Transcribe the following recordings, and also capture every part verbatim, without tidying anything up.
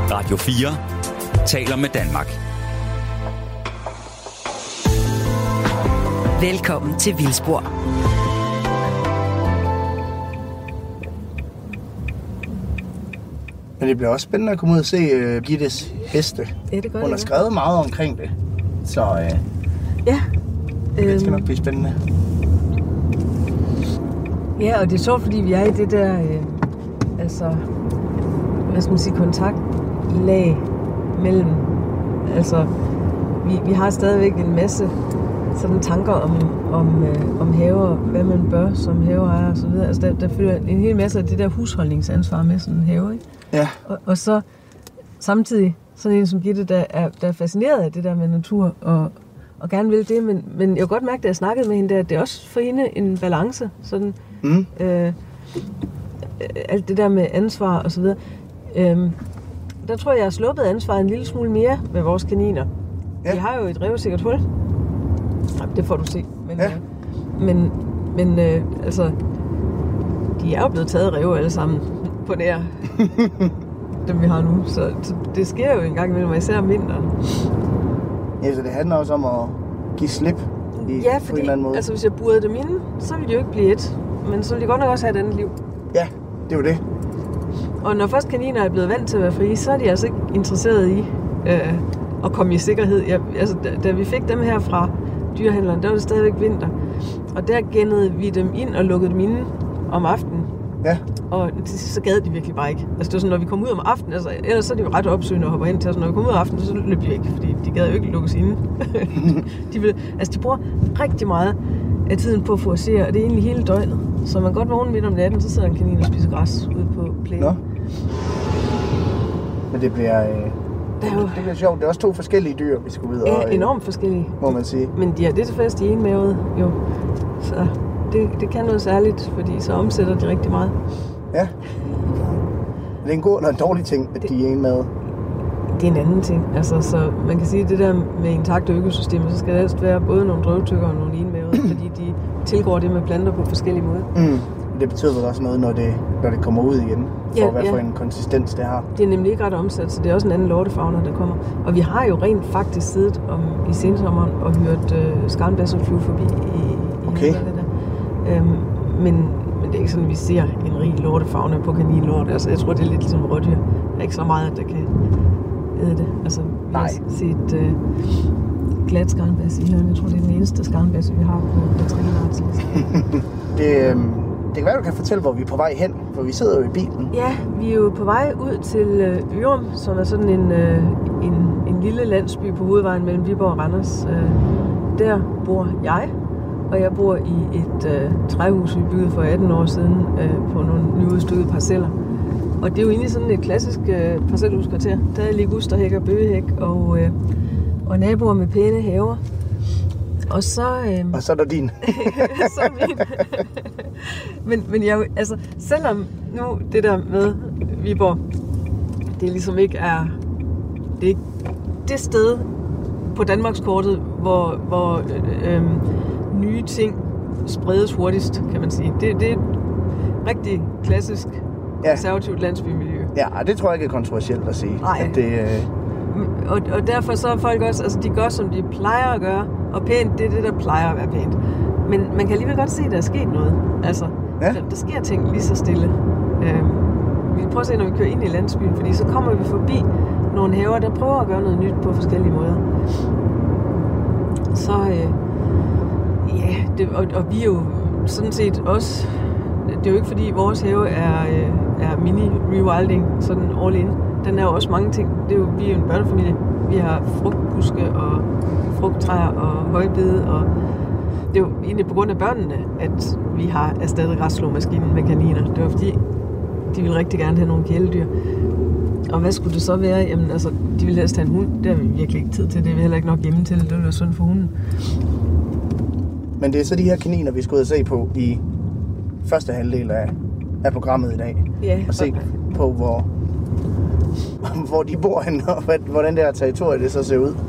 Radio fire taler med Danmark. Velkommen til Vildspor. Men det bliver også spændende at komme ud og se uh, Gittes heste. Ja, det gør Hun har skrevet meget omkring det. Så uh, ja. det skal nok blive spændende. Ja, og det er sjovt, fordi vi er i det der, øh, altså, hvad skal man sige, kontaktlag mellem, altså, vi, vi har stadigvæk en masse sådan tanker om, om, øh, om haver, hvad man bør som haveejer og så videre. Altså, der, der følger en hel masse af det der husholdningsansvar med sådan en have, ikke? Ja. Og, og så samtidig sådan en som Gitte, der er, der er fascineret af det der med natur og, og gerne vil det, men, men jeg har godt mærke, da jeg snakkede med hende, at det er også for hende en balance, sådan, mm. øh, alt det der med ansvar og så videre. Øh, der tror jeg, jeg har sluppet ansvaret en lille smule mere med vores kaniner. Ja. De har jo et revsikkert hul. Det får du se. Men, ja. øh, men, men øh, altså, de er jo blevet taget ræve alle sammen på nær dem, vi har nu. Så, så det sker jo en gang imellem, især om vinteren. Ja, så det handler også om at give slip i, ja, fordi, på en eller anden måde. Altså, hvis jeg burede dem inde, så ville de jo ikke blive et. Men så ville de godt nok også have et andet liv. Ja, det er jo det. Og når først kaniner er blevet vant til at være frie, så er de altså ikke interesseret i øh, at komme i sikkerhed. Jeg, altså, da, da vi fik dem her fra dyrehandleren, der var det stadigvæk vinter. Og der gennede vi dem ind og lukkede dem inde om aftenen. Ja. Og så gad de virkelig bare ikke. Altså det var sådan, når vi kom ud om aftenen, altså ellers så er de jo ret opsøgende og hopper ind til os. Når vi kom ud om aftenen, så løb de ikke, fordi de gad jo ikke lukkes inde. de, vil, altså de bruger rigtig meget af tiden på at forcere, og det er egentlig hele døgnet. Så man godt vågne midt om natten, så sidder en kanin og spiser græs ude på plænen. Nå. Men det bliver, øh, det, jo... det bliver sjovt. Det er også to forskellige dyr, vi skal ud ja, og... Ja, enormt forskellige. Må man sige. Men de har det til fast i enmavede, jo. Så det, det kan noget særligt, fordi så omsætter de rigtig meget. Ja. Det er en god eller en dårlig ting, at det, de er enmavede. Det er en anden ting. Altså, så man kan sige, at det der med intakte økosystemer, så skal det helst være både nogle drøvtykker og nogle enmavede, fordi de tilgår det med planter på forskellige måder. Mm. Det betyder vel også noget, når det, når det kommer ud igen, for ja, hvad ja. for en konsistens det har. Det er nemlig ikke ret omsat, så det er også en anden lortefauna, der kommer. Og vi har jo rent faktisk siddet om, i sensommeren og hørt øh, skarnbasser flyve forbi i, i okay. det der. Øhm, men, men det er ikke sådan, at vi ser en rig lortefauna på kaninlort. Altså, jeg tror, det er lidt ligesom rådyr. Der er ikke så meget, der kan æde det. Altså, vi Nej. har set øh, glat skarnbasse i hjørnet. Jeg tror, det er den eneste skarnbasse, vi har på matrikelartslisten. det, øh, det kan være, du kan fortælle, hvor vi er på vej hen, for vi sidder jo i bilen. Ja, vi er jo på vej ud til øh, Ørum, som er sådan en, øh, en, en lille landsby på hovedvejen mellem Viborg og Randers. Øh, der bor jeg, og jeg bor i et øh, træhus, vi byggede for atten år siden øh, på nogle nyudstykkede parceller. Og det er jo egentlig sådan et klassisk øh, parcelhuskvarter. Der er ligusterhæk og bøgehæk og, øh, og naboer med pæne haver. Og så... Øh, og så er der din. så er min. men, men jeg, altså, selvom nu det der med Viborg, det ligesom ikke er... Det er ikke det sted på Danmarkskortet, hvor, hvor øh, øh, nye ting spredes hurtigst, kan man sige. Det, det er et rigtig klassisk ja. konservativt landsbymiljø. Ja, det tror jeg ikke er kontroversielt at sige. Nej. At det, øh... og, og derfor så er folk også, altså de gør, som de plejer at gøre, og pænt, det er det, der plejer at være pænt. Men man kan alligevel godt se, at der er sket noget. Altså, ja. der, der sker ting lige så stille. Øhm, vi kan prøve at se, når vi kører ind i landsbyen, fordi så kommer vi forbi nogle haver, der prøver at gøre noget nyt på forskellige måder. Så, øh, ja, det, og, og vi er jo sådan set også, det er jo ikke fordi vores have er, øh, er mini-rewilding, sådan all in. Den er jo også mange ting. Det er jo, vi er jo en børnefamilie. Vi har frugtbuske og frugttræer og højbede, og det er jo egentlig på grund af børnene, at vi har erstattet græsslåmaskinen med kaniner. Det var fordi, de ville rigtig gerne have nogle kæledyr. Og hvad skulle det så være? Jamen altså, de ville helst have en hund. Det har vi virkelig ikke tid til. Det er vi heller ikke nok hjemme til. Det ville være synd for hunden. Men det er så de her kaniner, vi skal ud og se på i første halvdel af, af programmet i dag. Ja. Og se på, hvor, hvor de bor henne, og hvordan det her territorie det så ser ud.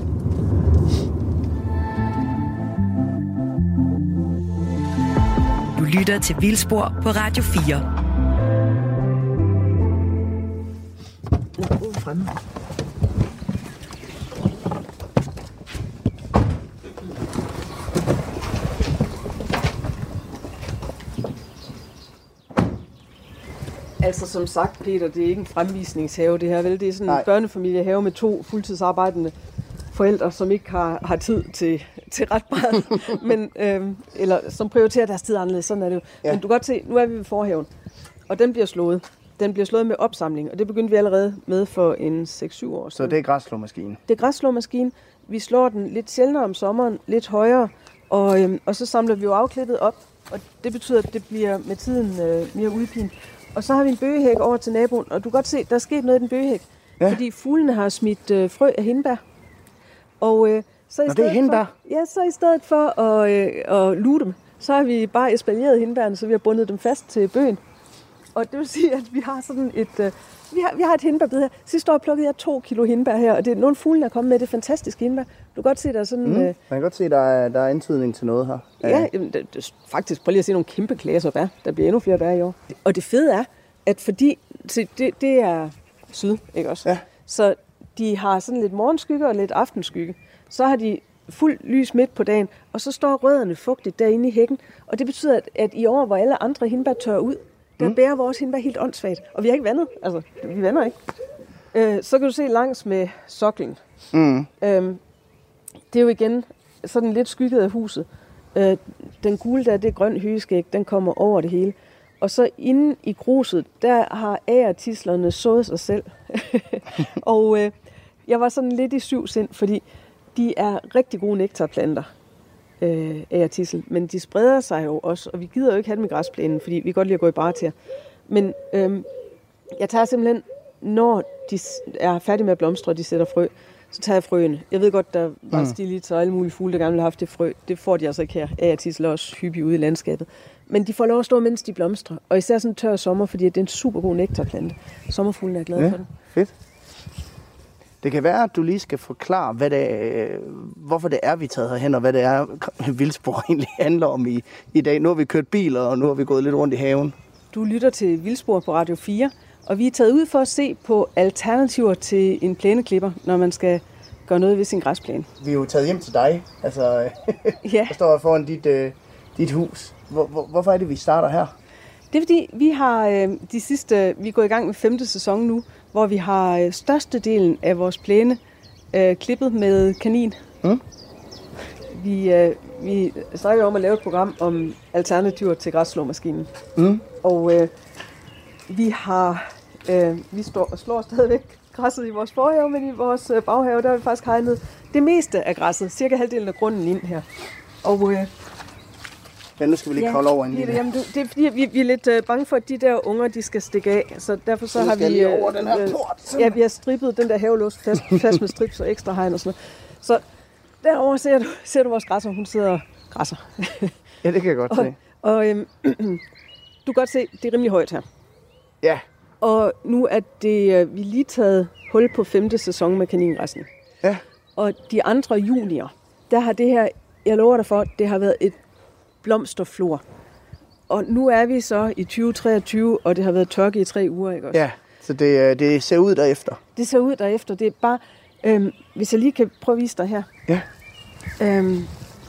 Du lytter til Vildspor på Radio fire. fremme. Altså som sagt, Peter, det er ikke en fremvisningshave det her, vel? Det er sådan en Nej. børnefamiliehave med to fuldtidsarbejdende forældre, som ikke har, har tid til, til ret meget, men, øhm, eller som prioriterer deres tid anderledes, sådan er det jo. Ja. Men du kan godt se, nu er vi ved forhaven, og den bliver slået. Den bliver slået med opsamling, og det begyndte vi allerede med for en seks syv år siden. Så det er græsslåmaskinen? Det er græsslåmaskinen. Vi slår den lidt sjældnere om sommeren, lidt højere, og, øhm, og så samler vi jo afklippet op, og det betyder, at det bliver med tiden øh, mere udpint. Og så har vi en bøgehæk over til naboen, og du kan godt se, der er sket noget i den bøgehæk, ja. Fordi fuglene har smidt øh, frø af hindbær. Og øh, så i Nå, det er hindbær? For, ja, så i stedet for at, øh, at luge dem, så har vi bare espalieret hindbærne, så vi har bundet dem fast til bøgen. Og det vil sige, at vi har sådan et, øh, vi har, vi har et hindbærbed her. Sidste år plukkede jeg to kilo hindbær her, og det er nogle fugle, der er kommet med det fantastiske hindbær. Du kan godt se, der er sådan... Mm, øh, man kan godt se, der er, der er antydning til noget her. Ja, jamen, det, det, faktisk, prøv lige at se nogle kæmpe klaser bær. Der bliver endnu flere bær i år. Og det fede er, at fordi, se, det, det er syd, ikke også? Ja. Så de har sådan lidt morgenskygge og lidt aftenskygge. Så har de fuld lys midt på dagen, og så står rødderne fugtigt derinde i hækken. Og det betyder, at, at i år, hvor alle andre hindbær tørrer ud, der mm. bærer vores hindbær helt åndssvagt. Og vi har ikke vandet. Altså, vi vander ikke. Øh, så kan du se langs med soklen. Mm. Øhm, det er jo igen sådan lidt skygget af huset. Øh, den gule der, det er grøn høgeskæg, den kommer over det hele. Og så inde i gruset, der har agertislerne sået sig selv. og øh, jeg var sådan lidt i syv sind, fordi de er rigtig gode nektarplanter, øh, agertisel. Men de spreder sig jo også, og vi gider jo ikke have dem i græsplænen, fordi vi kan godt lide at gå i bareter. Men øh, jeg tager simpelthen, når de er færdige med at blomstre, og de sætter frø, så tager jeg frøene. Jeg ved godt, der var stilit og alle mulige fugle, der gerne ville have haft det frø. Det får de altså ikke her. Agertisel er også hyppigt ude i landskabet. Men de får lov at stå, mens de blomstrer. Og især sådan en tør sommer, fordi det er en super god nektarplante. Sommerfuglen er glad ja, for den. Fedt. Det kan være, at du lige skal forklare, hvad det er, hvorfor det er, vi er taget herhen, og hvad det er, Vildspor egentlig handler om i, i dag. Nu har vi kørt biler, og nu har vi gået lidt rundt i haven. Du lytter til Vildspor på Radio fire, og vi er taget ud for at se på alternativer til en plæneklipper, når man skal gøre noget ved sin græsplæne. Vi er jo taget hjem til dig. Altså, ja. Jeg står foran dit, uh, dit hus. Hvor, hvor, hvorfor er det, vi starter her? Det er fordi, vi har øh, de sidste, vi er gået i gang med femte sæson nu, hvor vi har øh, størstedelen af vores plæne øh, klippet med kanin. Mm. Vi, øh, vi snakker om at lave et program om alternativer til græsslåmaskinen. Mm. Og øh, vi har, øh, vi står, slår stadigvæk græsset i vores forhave, men i vores øh, baghave, der har vi faktisk hegnet det meste af græsset, cirka halvdelen af grunden ind her. Og øh, ja, nu skal vi lige ja, kolde over en lille. Jamen, det er fordi, vi, vi er lidt øh, bange for, at de der unger, de skal stikke af. Så derfor så har vi, øh, over den her port, ja, vi har strippet den der havelås fast, fast med strips og ekstra hegn og sådan noget. Så derovre ser du, ser du vores græsser, hun sidder og græsser. Ja, det kan jeg godt se. Og, og øhm, du kan godt se, det er rimelig højt her. Ja. Og nu er det, øh, vi lige taget hul på femte sæson med kaningræsning. Ja. Og de andre junior, der har det her, jeg lover dig for, det har været et blomsterflor. Og nu er vi så i tyve treogtyve, og det har været tørke i tre uger, ikke også? Ja, så det, det ser ud derefter. Det ser ud derefter. Det er bare, øhm, hvis jeg lige kan prøve at vise dig her. Ja. Øhm,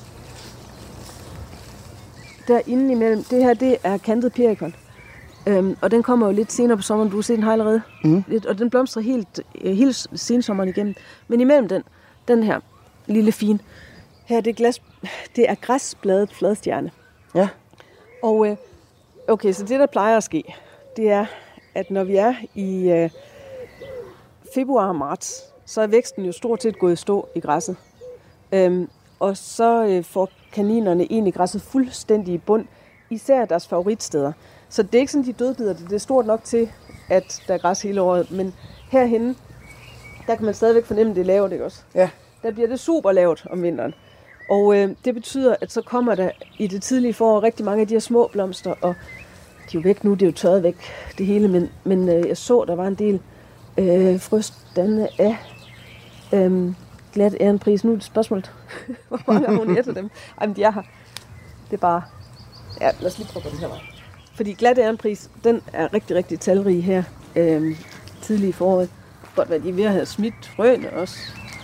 der inde imellem, det her, det er kantet perikon. Øhm, og den kommer jo lidt senere på sommeren, du har set den her allerede. Mm. Lidt, og den blomstrer helt, hele sensommeren igennem. Men imellem den, den her lille fin, her det er, glas, det er græsbladet fladstjerne. Ja. Og øh, okay, så det der plejer at ske, det er, at når vi er i øh, februar og marts, så er væksten jo stort set gået i stå i græsset. Øhm, og så øh, får kaninerne egentlig græsset fuldstændig i bund, især deres favoritsteder. Så det er ikke sådan, de dødbider det. Det er stort nok til, at der er græs hele året. Men herhenne, der kan man stadigvæk fornemme, at det er lavt, ikke også? Ja. Der bliver det super lavt om vinteren. Og øh, det betyder, at så kommer der i det tidlige forår rigtig mange af de her små blomster, og de er jo væk nu, det er jo tørret væk, det hele, men, men øh, jeg så, der var en del øh, frøstande af øh, glat ærenpris. Nu er det spørgsmålet, hvor mange har hun efter dem? Ej, men de er her. Det er bare, ja, lad os lige prøve på den her vej. Fordi glat ærenpris, den er rigtig, rigtig talrig her øh, tidlig i foråret. godt være, de er ved at have smidt frøene også.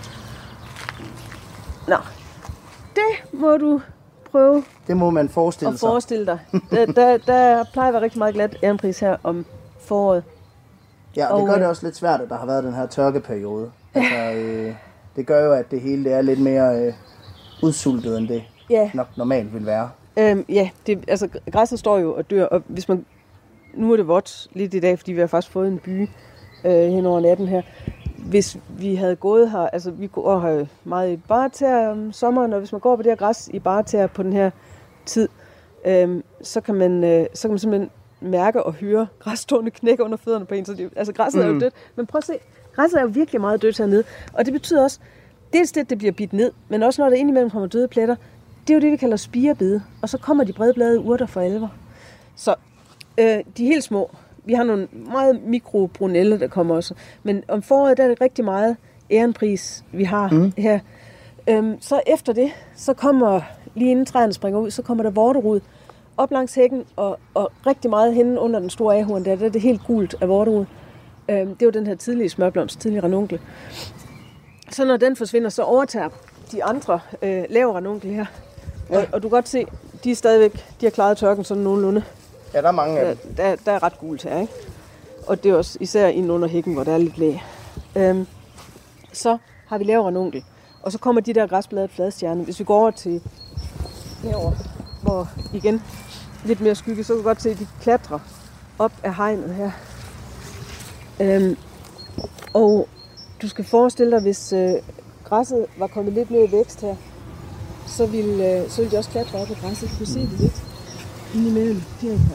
Nå, det må du prøve Det må man forestille at sig. forestille dig. Der, der, der plejer at være rigtig meget glat ærenpris her om foråret. Ja, og det Og, gør øh, det også lidt svært, at der har været den her tørkeperiode. Altså, øh, det gør jo, at det hele det er lidt mere øh, udsultet, end det Ja. nok normalt vil være. Øhm, ja, det, altså græsset står jo og dør, og hvis man, nu er det vådt lidt i dag, fordi vi har faktisk fået en by øh, hen over natten her. Hvis vi havde gået her, altså vi går her meget i bartær om sommeren, og hvis man går på det her græs i bartær på den her tid, øh, så, kan man, øh, så kan man simpelthen mærke og høre græsstående knække under fødderne på en. Så det, altså græsset mm. er jo dødt, men prøv at se, græsset er jo virkelig meget dødt hernede, og det betyder også, dels det, at det bliver bidt ned, men også når der indimellem kommer døde pletter, det er jo det, vi kalder spirebede, og så kommer de bredbladede urter for alvor. Så øh, de er helt små. Vi har nogle meget mikrobrunelle, der kommer også. Men om foråret, der er det rigtig meget ærenpris, vi har mm. her. Øhm, så efter det, så kommer, lige inden træerne springer ud, så kommer der vorterud op langs hækken, og, og rigtig meget henne under den store ahorn, der, der er det helt gult af vorterud. Øhm, det er jo den her tidlige smørblomst, tidlige ranunkel. Så når den forsvinder, så overtager de andre øh, lav ranunkel her. Ja. Og, og du kan godt se, de er stadigvæk, de har klaret tørken sådan nogenlunde. Ja, der er mange af dem. Der, der, der er ret gult her, ikke? Og det er også især inde under hækken, hvor der er lidt læ. Øhm, så har vi lav ranunkel. Og så kommer de der græsbladede fladstjerne. Hvis vi går over til herovre, hvor igen lidt mere skygge, så kan du godt se, at de klatrer op af hegnet her. Øhm, og du skal forestille dig, hvis øh, græsset var kommet lidt mere i vækst her, så ville, øh, så ville de også klatre op af græsset. Du kan se det lidt indimellem. Det er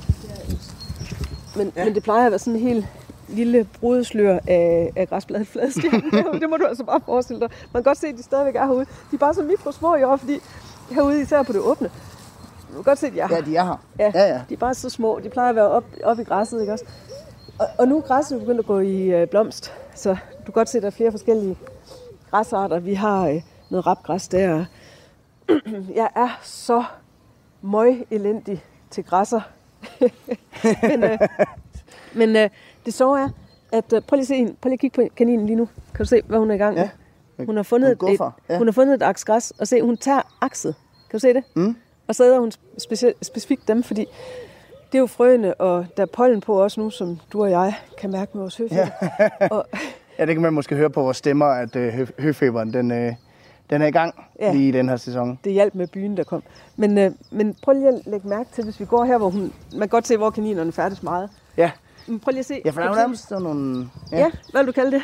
men, ja. men det plejer at være sådan en helt lille brudslør af, af græsbladet fladstjerne. Det må du altså bare forestille dig. Man kan godt se, at de stadigvæk er herude. De er bare så mikrosmå i år, fordi herude især på det åbne. Du kan godt se, at de er her. Ja, de er her. Ja, ja, ja. De er bare så små. De plejer at være op, op i græsset, ikke også? Og, og nu er græsset begyndt at gå i øh, blomst. Så du kan godt se, at der er flere forskellige græsarter. Vi har øh, noget rapgræs der. Jeg er så møg elendig til græsser. men øh, men øh, det så er, at øh, prøv lige at se hende. Prøv lige at kigge på kaninen lige nu. Kan du se, hvad hun er i gang med? Ja. Hun har fundet et, et, ja. hun har fundet et aks græs, og se, hun tager akset. Kan du se det? Mm. Og så æder hun speci- specifikt dem, fordi det er jo frøene, og der er pollen på også nu, som du og jeg kan mærke med vores høfeber. Ja. og, ja, det kan man måske høre på vores stemmer, at øh, hø- høfeberen, den, øh, den er i gang ja. lige i den her sæson. Det hjalp med byen, der kom. Men, øh, men prøv lige at lægge mærke til, hvis vi går her, hvor hun... Man kan godt se, hvor kaninerne færdes meget. Ja. Men prøv lige at se. Ja, for der er jo nærmest sådan nogle... Ja. ja, hvad vil du kalde det?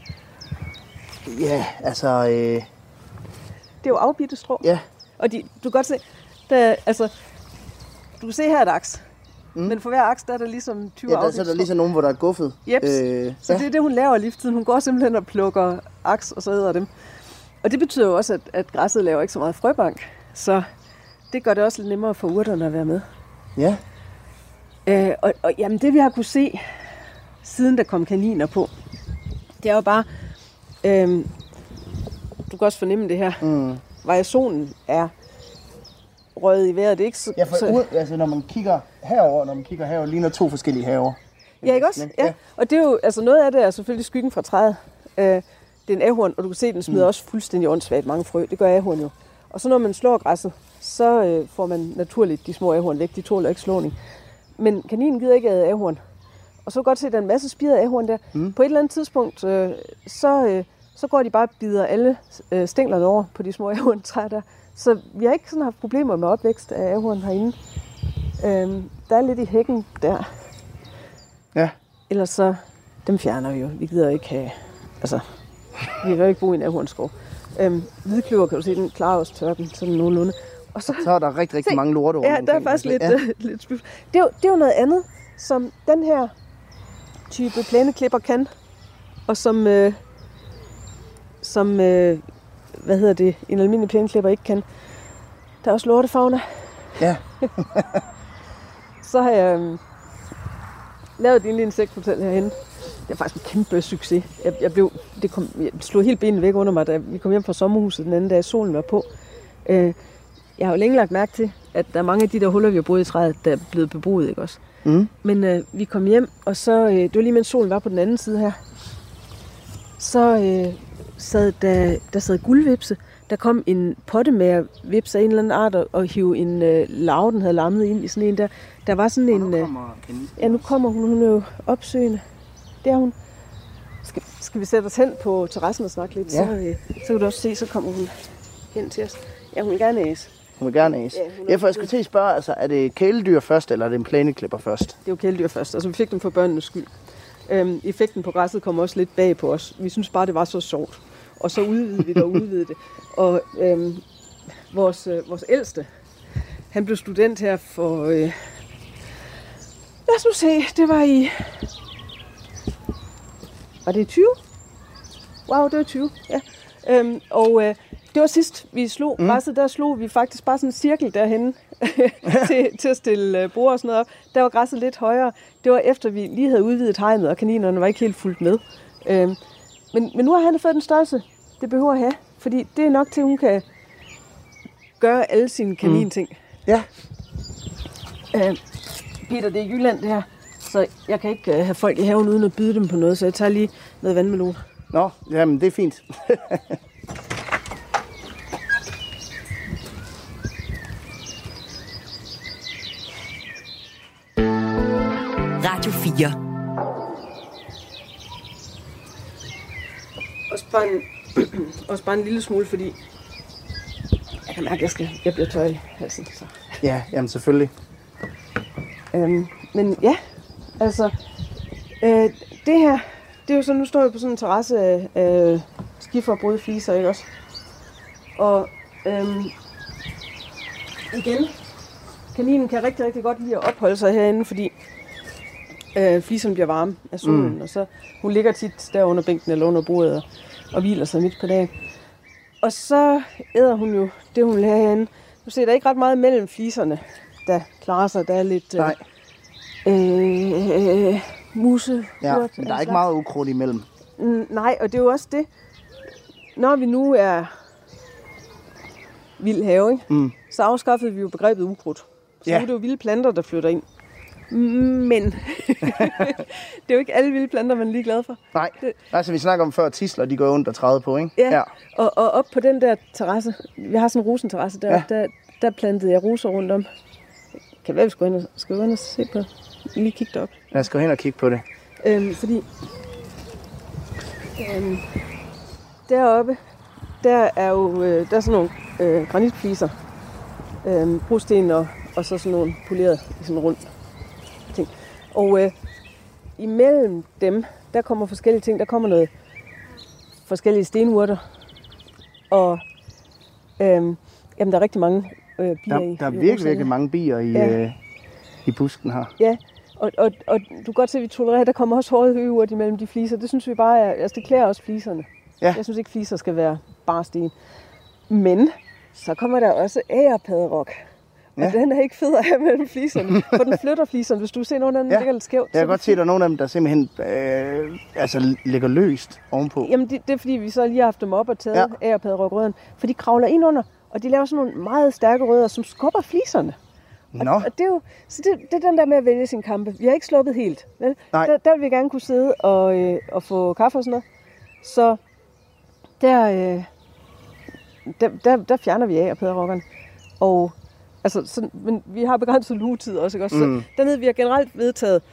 Ja, altså... Øh... Det er jo afbidte strå. Ja. Og de, du kan godt se... Der, altså, du kan se her et aks. Mm. Men for hver aks, der er der ligesom tyve afbidte strå. Ja, der er der ligesom nogen, hvor der er guffet. Jeps. Øh, så ja. Det er det, hun laver i livstiden. Hun går simpelthen og plukker aks, og så æder dem. Og det betyder jo også, at, at græsset laver ikke så meget frøbank. Så det gør det også lidt nemmere for urterne at være med. Ja. Øh, og, og jamen, det vi har kunne se, siden der kom kaniner på, det er jo bare... Øh, du kan også fornemme det her. Mm. Variationen er røget i vejret. Det er ikke så... Ja, for ud, altså, når man kigger herover, når man kigger herover, ligner to forskellige haver. Ja, ikke også? Ja. ja. Og det er jo, altså noget af det er selvfølgelig skyggen fra træet. Øh, det er en ahorn, og du kan se, at den smider mm. også fuldstændig åndssvagt mange frø. Det gør ahorn jo. Og så når man slår græsset, så øh, får man naturligt de små ahorn væk. De tåler ikke slåning. Men kaninen gider ikke af ahorn. Og så kan du godt se, at der er en masse spiret ahorn der. Mm. På et eller andet tidspunkt, øh, så, øh, så går de bare og bider alle øh, stænglerne over på de små ahorntræer der. Så vi har ikke sådan haft problemer med opvækst af ahorn herinde. Øh, der er lidt i hækken der. Ja. Ellers så, dem fjerner vi jo. Vi gider ikke have, altså, vi kan jo ikke bo i en ahornskov. Øhm, hvidkløver, kan du se, den klarer også tørken, sådan nogenlunde. Og så, så er der rigtig, rigtig se, mange lorte over. Ja, der er faktisk lidt, ja. uh, lidt spyf. Det er, jo, det er jo noget andet, som den her type plæneklipper kan, og som, øh, som øh, hvad hedder det, en almindelig plæneklipper ikke kan. Der er også lortefauna. Ja. Så har jeg øh, lavet et lille insekthotel herhenne. Det er faktisk en kæmpe succes. Jeg, jeg, blev, det kom, jeg slog helt benet væk under mig, da vi kom hjem fra sommerhuset den anden dag, solen var på. Øh, jeg har jo længe lagt mærke til, at der er mange af de der huller, vi har boet i træet, der er blevet beboet, ikke også? Mm. Men øh, vi kom hjem, og så, øh, det var lige mens solen var på den anden side her. så øh, sad der, der sad guldvipse. Der kom en pottemagervips af en eller anden art og, og hive en øh, larve, den havde lammet ind i sådan en der. Der var sådan en... Øh, ja, nu kommer hun. Hun er jo opsøgende. Der hun. Skal, skal vi sætte os hen på terrassen og snakke lidt? Ja. Så, øh, så kan du også se, så kommer hun hen til os. Ja, hun vil gerne æse. Hun vil gerne æse. Ja, ja, for jeg skulle til at spørge, altså, er det kæledyr først, eller er det en plæneklipper først? Det er jo kæledyr først. Altså, vi fik dem for børnenes skyld. Øhm, effekten på græsset kom også lidt bag på os. Vi synes bare, det var så sjovt. Og så udvidede vi det og udvidede det. Og øhm, vores, øh, vores ældste, han blev student her for... Øh, lad os nu se, det var i... Var det i tyve? Wow, det var tyve, ja. Øhm, og øh, det var sidst, vi slog mm. græsset, der slog vi faktisk bare sådan en cirkel derhenne til, til at stille bord og sådan noget op. Der var græsset lidt højere. Det var efter, vi lige havde udvidet hegnet, og kaninerne var ikke helt fuldt med. Øhm, men, men nu har han fået den størrelse, det behøver at have. Fordi det er nok til, at hun kan gøre alle sine kaninting. Mm. Ja. Øh, Peter, det er Jylland det her. Så jeg kan ikke øh, have folk i haven uden at byde dem på noget, så jeg tager lige noget vandmelon. Nå, jamen det er fint. Radio fire. Også bare, en, også bare en lille smule, fordi jeg kan mærke, at jeg, skal, jeg bliver tør i halsen. Så. Ja, jamen selvfølgelig. Øhm, men ja, altså, øh, det her, det er jo så, nu står jeg på sådan en terrasse af øh, skiferbrød fliser, ikke også? Og øhm, igen, kaninen kan rigtig, rigtig godt lide at opholde sig herinde, fordi øh, fliserne bliver varme af solen, mm. og så hun ligger tit der under bænken eller under bordet og, og hviler sig midt på dagen. Og så æder hun jo det, hun vil have herinde. Nu ser der ikke ret meget mellem fliserne, der klarer sig. Der er lidt Nej. Øh, øh, muse. Ja, men der er ikke meget ukrudt imellem. Mm, nej, og det er jo også det. Når vi nu er vild have, ikke? Mm. Så afskaffede vi jo begrebet ukrudt. Så ja. Nu er det jo vilde planter, der flytter ind. Men det er jo ikke alle vilde planter, man er lige glad for. Nej, det... altså vi snakker om før tisler, de går ondt og træde på, ikke? Ja, ja. Og, og op på den der terrasse, vi har sådan en rosenterrasse der, ja. der, der plantede jeg roser rundt om. Kan være, vi skal gå ind og, skal gå ind og se på, lige kigge derop. Lad os gå hen og kigge på det. Øhm, fordi øhm, deroppe, der er jo øh, der er sådan nogle øh, granitfliser, øh, brosten og, og så sådan nogle polerede, sådan rundt ting. Og øh, imellem dem, der kommer forskellige ting. Der kommer noget forskellige stenurter. Og øh, jamen, der er rigtig mange øh, bier der, i. Der er virkelig, virkelig mange bier i, ja. øh, i busken her. Ja, og, og, og du kan godt se, at vi tolererer, der kommer også hårde høgeurt imellem de fliser. Det synes vi bare er, altså det klæder også fliserne. Ja. Jeg synes ikke, fliser skal være bare sten. Men så kommer der også agerpadderok. Og ja. Den er ikke fed at have mellem fliserne, for den flytter fliserne. Hvis du ser nogle af dem, der ja. ligger lidt skævt. Jeg kan godt se, at der er nogle af dem, der simpelthen øh, altså, ligger løst ovenpå. Jamen, det, det er fordi, vi så lige har haft dem op og taget ja. agerpadderokrøden. For de kravler ind under, og de laver sådan nogle meget stærke rødder, som skubber fliserne. Nå. Og, og det er jo så det, det er den der med at vælge sin kampe. Vi har ikke sluppet helt. Vel? Der, der vil vi gerne kunne sidde og, øh, og få kaffe og sådan noget. Så der, øh, der, der, der fjerner vi agerpadderokkerne. Og altså, sådan, men vi har begrænset lugetid også, ikke også? Mm. Så dernede, vi har generelt vedtaget,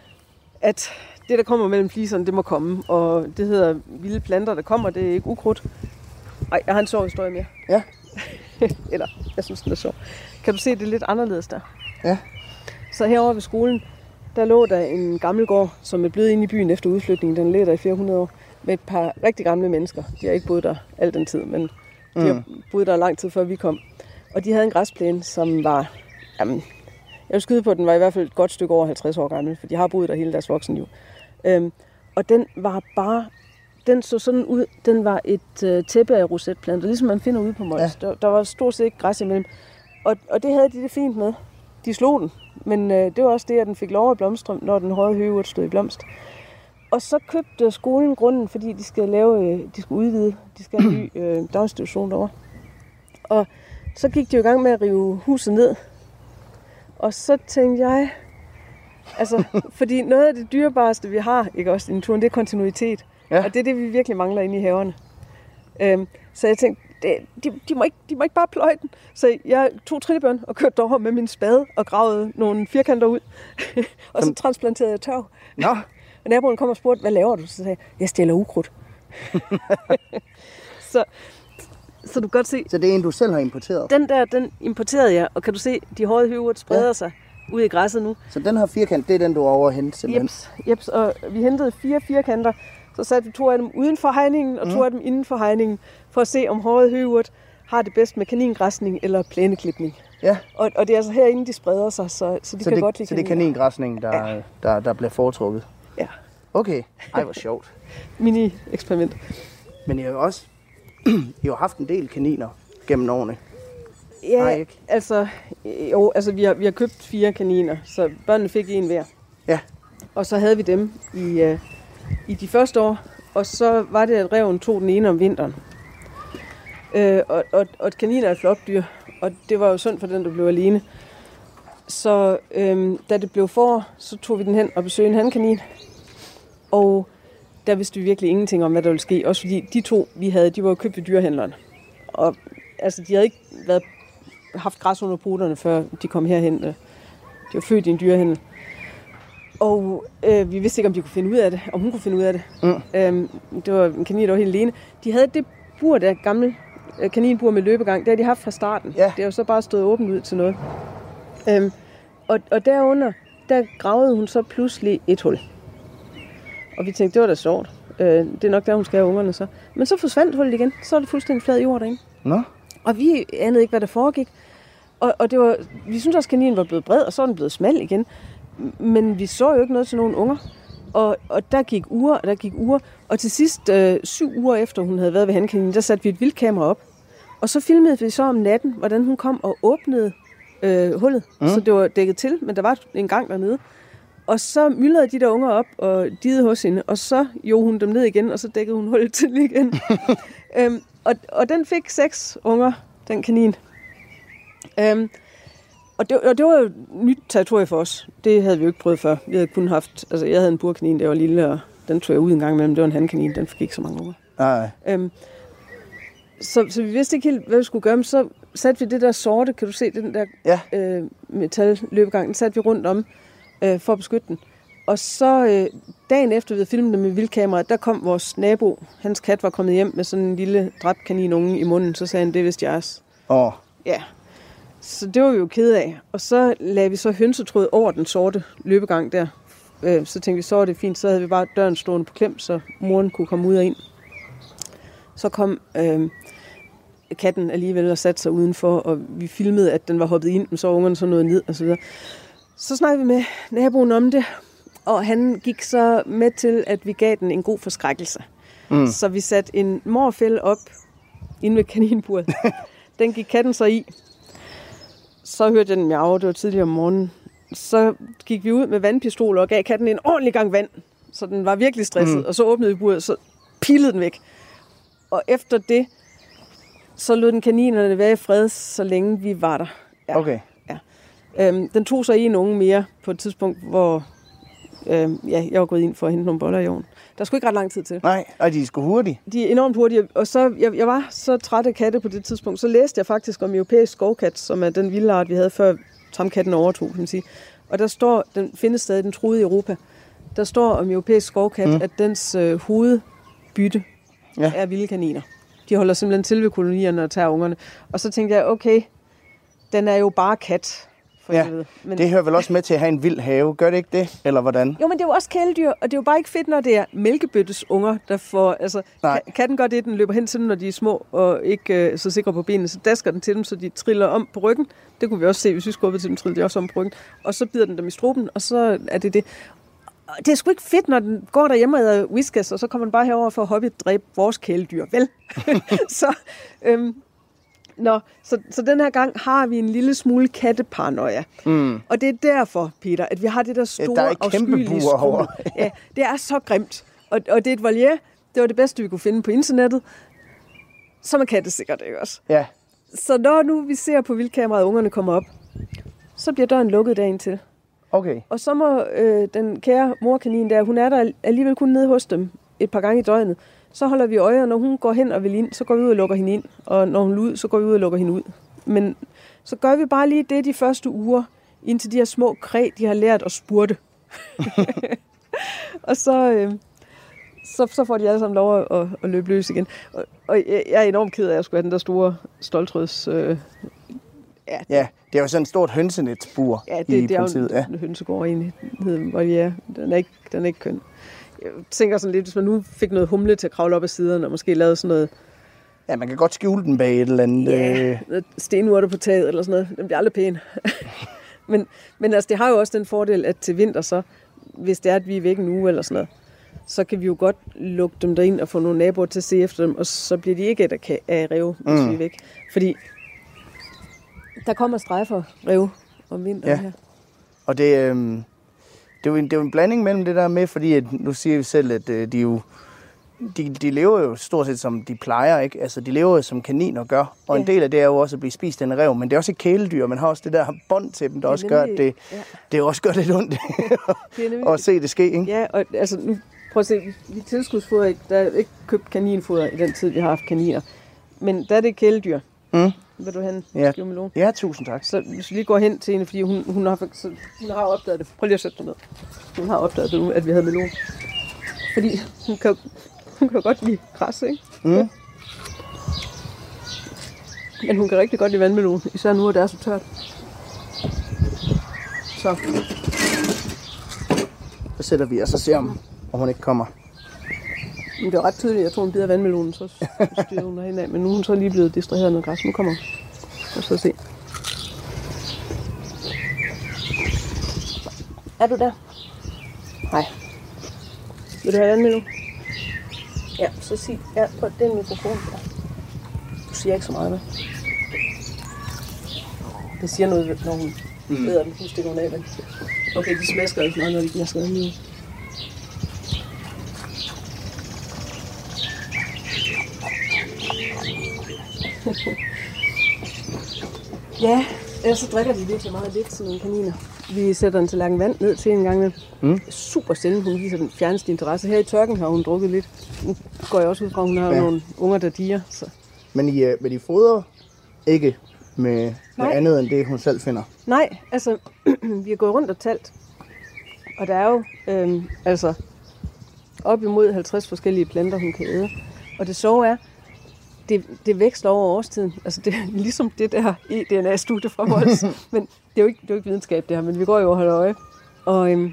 at det, der kommer mellem fliserne, det må komme. Og det hedder vilde planter, der kommer, det er ikke ukrudt. Ej, jeg har en sjov historie mere. Ja. Eller, jeg synes, det er sjov. Kan du se, det er lidt anderledes der? Ja. Så herovre ved skolen, der lå der en gammel gård, som er blevet inde i byen efter udflytningen. Den ligger der i flere hundrede år. Med et par rigtig gamle mennesker. De har ikke boet der al den tid, men de mm. har boet der lang tid før vi kom. Og de havde en græsplæne, som var, jamen, jeg vil skyde på, at den var i hvert fald et godt stykke over halvtreds år gammel, for de har boet der hele deres voksenliv. Øhm, og den var bare, den så sådan ud, den var et øh, tæppe af rosetplanter, ligesom man finder ude på Mols. Ja. Der, der var stort set ikke græs imellem. Og, og det havde de det fint med. De slog den, men øh, det var også det, at den fik lov at blomstre, når den høje høgeurt stod i blomst. Og så købte skolen grunden, fordi de skal lave, øh, de skal udvide, de skal have en ny øh, daginstitution derovre. Og så gik de jo i gang med at rive huset ned. Og så tænkte jeg, Altså, fordi noget af det dyrebareste, vi har, ikke også i naturen, det er kontinuitet. Ja. Og det er det, vi virkelig mangler inde i haverne. Øhm, så jeg tænkte, det, de, de, må ikke, de må ikke bare pløje den. Så jeg tog trillebøren og kørte derover med min spade og gravede nogle firkanter ud. og så transplanterede jeg tørv. Nå. Og naboen kom og spurgte, hvad laver du? Så sagde jeg, jeg stjæler ukrudt. så, så du kan godt se. Så det er en, du selv har importeret? Den der, den importerede jeg, og kan du se, de hårde høvert spreder ja. sig ud i græsset nu. Så den her firkant, det er den, du er over at hente simpelthen? Jeps, jeps, og vi hentede fire firkanter. Så satte vi to af dem uden for hegningen, og to mm. af dem inden for hegningen, for at se, om håret høvert har det bedst med kaningræsning eller plæneklipning. Ja. Og, og det er altså herinde, de spreder sig, så, så de så kan det, godt lide Så det er kaningræsning, der, ja. der, der bliver foretrukket? Ja. Okay. Ej, hvor sjovt. Mini-eksperiment. Men I har jo også I har haft en del kaniner gennem årene. Ja, Nej, ikke? altså, jo, altså vi, har, vi har købt fire kaniner, så børnene fik en hver. Ja. Og så havde vi dem i, uh, i de første år, og så var det, at ræven tog den ene om vinteren. Uh, og, og, og kaniner er et flokdyr, og det var jo synd for den, der blev alene. Så øhm, da det blev forår, så tog vi den hen og besøgte en hankanin. Og der vidste vi virkelig ingenting om, hvad der ville ske. Også fordi de to, vi havde, de var jo købt ved dyrehandleren. Og altså, de havde ikke været, haft græs under poterne, før de kom herhen. De var født i en dyrehandel. Og øh, vi vidste ikke, om de kunne finde ud af det, om hun kunne finde ud af det. Mm. Øhm, det var en kanin, der var helt alene. De havde det bur, der gamle kaninbur med løbegang, det har de haft fra starten. Ja. Det har jo så bare stået åbent ud til noget. Øhm, og, og derunder, der gravede hun så pludselig et hul. Og vi tænkte, det var da sjovt. Øh, det er nok der, hun skal have ungerne så. Men så forsvandt hullet igen. Så er det fuldstændig flad jord derinde. Nå. Og vi anede ikke, hvad der foregik. Og, og det var, vi syntes også, at kaninen var blevet bred, og så er den blevet smal igen. Men vi så jo ikke noget til nogen unger. Og, og der gik uger, og der gik uger. Og til sidst, øh, syv uger efter hun havde været ved hankaninen, der satte vi et vildkamera op. Og så filmede vi så om natten, hvordan hun kom og åbnede øh, hullet. Mm. Så det var dækket til, men der var en gang dernede. Og så myldrede de der unger op og didede hos hende, og så jog hun dem ned igen, og så dækkede hun hullet til igen. øhm, og, og den fik seks unger, den kanin. Øhm, og, det, og det var jo et nyt territorie for os. Det havde vi jo ikke prøvet før. Vi havde kun haft, altså jeg havde en burkanin, der var lille, og den tog jeg ud en gang imellem. Det var en hankanin, den fik ikke så mange unger. Nej. Øhm, så, så vi vidste ikke helt, hvad vi skulle gøre, men så satte vi det der sorte, kan du se, den der ja. øh, metalløbegang, den satte vi rundt om, øh, for at beskytte den. Og så øh, dagen efter, vi havde filmet det med vildkamera, der kom vores nabo, hans kat var kommet hjem med sådan en lille dræbt kaninunge i munden, så sagde han, det er vist jeres. Åh. Oh. Ja. Så det var vi jo kede af. Og så lagde vi så hønsetråd over den sorte løbegang der. Øh, så tænkte vi, så var det fint, så havde vi bare døren stående på klem, så moren kunne komme ud og ind. Så kom øh, katten alligevel og satte sig udenfor, og vi filmede, at den var hoppet ind, men så ungerne så nåede ned og så videre. Så snakkede vi med naboen om det, og han gik så med til, at vi gav den en god forskrækkelse. Mm. Så vi satte en morfælde op inde ved kaninburet. Den gik katten så i. Så hørte jeg den miave, det var tidligere om morgenen. Så gik vi ud med vandpistoler og gav katten en ordentlig gang vand, så den var virkelig stresset. Mm. Og så åbnede vi buret, så pilede den væk. Og efter det, så lod den kaninerne være i fred, så længe vi var der. Ja. Okay. Ja. Øhm, den tog så en unge mere på et tidspunkt, hvor øhm, ja, jeg var gået ind for at hente nogle boller i ovnen. Der skulle ikke ret lang tid til. Nej, og de er sgu hurtige. De er enormt hurtige, og så, jeg, jeg var så træt af katte på det tidspunkt, så læste jeg faktisk om europæisk skovkat, som er den vildart, vi havde før tamkatten overtog, kan man sige. Og der står, den findes stadig, den truede i Europa. Der står om europæisk skovkat, mm. at dens øh, hovedbytte ja. er vilde kaniner. De holder simpelthen til ved kolonierne og tager ungerne. Og så tænkte jeg, okay, den er jo bare kat. For ja, men det hører vel også med til at have en vild have. Gør det ikke det, eller hvordan? Jo, men det er jo også kæledyr, og det er jo bare ikke fedt, når det er mælkebøttes unger, der får... Altså, katten gør det, den løber hen til dem, når de er små og ikke øh, så sikre på benene. Så dasker den til dem, så de triller om på ryggen. Det kunne vi også se, hvis vi skubbede til dem, trillede de også om på ryggen. Og så bider den dem i struben, og så er det det. Det er sgu ikke fedt, når den går derhjemme og æder whiskas, og så kommer den bare herover for at hobby dræbe vores kæledyr. Vel? så... Øhm, Nå, så, så den her gang har vi en lille smule katteparanoia. Mm. Og det er derfor, Peter, at vi har det der store, ja, afskyelige skrummel. Ja, det er så grimt. Og, og det er et voliere. Det var det bedste, vi kunne finde på internettet. Som er kattesikkert, ikke også? Ja. Så når nu vi ser på vildkameraet, og ungerne kommer op, så bliver døren lukket dagen til. Okay. Og så må øh, den kære morkanin der, hun er der alligevel kun nede hos dem et par gange i døgnet. Så holder vi øje, og når hun går hen og vil ind, så går vi ud og lukker hende ind. Og når hun vil ud, så går vi ud og lukker hende ud. Men så gør vi bare lige det de første uger, indtil de her små kræ, de har lært at spurte. Og så, øh, så, så får de alle sammen lov at, at, at løbe løs igen. Og, og jeg er enormt ked af at skulle have den der store stoltrøds... Øh, ja, ja, det er jo sådan et stort hønsenetsbur ja, det, i det er princippet. jo en ja. hønsegård egentlig, hvor de er. Den er ikke, den er ikke køn. Jeg tænker sådan lidt, hvis man nu fik noget humle til at kravle op ad siderne, og måske lavede sådan noget... Ja, man kan godt skjule den bag et eller andet... Ja, øh... stenurter på taget eller sådan noget. Den bliver aldrig pæn. men, men altså, det har jo også den fordel, at til vinter så, hvis det er, at vi er væk en uge eller sådan noget, så kan vi jo godt lukke dem derind og få nogle naboer til at se efter dem, og så bliver de ikke et af ræve, hvis mm. vi er væk. Fordi der kommer strejfer ræve om vinteren ja. her. Og det, øh, det, er jo en, det er jo en blanding mellem det der med, fordi at, nu siger vi selv, at øh, de jo de, de lever jo stort set som de plejer, ikke? Altså de lever jo som kaniner gør, og ja. en del af det er jo også at blive spist af en ræv, men det er også et kæledyr, man har også det der bånd til dem, der også nemlig, gør, at det, ja. det også gør lidt ondt at se det ske, ikke? Ja, og altså nu prøv at se, vi tilskudsfoder ikke, der er ikke købt kaninfoder i den tid, vi har haft kaniner, men der er det kæledyr. Mm. Vil du hen? Ja. Melon? Ja, tusind tak. Så hvis vi lige går hen til hende, fordi hun, hun, har, så, hun har opdaget det. Prøv lige at sætte dig ned. Hun har opdaget det, at vi havde melon. Fordi hun kan, hun kan godt lide græs, ikke? Mm. Men hun kan rigtig godt lide vandmelon, især nu, hvor det er så tørt. Så. Så sætter vi os og ser, om, om hun ikke kommer. Men det var ret tydeligt, jeg tror, hun bider vandmelonen, så styrer hun derhen af. Men nu er hun så lige blevet distraheret af noget græs. Nu kommer hun. Og så se. Er du der? Hej. Vil du have vandmelon? Ja, så sig. Ja, prøv den mikrofon der. Du siger ikke så meget, med. Det siger noget, når hun mm. ved, at den stikker hun af. Men okay, de smasker ikke meget, når de gnasker vandmelon. Ja, ellers så drikker de virkelig meget lidt, sådan nogle kaniner. Vi sætter en tallerken vand ned til en gang. Mm. Super sjældent, hun viser den fjerneste interesse. Her i tørken har hun drukket lidt. Nu går jeg også ud fra, at hun har ja. nogle unger, der diger. Så. Men I, men I fodrer ikke med, med andet end det, hun selv finder? Nej, altså, vi er gået rundt og talt. Og der er jo øhm, altså op imod halvtreds forskellige planter, hun kan æde. Og det sjove er, Det, det veksler over årstiden. Altså det er ligesom det der e D N A-studie fra Mols. Men det er, jo ikke, det er jo ikke videnskab det her, men vi går jo og holder øje. Og øhm,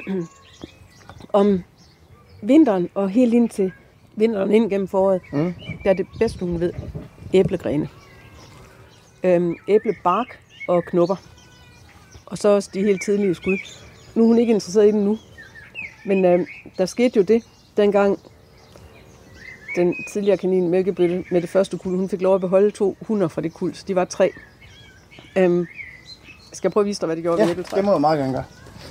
om vinteren og helt ind til vinteren ind gennem foråret, mm. der er det bedste, hun ved, æblegrene. Øhm, æblebark og knopper. Og så også de helt tidlige skud. Nu er hun ikke interesseret i den nu. Men øhm, der skete jo det, dengang den tidligere kanin mælkebøtte med det første kuld, hun fik lov at beholde to hunder fra det kuld, så de var tre. Øhm, skal jeg prøve at vise dig, hvad det gjorde ja, ved æbletræet? Det må jeg meget gerne gøre.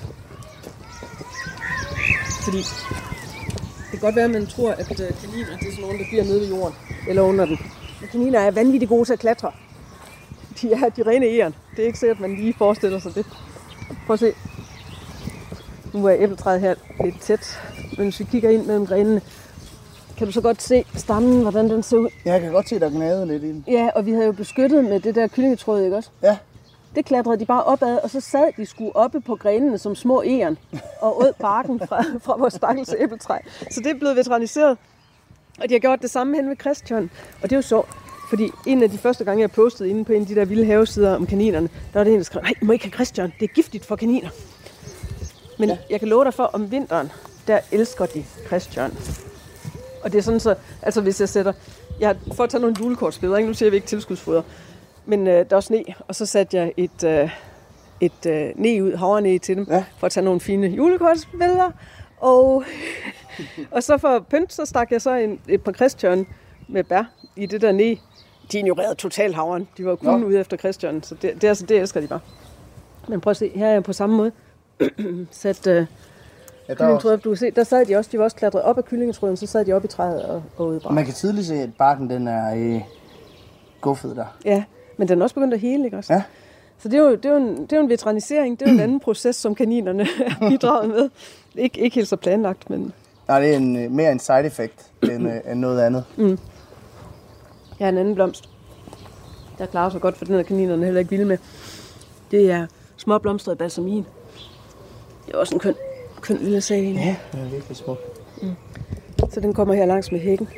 Fordi det kan godt være, at man tror, at kaniner det er sådan nogle, der bliver nede ved jorden eller under den. Men kaniner er vanvittigt gode til at klatre. De er de rene egern. Det er ikke sikkert, at man lige forestiller sig det. Prøv at se. Nu er æbletræet her lidt tæt, men hvis vi kigger ind mellem grenene, kan du så godt se stammen, hvordan den ser ud? Ja, jeg kan godt se, der gnagede lidt i den. Ja, og vi havde jo beskyttet med det der kyllingetråd, ikke også? Ja. Det klatrede de bare opad, og så sad de sgu oppe på grenene som små egern og åd barken fra, fra vores stakkels æbletræ. Så det er blevet veteriniseret. Og de har gjort det samme hen ved Christian. Og det er jo sjovt, fordi en af de første gange, jeg postede inde på en af de der vilde havesider om kaninerne, der var det en, der skrev, nej, I må ikke have Christian, det er giftigt for kaniner. Men ja. Jeg kan love dig for, om vinteren, der elsker de Christian. Og det er sådan så, altså hvis jeg sætter, jeg får at tage nogle julekortsbilleder, ikke? Nu siger vi ikke tilskudsfoder, men øh, der er sne, og så satte jeg et, øh, et øh, ne ud, havrenæ til dem, ja. For at tage nogle fine julekortsbilleder, og, og så for pynt, så stak jeg så en, et par Christian med bær i det der ne. De ignorerede totalt havren, de var kun ja. Ude efter Christian, så det, det, altså, det elsker de bare. Men prøv at se, her er jeg på samme måde sat... Øh, Ja, der, også... du kan se, der sad de også, de var også klatret op af kyllingetråden, så sad de op i træet og, og udbrændte. Man kan tydeligt se, at barken den er øh, guffet der. Ja, men den er også begyndt at hele, ikke også? Ja. Så det er, jo, det, er jo en, det er jo en veteranisering, det er jo en anden proces, som kaninerne er bidraget med. Ikke, ikke helt så planlagt, men... Nej, det er en, mere en side effect end, end noget andet. Mm. Ja, en anden blomst, der klarer sig godt, for den er kaninerne heller ikke vilde med. Det er småblomstret balsamin. Det er også en køn, køn lille sag. Ja, det er virkelig smukt. Mm. Så den kommer her langs med hækken.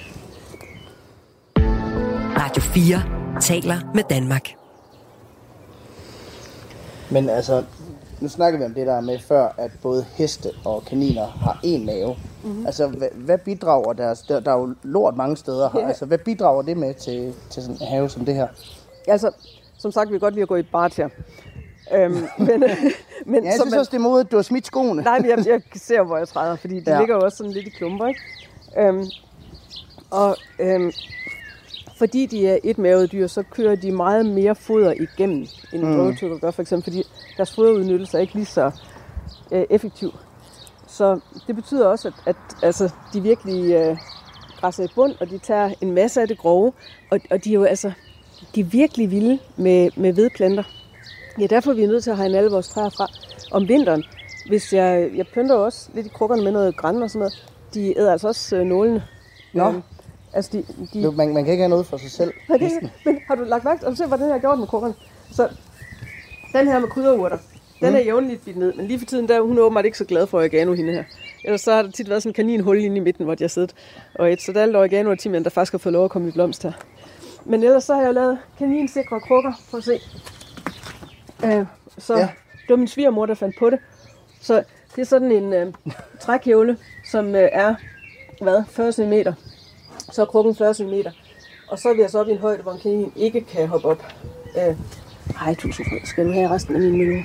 Radio fire taler med Danmark. Men altså, nu snakker vi om det der med før, at både heste og kaniner har én mave. Mm-hmm. Altså, hvad, hvad bidrager deres... Der, der er jo lort mange steder her. Ja. Altså, hvad bidrager det med til, til sådan en have som det her? Altså, som sagt, vi kan godt lide at gå i bart her. Øhm, men, men, ja, jeg synes man, også, det er modigt, du har smidt skoene. Nej, men jeg, jeg ser, hvor jeg træder, fordi de ja. ligger jo også sådan lidt i klumper, ikke? Øhm, og øhm, fordi de er et mavet dyr, så kører de meget mere foder igennem, end mm. drøvtykker gør, for eksempel, fordi deres foderudnyttelse er ikke lige så øh, effektiv. Så det betyder også, at, at altså, de virkelig øh, græsser i bund, og de tager en masse af det grove, og, og de er jo altså, de er virkelig vilde med, med vedplanter. Ja, derfor er vi nødt til at hegne alle vores træer fra om vinteren. Hvis jeg, jeg pynter også lidt i krukkerne med noget græn og sådan noget, de æder altså også øh, nålene. Nå. Øhm, altså de, de... Man, man kan ikke have noget for sig selv. Nej, det ikke. Men har du lagt mærke til, se, hvordan jeg har gjort med krukkerne? Så den her med krydderurter, den mm. er jævnligt bidt ned, men lige for tiden, der hun er åbenbart ikke så glad for oregano, hende her. Ellers så har der tit været sådan en kaninhul inde i midten, hvor de har siddet og et. Så der er lidt oregano og timian, der faktisk har fået lov at komme i blomst her. Men ellers så har jeg jo lavet kaninsikre krukker, for at se. Øh, så ja. Det var min svigermor, der fandt på det. Så det er sådan en øh, trækævle, som øh, er hvad, fyrre centimeter. Så er krukken fyrre centimeter. Og så er vi altså oppe i en højde, hvor en kanin ikke kan hoppe op. Øh, Ej, tusind kroner. Skal du have resten af min million?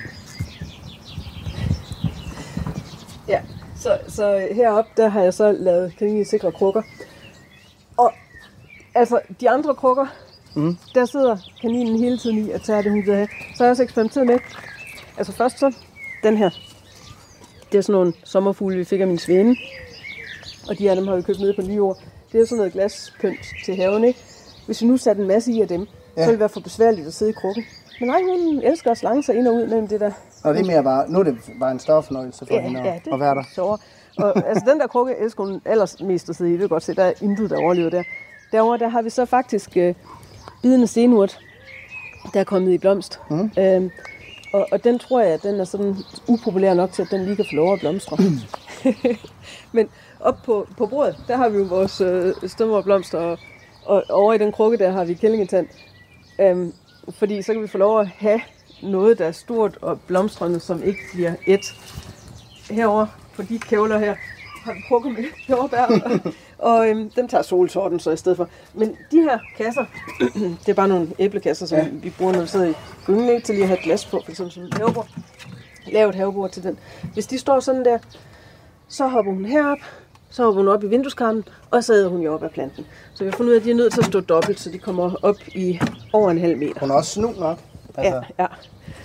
Ja, så, så heroppe, der har jeg så lavet kaninsikre krukker. Og altså, de andre krukker, mm. der sidder kaninen hele tiden i at tage det, hun vil have. Så har jeg også eksperimenteret med. Altså først så, den her. Det er sådan nogle sommerfugle, vi fik af min svende. Og de her, dem har vi købt nede på Nyord. Det er sådan noget glaspynt til haven, ikke? Hvis vi nu satte en masse i af dem, ja. så ville det være for besværligt at sidde i krukken. Men nej, hun elsker at slange sig ind og ud mellem det der. Og det er mere bare, nu er det bare en større fornøjelse for ja, hende ja, at, at være der. Sjovere. Og altså den der krukke elsker hun allermest at sidde i. Det kan godt se, der er intet, der overlever der. Derovre, der har vi så faktisk øh, bidende stenurt, der er kommet i blomst. Mm. Øhm, og, og den tror jeg, at den er sådan upopulær nok til, at den lige kan få lov at blomstre. Men op på, på bordet, der har vi jo vores øh, stømmerblomster, og, og over i den krukke, der har vi kællingetand. Øhm, fordi så kan vi få lov at have noget, der er stort og blomstrende, som ikke bliver et. Herover på de kævler her, har vi krukker med jordbær, og, og øhm, dem tager solsorten så i stedet for. Men de her kasser, det er bare nogle æblekasser, som ja. vi bruger, når vi sidder i gyngen, til lige at have et glas på, for eksempel som et havebord. Lav et havebord til den. Hvis de står sådan der, så hopper hun herop, så hopper hun op i vindueskarmen, og så æder hun jordbærplanten. Så vi har fundet ud af, at de er nødt til at stå dobbelt, så de kommer op i over en halv meter. Hun er også snu nok. Altså. Ja, ja.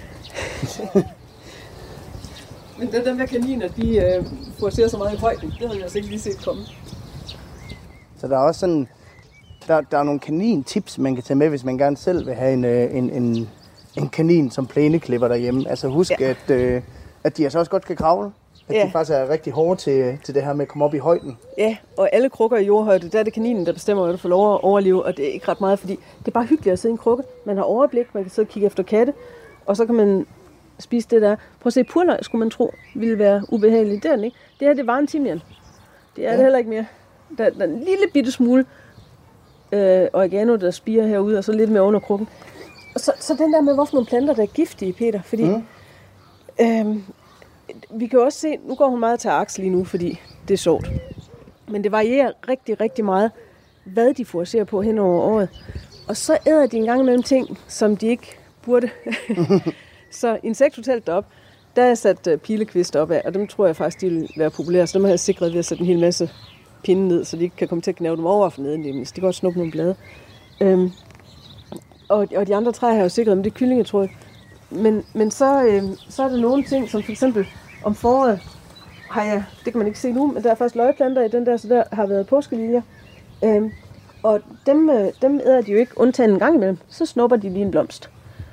Men den, den der kaniner, de øh, fokuserer så meget i højden. Det havde jeg altså ikke lige set komme. Så der er også sådan, der, der er nogle kanintips, man kan tage med, hvis man gerne selv vil have en, en, en, en kanin som plæneklipper derhjemme. Altså husk, ja. at, øh, at de altså også godt kan kravle. At ja. de faktisk er rigtig hårde til, til det her med at komme op i højden. Ja, og alle krukker i jordhøjde, der er det kaninen, der bestemmer, at du får lov at overleve. Og det er ikke ret meget, fordi det er bare hyggeligt at sidde i en krukke. Man har overblik, man kan sidde og kigge efter katte, og så kan man spise det der. Prøv at se, purløg skulle man tro ville være ubehageligt. Det er den ikke. Det her, det var en timian. Det er ja. det heller ikke mere. Der, der er en lille bitte smule øh, oregano, der spiger herude, og så lidt mere under krukken. Og så, så den der med, hvorfor nogle planter, der er giftige, Peter. Fordi mm. øh, vi kan også se, nu går hun meget til aks lige nu, fordi det er sjovt. Men det varierer rigtig, rigtig meget, hvad de fokuserer på hen over året. Og så æder de en gang imellem ting, som de ikke burde. Så insekthotellet deroppe, der er sat uh, pilekvist op af, og dem tror jeg faktisk, de vil være populære. Så dem har jeg sikret ved at sætte en hel masse pinde ned, så de ikke kan komme til at knæve dem over for neden. De kan godt snuppe nogle blade. Øhm, og, og de andre træer har jeg jo sikret med det kyllingetråd. Men, men så, øhm, så er der nogle ting, som for eksempel om foråret har jeg, det kan man ikke se nu, men der er faktisk løgplanter i den der, så der har været påskeliljer. Øhm, og dem, øh, dem æder de jo ikke undtagen en gang imellem. Så snupper de lige en blomst.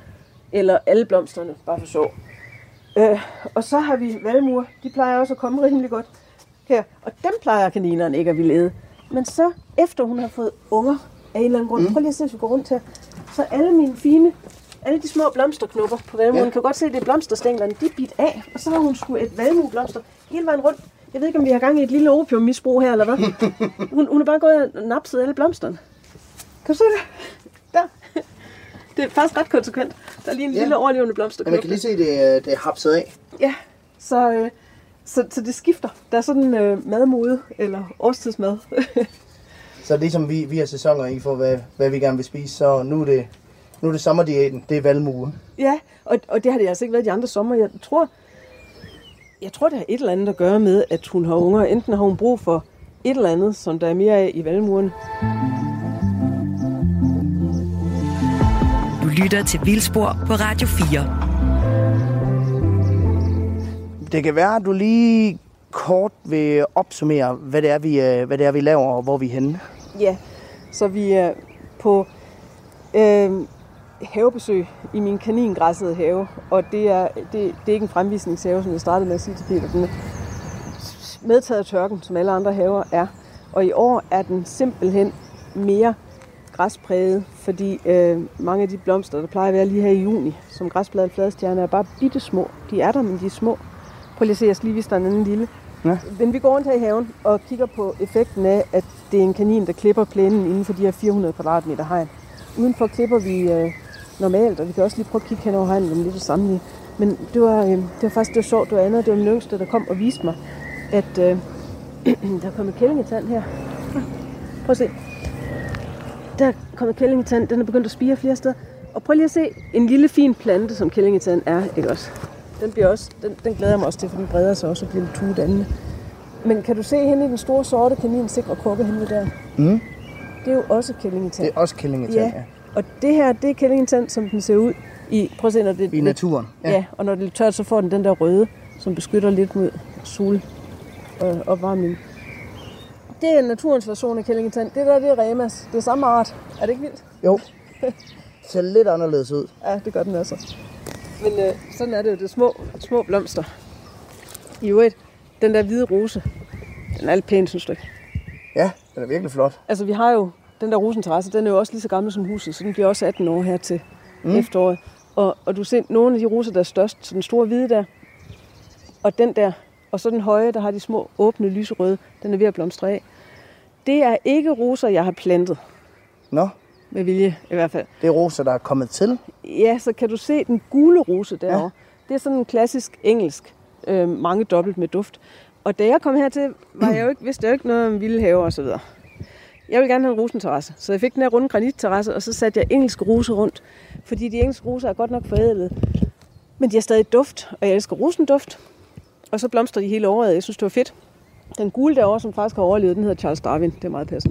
eller alle blomsterne, bare for sjov. Øh, og så har vi valmuer, de plejer også at komme rimelig godt her, og dem plejer kaninerne ikke at ville æde. Men så, efter hun har fået unger af en eller anden grund, mm. prøv lige at se, hvis vi går rundt her, så alle mine fine, alle de små blomsterknopper på valmuen, ja. Kan godt se, at det er blomsterstænglerne, de er bidt af, og så har hun sgu et valmueblomster hele vejen rundt. Jeg ved ikke, om vi har gang i et lille opiummisbrug her, eller hvad. Hun, hun er bare gået og napset alle blomsterne. Kan du se det? Der. Det er faktisk ret konsekvent. Der er lige en ja. Lille overlevende blomsterknop. Ja, man kan lige se, at det, det er hapset af. Ja, så, øh, så, så det skifter. Der er sådan øh, madmode, eller årstidsmad. Så ligesom vi, vi har sæsoner i for, hvad, hvad vi gerne vil spise, så nu er det, nu er det sommerdiæten, det er valmue. Ja, og, og det har det altså ikke været de andre sommer. Jeg tror, jeg tror, det har et eller andet at gøre med, at hun har unger. Enten har hun brug for et eller andet, som der er mere af i valmuerne. Du lytter til Vildspor på Radio fire. Det kan være, at du lige kort vil opsummere, hvad det er, vi, hvad det er, vi laver, og hvor vi er henne. Ja, så vi er på øh, havebesøg i min kaningræssede have, og det er, det, det er ikke en fremvisningshave, som jeg startede med at sige til Peter. Den er medtaget af tørken, som alle andre haver er, og i år er den simpelthen mere græspræget, fordi øh, mange af de blomster, der plejer at være lige her i juni, som græsbladet fladstjerne, er bare bitte små. De er der, men de er små. Prøv lige at se, jeg skal lige vise dig en anden lille. Ja. Men vi går rundt her i haven og kigger på effekten af, at det er en kanin, der klipper plænen inden for de her fire hundrede kvadratmeter hegn. Udenfor klipper vi øh, normalt, og vi kan også lige prøve at kigge hen over hegnen om lidt og sammenligne. Men det var, øh, det var faktisk det var sjovt, det var andet. Det var min yngste, der kom og viste mig, at øh, der er kommet kællingetand her. Prøv at se. Der er kommet kællingetand, den er begyndt at spire flere steder. Og prøv lige at se en lille fin plante, som kællingetand er, ikke også? Den, bliver også, den, den glæder jeg mig også til, for den breder sig også og bliver lidt tuedannende. Men kan du se hende i den store sorte kanin, sikre krukke henne der? Mm. Det er jo også kællingetand. Det er også kællingetand, ja. ja. Og det her, det er kællingetand, som den ser ud i, prøv at se, når det, i naturen. Ja. ja, og når det er tørt, så får den den der røde, som beskytter lidt mod sol og opvarmning. Det er naturens version af kællingetand. Det der, det er remas. Det er samme art. Er det ikke vildt? Jo. Det ser lidt anderledes ud. Ja, det gør den altså. Men øh, sådan er det jo, det er små, små blomster. I øvrigt, den der hvide rose, den er lidt pæn, synes du ikke? Ja, den er virkelig flot. Altså, vi har jo den der rosenterrasse, den er jo også lige så gammel som huset, så den bliver også atten år her til mm. efteråret. Og, og du ser nogle af de roser, der er størst, så den store hvide der, og den der, og så den høje, der har de små åbne lyserøde, den er ved at blomstre af. Det er ikke roser, jeg har plantet. Nå. Med vilje, i hvert fald. Det er roser, der er kommet til? Ja, så kan du se den gule rose derovre. Ja. Det er sådan en klassisk engelsk, øh, mange dobbelt med duft. Og da jeg kom hertil, var jeg jo ikke, vidste jeg jo ikke noget om vilde haver og så videre. Jeg ville gerne have en rosenterrasse, så jeg fik den her runde granitterrasse, og så satte jeg engelske roser rundt. Fordi de engelske roser er godt nok forædlet. Men de har stadig duft, og jeg elsker rosenduft. Og så blomstrer de hele året. Jeg synes, det var fedt. Den gule derovre, som faktisk har overlevet, den hedder Charles Darwin. Det er meget passende.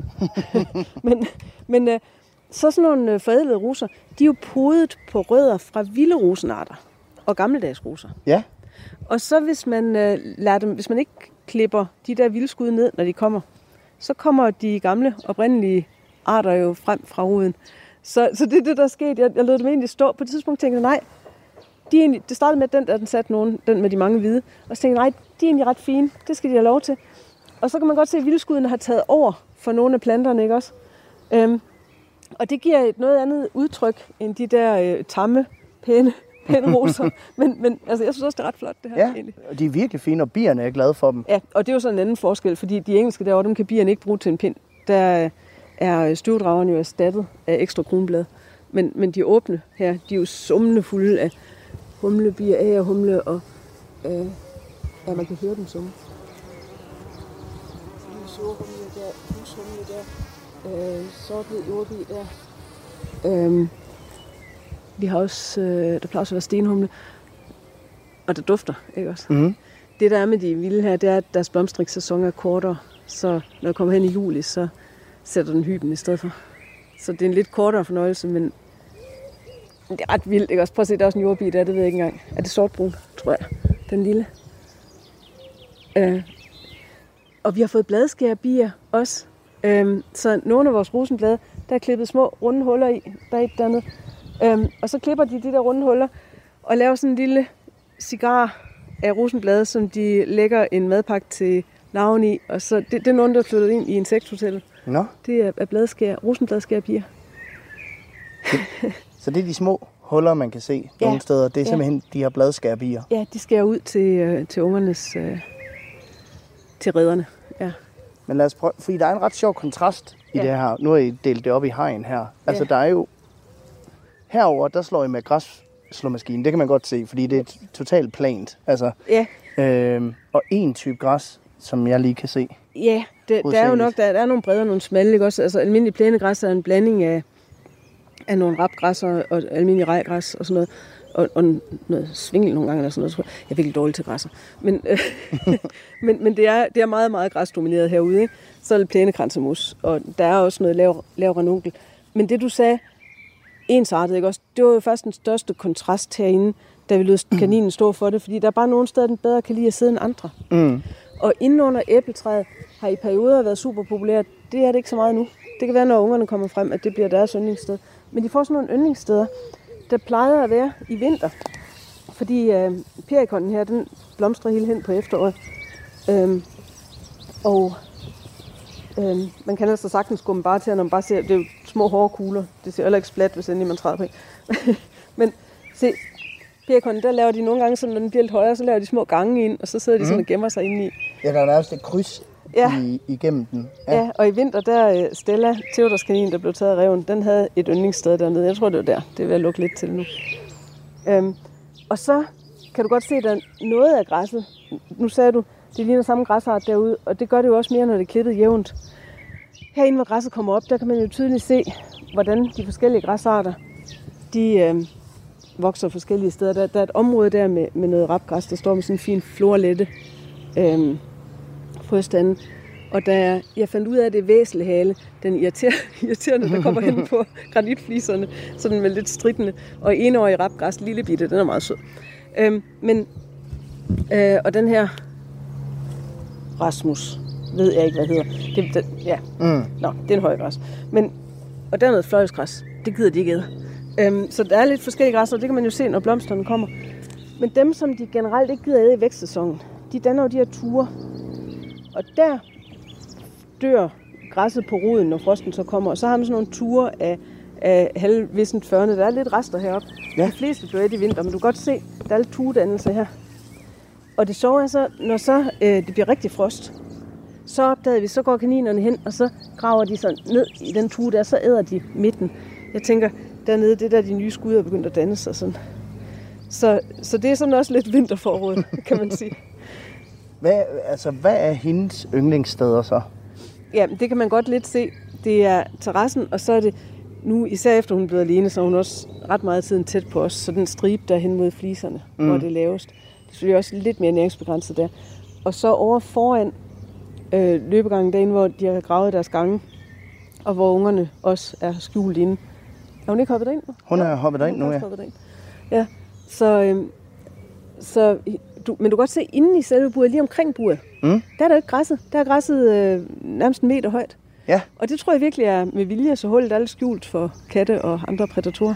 men men øh, så sådan nogle øh, forædlede roser, de er jo podet på rødder fra vilde rosenarter og gammeldags roser. Ja. Og så hvis man øh, lader dem, hvis man ikke klipper de der vildskud ned, når de kommer, så kommer de gamle, oprindelige arter jo frem fra roden. Så, så det er det, der er sket. Jeg, jeg lod dem egentlig stå. På et tidspunkt tænkte jeg, nej, de er egentlig, det startede med, at den der den satte nogen, den med de mange hvide. Og så tænkte jeg, nej, de er egentlig ret fine. Det skal de have lov til. Og så kan man godt se, at vildskuddene har taget over for nogle af planterne, ikke også? Øhm, og det giver et noget andet udtryk, end de der øh, tamme, pæne, pæne roser. men, men altså, jeg synes også, det er ret flot, det her. Ja, egentlig. Og de er virkelig fine, og bierne er glade for dem. Ja, og det er jo sådan en anden forskel, fordi de engelske derovre, dem kan bierne ikke bruge til en pind. Der er støvdragerne jo erstattet af ekstra kronblade. Men, men de åbne her, de er jo summende fulde af humlebier, agerhumle og... Øh, ja, man kan høre dem summe. Sorthumle der, hushumle der, øh, sorthvid jordbi der. Øh, vi har også, øh, der plejer også at være stenhumle, og der dufter, ikke også? Mm. Det der er med de vilde her, det er, at deres blomstringssæson er kortere, så når jeg kommer hen i juli, så sætter den hyben i stedet for. Så det er en lidt kortere fornøjelse, men det er ret vildt, ikke også? Prøv at se, der er også en jordbi der, det ved jeg ikke engang. Er det sortbrun, tror jeg, den lille? Øh. Og vi har fået bladskærbier også. Øh, så nogle af vores rosenblade, der er klippet små runde huller i, der er et dernede. Øhm, og så klipper de de der runde huller, og laver sådan en lille cigar af rosenblade, som de lægger en madpakke til larven i. Og så, det, det er nogen, der er flyttet ind i insekthotellet. Nå. Det er, er bladskær, rosenbladskærpiger. Så det er de små huller, man kan se ja. nogle steder. Det er ja. simpelthen de her bladskærbier. Ja, de skærer ud til, øh, til ungernes, øh, til redderne. Ja. Men lad os prøve, fordi der er en ret sjov kontrast i ja. det her. Nu har I delt det op i hegn her. Altså ja. der er jo, herover der slår I med græsslåmaskinen. Det kan man godt se, fordi det er totalt plant. Altså, ja. øhm, og en type græs, som jeg lige kan se. Ja, det, der er jo nok, der, der er nogle brede og nogle smalle, ikke også? Altså almindelig plænegræs er en blanding af, af nogle rapgræsser og almindelig rejgræs og sådan noget. Og, og noget svingel nogle gange eller sådan noget. Jeg er virkelig dårlig til græsser. Men, øh, men, men det, er, det er meget, meget græsdomineret herude. Ikke? Så er det plænekransemus, og der er også noget lav, lav ranunkel. Men det du sagde, ensartet, ikke også? Det var jo faktisk den største kontrast herinde, da vi lod kaninen stå for det, fordi der er bare nogle steder, den bedre kan lide at sidde end andre. Mm. Og inden under æbletræet har i perioder været super populært. Det er det ikke så meget nu. Det kan være, når ungerne kommer frem, at det bliver deres yndlingssted. Men de får sådan nogle yndlingssteder, der plejer at være i vinter. Fordi øh, perikonen her, den blomstrer helt hen på efteråret. Øhm, og øhm, man kan altså sagtens gå med bare til, når man bare ser, det er jo små hårde kugler. Det ser heller ikke splat, hvis endelig man træder på. Men se, perikonen, der laver de nogle gange sådan, når den bliver lidt højere, så laver de små gange ind, og så sidder de mm. sådan og gemmer sig inde i. Ja, der er nærmest et kryds ja. i, igennem den. Ja. ja, og i vinter, der Stella, Theodors-kaninen, der blev taget af reven, den havde et yndlingssted dernede. Jeg tror, det var der. Det er ved at lukke lidt til nu. Øhm, og så kan du godt se, at der er noget af græsset. Nu sagde du, det ligner samme græsart derude, og det gør det jo også mere, når det er klippet jævnt. Herinde, hvor græsset kommer op, der kan man jo tydeligt se, hvordan de forskellige græsarter, de øh, vokser forskellige steder. Der, der er et område der med, med noget rapgræs, der står med sådan en fin florlette øh, frøstande. Og da jeg fandt ud af, at det er væselhale, den irriterende, der kommer hen på granitfliserne, sådan med lidt stridende, og enårig rapgræs, lille bitte, den er meget sød. Øhm, men, øh, og den her Rasmus, ved jeg ikke, hvad hedder. Det, det, ja, mm. Nå, det er en højgræs. Men, og der er noget fløjelsgræs, det gider de ikke æde. Øhm, så der er lidt forskellige græsser, og det kan man jo se, når blomsterne kommer. Men dem, som de generelt ikke gider æde i vækstsæsonen, de danner jo de her ture. Og der dør græsset på roden, når frosten så kommer. Og så har man sådan nogle ture af, af halvvissent førne. Der er lidt rester heroppe. Ja. De fleste bliver et i vinter, men du kan godt se, der er lidt tugedannelse her. Og det sjove er så, når så øh, det bliver rigtig frost, så opdager vi, så går kaninerne hen, og så graver de sig ned i den tue der, så æder de midten. Jeg tænker, dernede, det der de nye skud er begyndt at danne sig sådan. Så, så det er sådan også lidt vinterforråd, kan man sige. Hvad, altså, hvad er hendes yndlingssteder så? Ja, det kan man godt lidt se. Det er terrassen, og så er det nu, især efter hun er blevet alene, så er hun også ret meget tiden tæt på os. Så den stribe der hen mod fliserne, mm. hvor det er lavest. Det er selvfølgelig også lidt mere næringsbegrænset der. Og så over foran øh, løbegangen derinde, hvor de har gravet deres gange, og hvor ungerne også er skjult inde. Er hun ikke hoppet derind nu? Hun er hoppet derind nu, ja. Derind. Ja, så... Øh, så Du, men du kan godt se, inde i selve buret, lige omkring buret, mm. der er der jo ikke græsset. Der er græsset øh, nærmest en meter højt. Ja. Og det tror jeg virkelig er med vilje, så hullet er lidt skjult for katte og andre prædatorer.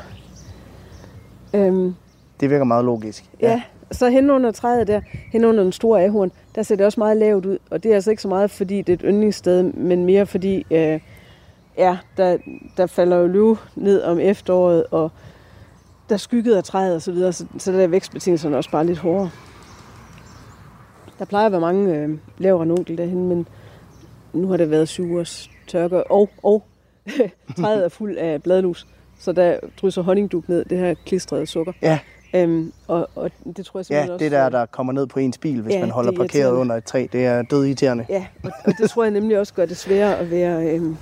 Øhm, det virker meget logisk. Ja, ja, så hen under træet der, hen under den store ahorn, der ser det også meget lavt ud. Og det er altså ikke så meget, fordi det er et yndlingssted, men mere fordi, øh, ja, der, der falder jo løv ned om efteråret, og der skyggede af træet og så videre, så, så der er vækstbetingelserne også bare lidt hårdere. Der plejer at være mange øh, lav ranunkel derhen, men nu har det været syv års tørke, og, og træet er fuld af bladlus, så der drysser honningdug ned, det her klistrede sukker. Ja. Øhm, og, og det tror jeg simpelthen ja, også... Ja, det der, der kommer ned på ens bil, hvis ja, man holder parkeret under et træ, det er død irriterende. Ja, og, og det tror jeg nemlig også gør det sværere at være... Øhm,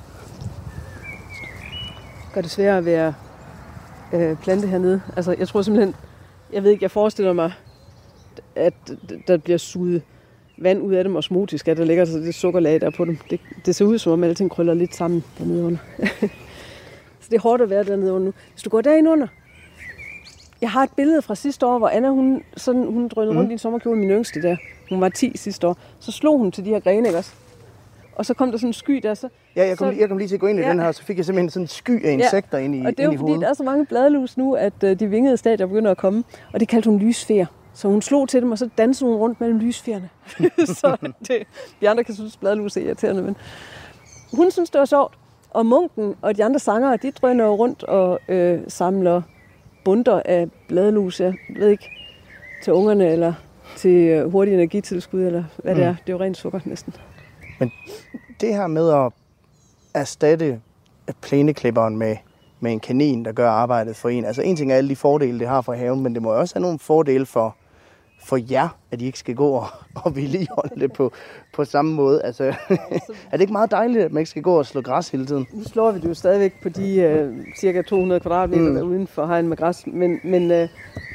gør det sværere at være øh, plante hernede. Altså, jeg tror simpelthen... Jeg ved ikke, jeg forestiller mig... at der bliver suget vand ud af dem osmotisk, at der ligger så det sukkerlag der på dem. Det, det ser ud som om alting krøller lidt sammen dernede under. Så det er hårdt at være dernede under nu. Hvis du går derinde under. Jeg har et billede fra sidste år, hvor Anna, hun, sådan, hun drønede mm. rundt i en sommerkjole, min yngste der. Hun var ti sidste år. Så slog hun til de her grene, ikke også? og så kom der sådan en sky der. Så, ja, jeg kom, så, lige, jeg kom lige til at gå ind i ja. den her, og så fik jeg simpelthen sådan en sky af insekter ja. ind i, og det er jo fordi, hovedet. der er så mange bladlus nu, at uh, de vingede stadier begynder at komme, og det kaldte hun lysfjer. Så hun slog til dem, og så dansede hun rundt mellem lysfjerne. Så det, de andre kan synes, bladlus er irriterende, men hun synes, det var sjovt. Og munken og de andre sangere, de drøner rundt og øh, samler bunter af bladlus, jeg ved ikke, til ungerne eller til øh, hurtig energitilskud, eller hvad mm. det er. Det er jo rent sukker næsten. Men det her med at erstatte plæneklipperen med, med en kanin, der gør arbejdet for en. Altså en ting er alle de fordele, det har for haven, men det må også have nogle fordele for, for jer, at I ikke skal gå og, og vedligeholde det på, på samme måde. Altså, er det ikke meget dejligt, at man ikke skal gå og slå græs hele tiden? Nu slår vi det jo stadigvæk på de øh, cirka to hundrede kvadratmeter, mm. der er uden for hegn med græs, men, men øh,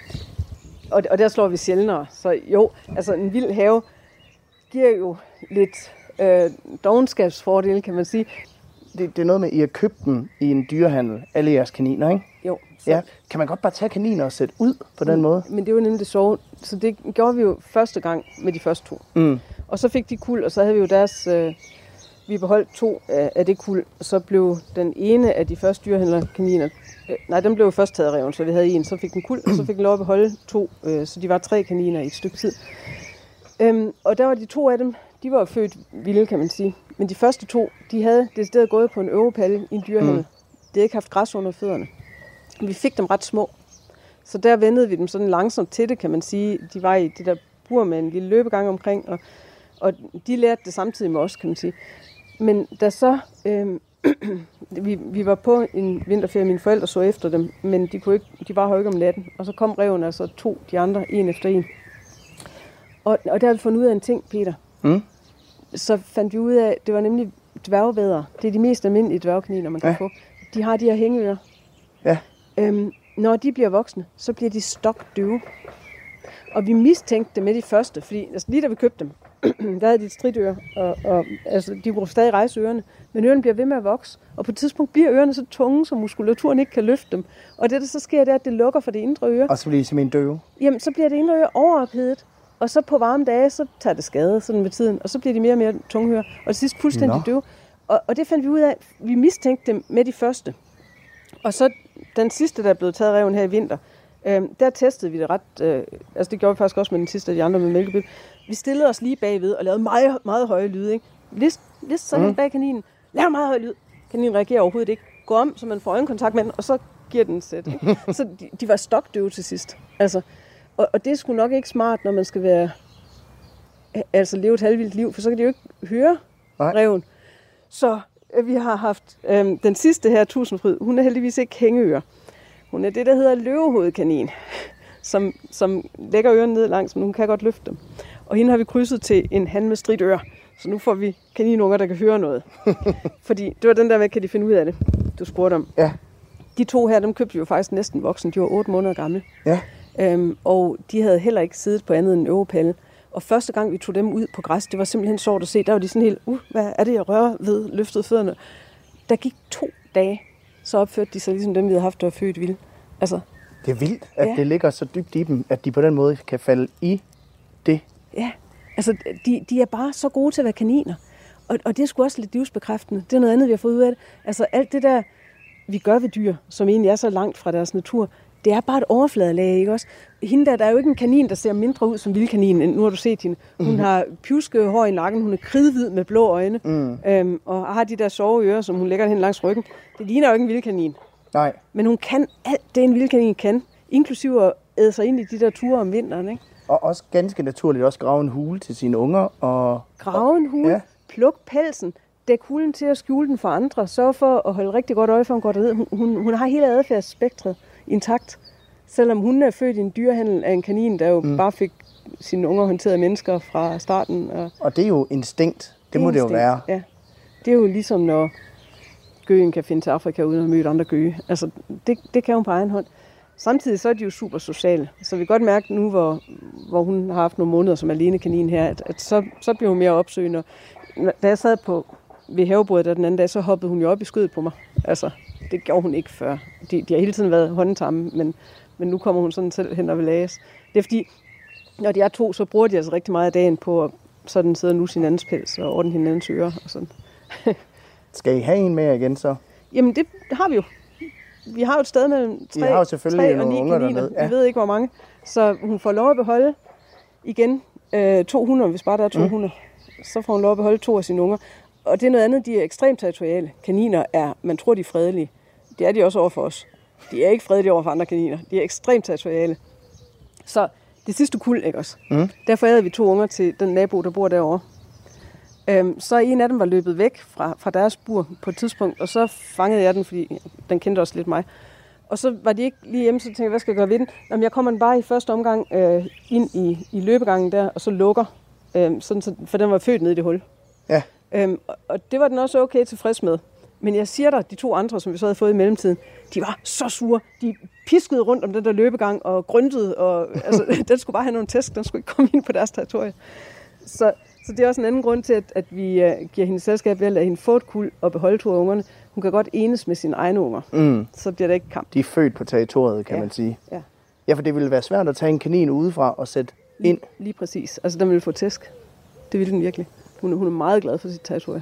og, og der slår vi sjældnere. Så jo, altså en vild have giver jo lidt øh, dovenskabsfordele, kan man sige. Det, det er noget med, at I har købt dem i en dyrehandel, alle jeres kaniner, ikke? Jo. Så. Ja. Kan man godt bare tage kaniner og sætte ud på den måde? Men det var nemlig det sjove. Så det gjorde vi jo første gang med de første to. Mm. Og så fik de kuld, og så havde vi jo deres... Øh, vi beholdt to af, af det kuld, og så blev den ene af de første dyrehandlerkaniner... Øh, nej, den blev jo først taget af reven, så vi havde en. Så fik den kuld, og så fik den lov at beholde to. Øh, så de var tre kaniner i et stykke tid. Øhm, og der var de to af dem, de var født vilde, kan man sige. Men de første to, de havde decideret gået på en øvepalle i en dyrehandel. Mm. De havde ikke haft græs under fødderne. Vi fik dem ret små. Så der vendede vi dem sådan langsomt til det, kan man sige. De var i det der bur med en lille løbegang omkring, og, og de lærte det samtidig med os, kan man sige. Men da så... Øh, vi, vi var på en vinterferie, mine forældre så efter dem, men de, kunne ikke, de var her ikke om natten. Og så kom ræven altså to de andre, en efter en. Og, og der havde vi fundet ud af en ting, Peter. Mm. Så fandt vi ud af, at det var nemlig dværgvædder. Det er de mest almindelige dværgkaniner, man kan ja. få. De har de her hængeører. Ja. Øhm, når de bliver voksne, så bliver de stokdøve. Og vi mistænkte det med de første, fordi altså, lige da vi købte dem, der havde de et stridtøre, og, og altså, de kunne stadig rejse ørerne, men ørerne bliver ved med at vokse, og på et tidspunkt bliver ørerne så tunge, så muskulaturen ikke kan løfte dem. Og det, der så sker, det er, at det lukker for det indre øre. Og så bliver de simpelthen døve? Jamen, så bliver det indre øre overophedet, og så på varme dage, så tager det skade sådan med tiden, og så bliver de mere og mere tunghøre, og til sidst fuldstændig døve. Og, og det fandt vi ud af, vi mistænkte dem med de første. Og så den sidste, der er blevet taget af ræven her i vinter, øh, der testede vi det ret, øh, altså det gjorde vi faktisk også med den sidste af de andre med mælkebyt. Vi stillede os lige bagved og lavede meget, meget høje lyde, ikke? List, list så mm. helt bag kaninen, lav meget høj lyd. Kaninen reagerer overhovedet ikke. Gå om, så man får øjenkontakt med den, og så giver den sæt. Ikke? Så de, de var stokdøve til sidst. Altså, og, og det er sgu nok ikke smart, når man skal være, altså leve et halvvildt liv, for så kan de jo ikke høre ræven. Så øh, vi har haft øh, den sidste her, Tusindfryd, hun er heldigvis ikke hængeører. Hun er det, der hedder løvehovedkanin, som, som lægger ørerne ned langs, men hun kan godt løfte dem. Og hende har vi krydset til en han med stridtører, så nu får vi kaninunger, der kan høre noget. Fordi det var den der, hvad kan de finde ud af det, du spurgte om. Ja. De to her, dem købte vi jo faktisk næsten voksen. De var otte måneder gamle. Ja. Øhm, og de havde heller ikke siddet på andet end en øvepalle. Og første gang, vi tog dem ud på græs, det var simpelthen sjovt at se. Der var de sådan helt, uh, hvad er det, jeg rører ved, løftede fødderne. Der gik to dage, så opførte de sig ligesom dem, vi havde haft, der var født vilde. Altså, det er vildt, at ja. det ligger så dybt i dem, at de på den måde kan falde i det. Ja, altså de, de er bare så gode til at være kaniner. Og, og det er sgu også lidt livsbekræftende. Det er noget andet, vi har fået ud af det. Altså alt det der, vi gør ved dyr, som egentlig er så langt fra deres natur, det er bare et overfladelag, ikke også? Hende der, der er jo ikke en kanin, der ser mindre ud som vildkanin, end nu har du set hende. Hun mm-hmm. har pjuske hår i nakken, hun er kridhvid med blå øjne, mm. øhm, og har de der soveører, som hun lægger hen langs ryggen. Det ligner jo ikke en vildkanin. Nej. Men hun kan alt det, en vildkanin kan, inklusive at æde sig ind i de der ture om vinteren, ikke? Og også ganske naturligt også grave en hule til sine unger. Og grave en hule, ja. Pluk pelsen, dæk hulen til at skjule den for andre, sørg for at holde rigtig godt øje for, hun går derud. Hun, hun, hun har hele adfærdsspektret intakt. Selvom hun er født i en dyrehandel af en kanin, der jo mm. bare fik sine unger håndteret af mennesker fra starten. Og, og det er jo instinkt. Det, det må instinkt. Det jo være. Ja. Det er jo ligesom, når gøgen kan finde til Afrika uden at møde andre gøge. Altså, det, det kan hun på egen hånd. Samtidig så er de jo super sociale. Så vi kan godt mærke nu, hvor, hvor hun har haft nogle måneder som alene kanin her, at, at så, så bliver hun mere opsøgende. Da jeg sad på ved havebordet der den anden dag, så hoppede hun jo op i skødet på mig. Altså, det gjorde hun ikke før. De, de har hele tiden været håndtamme, men, men nu kommer hun sådan selv hen og vil læse. Det er fordi, når de er to, så bruger de altså rigtig meget af dagen på at, så den sidder nu sin andens pels og ordner hinandens ører og sådan. Skal I have en med igen så? Jamen det har vi jo. Vi har jo et sted mellem tre, har jo selvfølgelig tre og ni unger kaniner. dernede. Ja. Vi ved ikke, hvor mange. Så hun får lov at beholde igen øh, to hunder, hvis bare der er to mm. hunder. Så får hun lov at beholde to af sine unger. Og det er noget andet, de er ekstremt territoriale. Kaniner er, man tror, de er fredelige. Det er de også over for os. De er ikke fredelige over for andre kaniner. De er ekstremt territoriale. Så det sidste kuld, ikke også? Mm. Der forærede vi to unger til den nabo, der bor derovre. Øhm, så en af dem var løbet væk fra, fra deres bur på et tidspunkt, og så fangede jeg den, fordi den kendte også lidt mig. Og så var de ikke lige hjemme, så tænkte jeg, hvad skal jeg gøre ved den? Jamen, jeg kommer den bare i første omgang øh, ind i, i løbegangen der, og så lukker, øh, sådan, så, for den var født nede i det hul. Ja. Øhm, og, og det var den også okay tilfreds med. Men jeg siger dig, de to andre, som vi så havde fået i mellemtiden, de var så sure. De piskede rundt om den der løbegang og grøntede, og altså, den skulle bare have nogle tæsk, den skulle ikke komme ind på deres territorie. Så, så det er også en anden grund til, at, at vi uh, giver hende selskab ved at lade hende få et kuld og beholde to af ungerne. Hun kan godt enes med sine egne unger, mm. så bliver det ikke kamp. De er født på territoriet, kan ja. man sige. Ja. Ja, for det ville være svært at tage en kanin udefra og sætte lige, ind. Lige præcis. Altså, den ville få tæsk. Det ville den virkelig. Hun, hun er meget glad for sit territorie.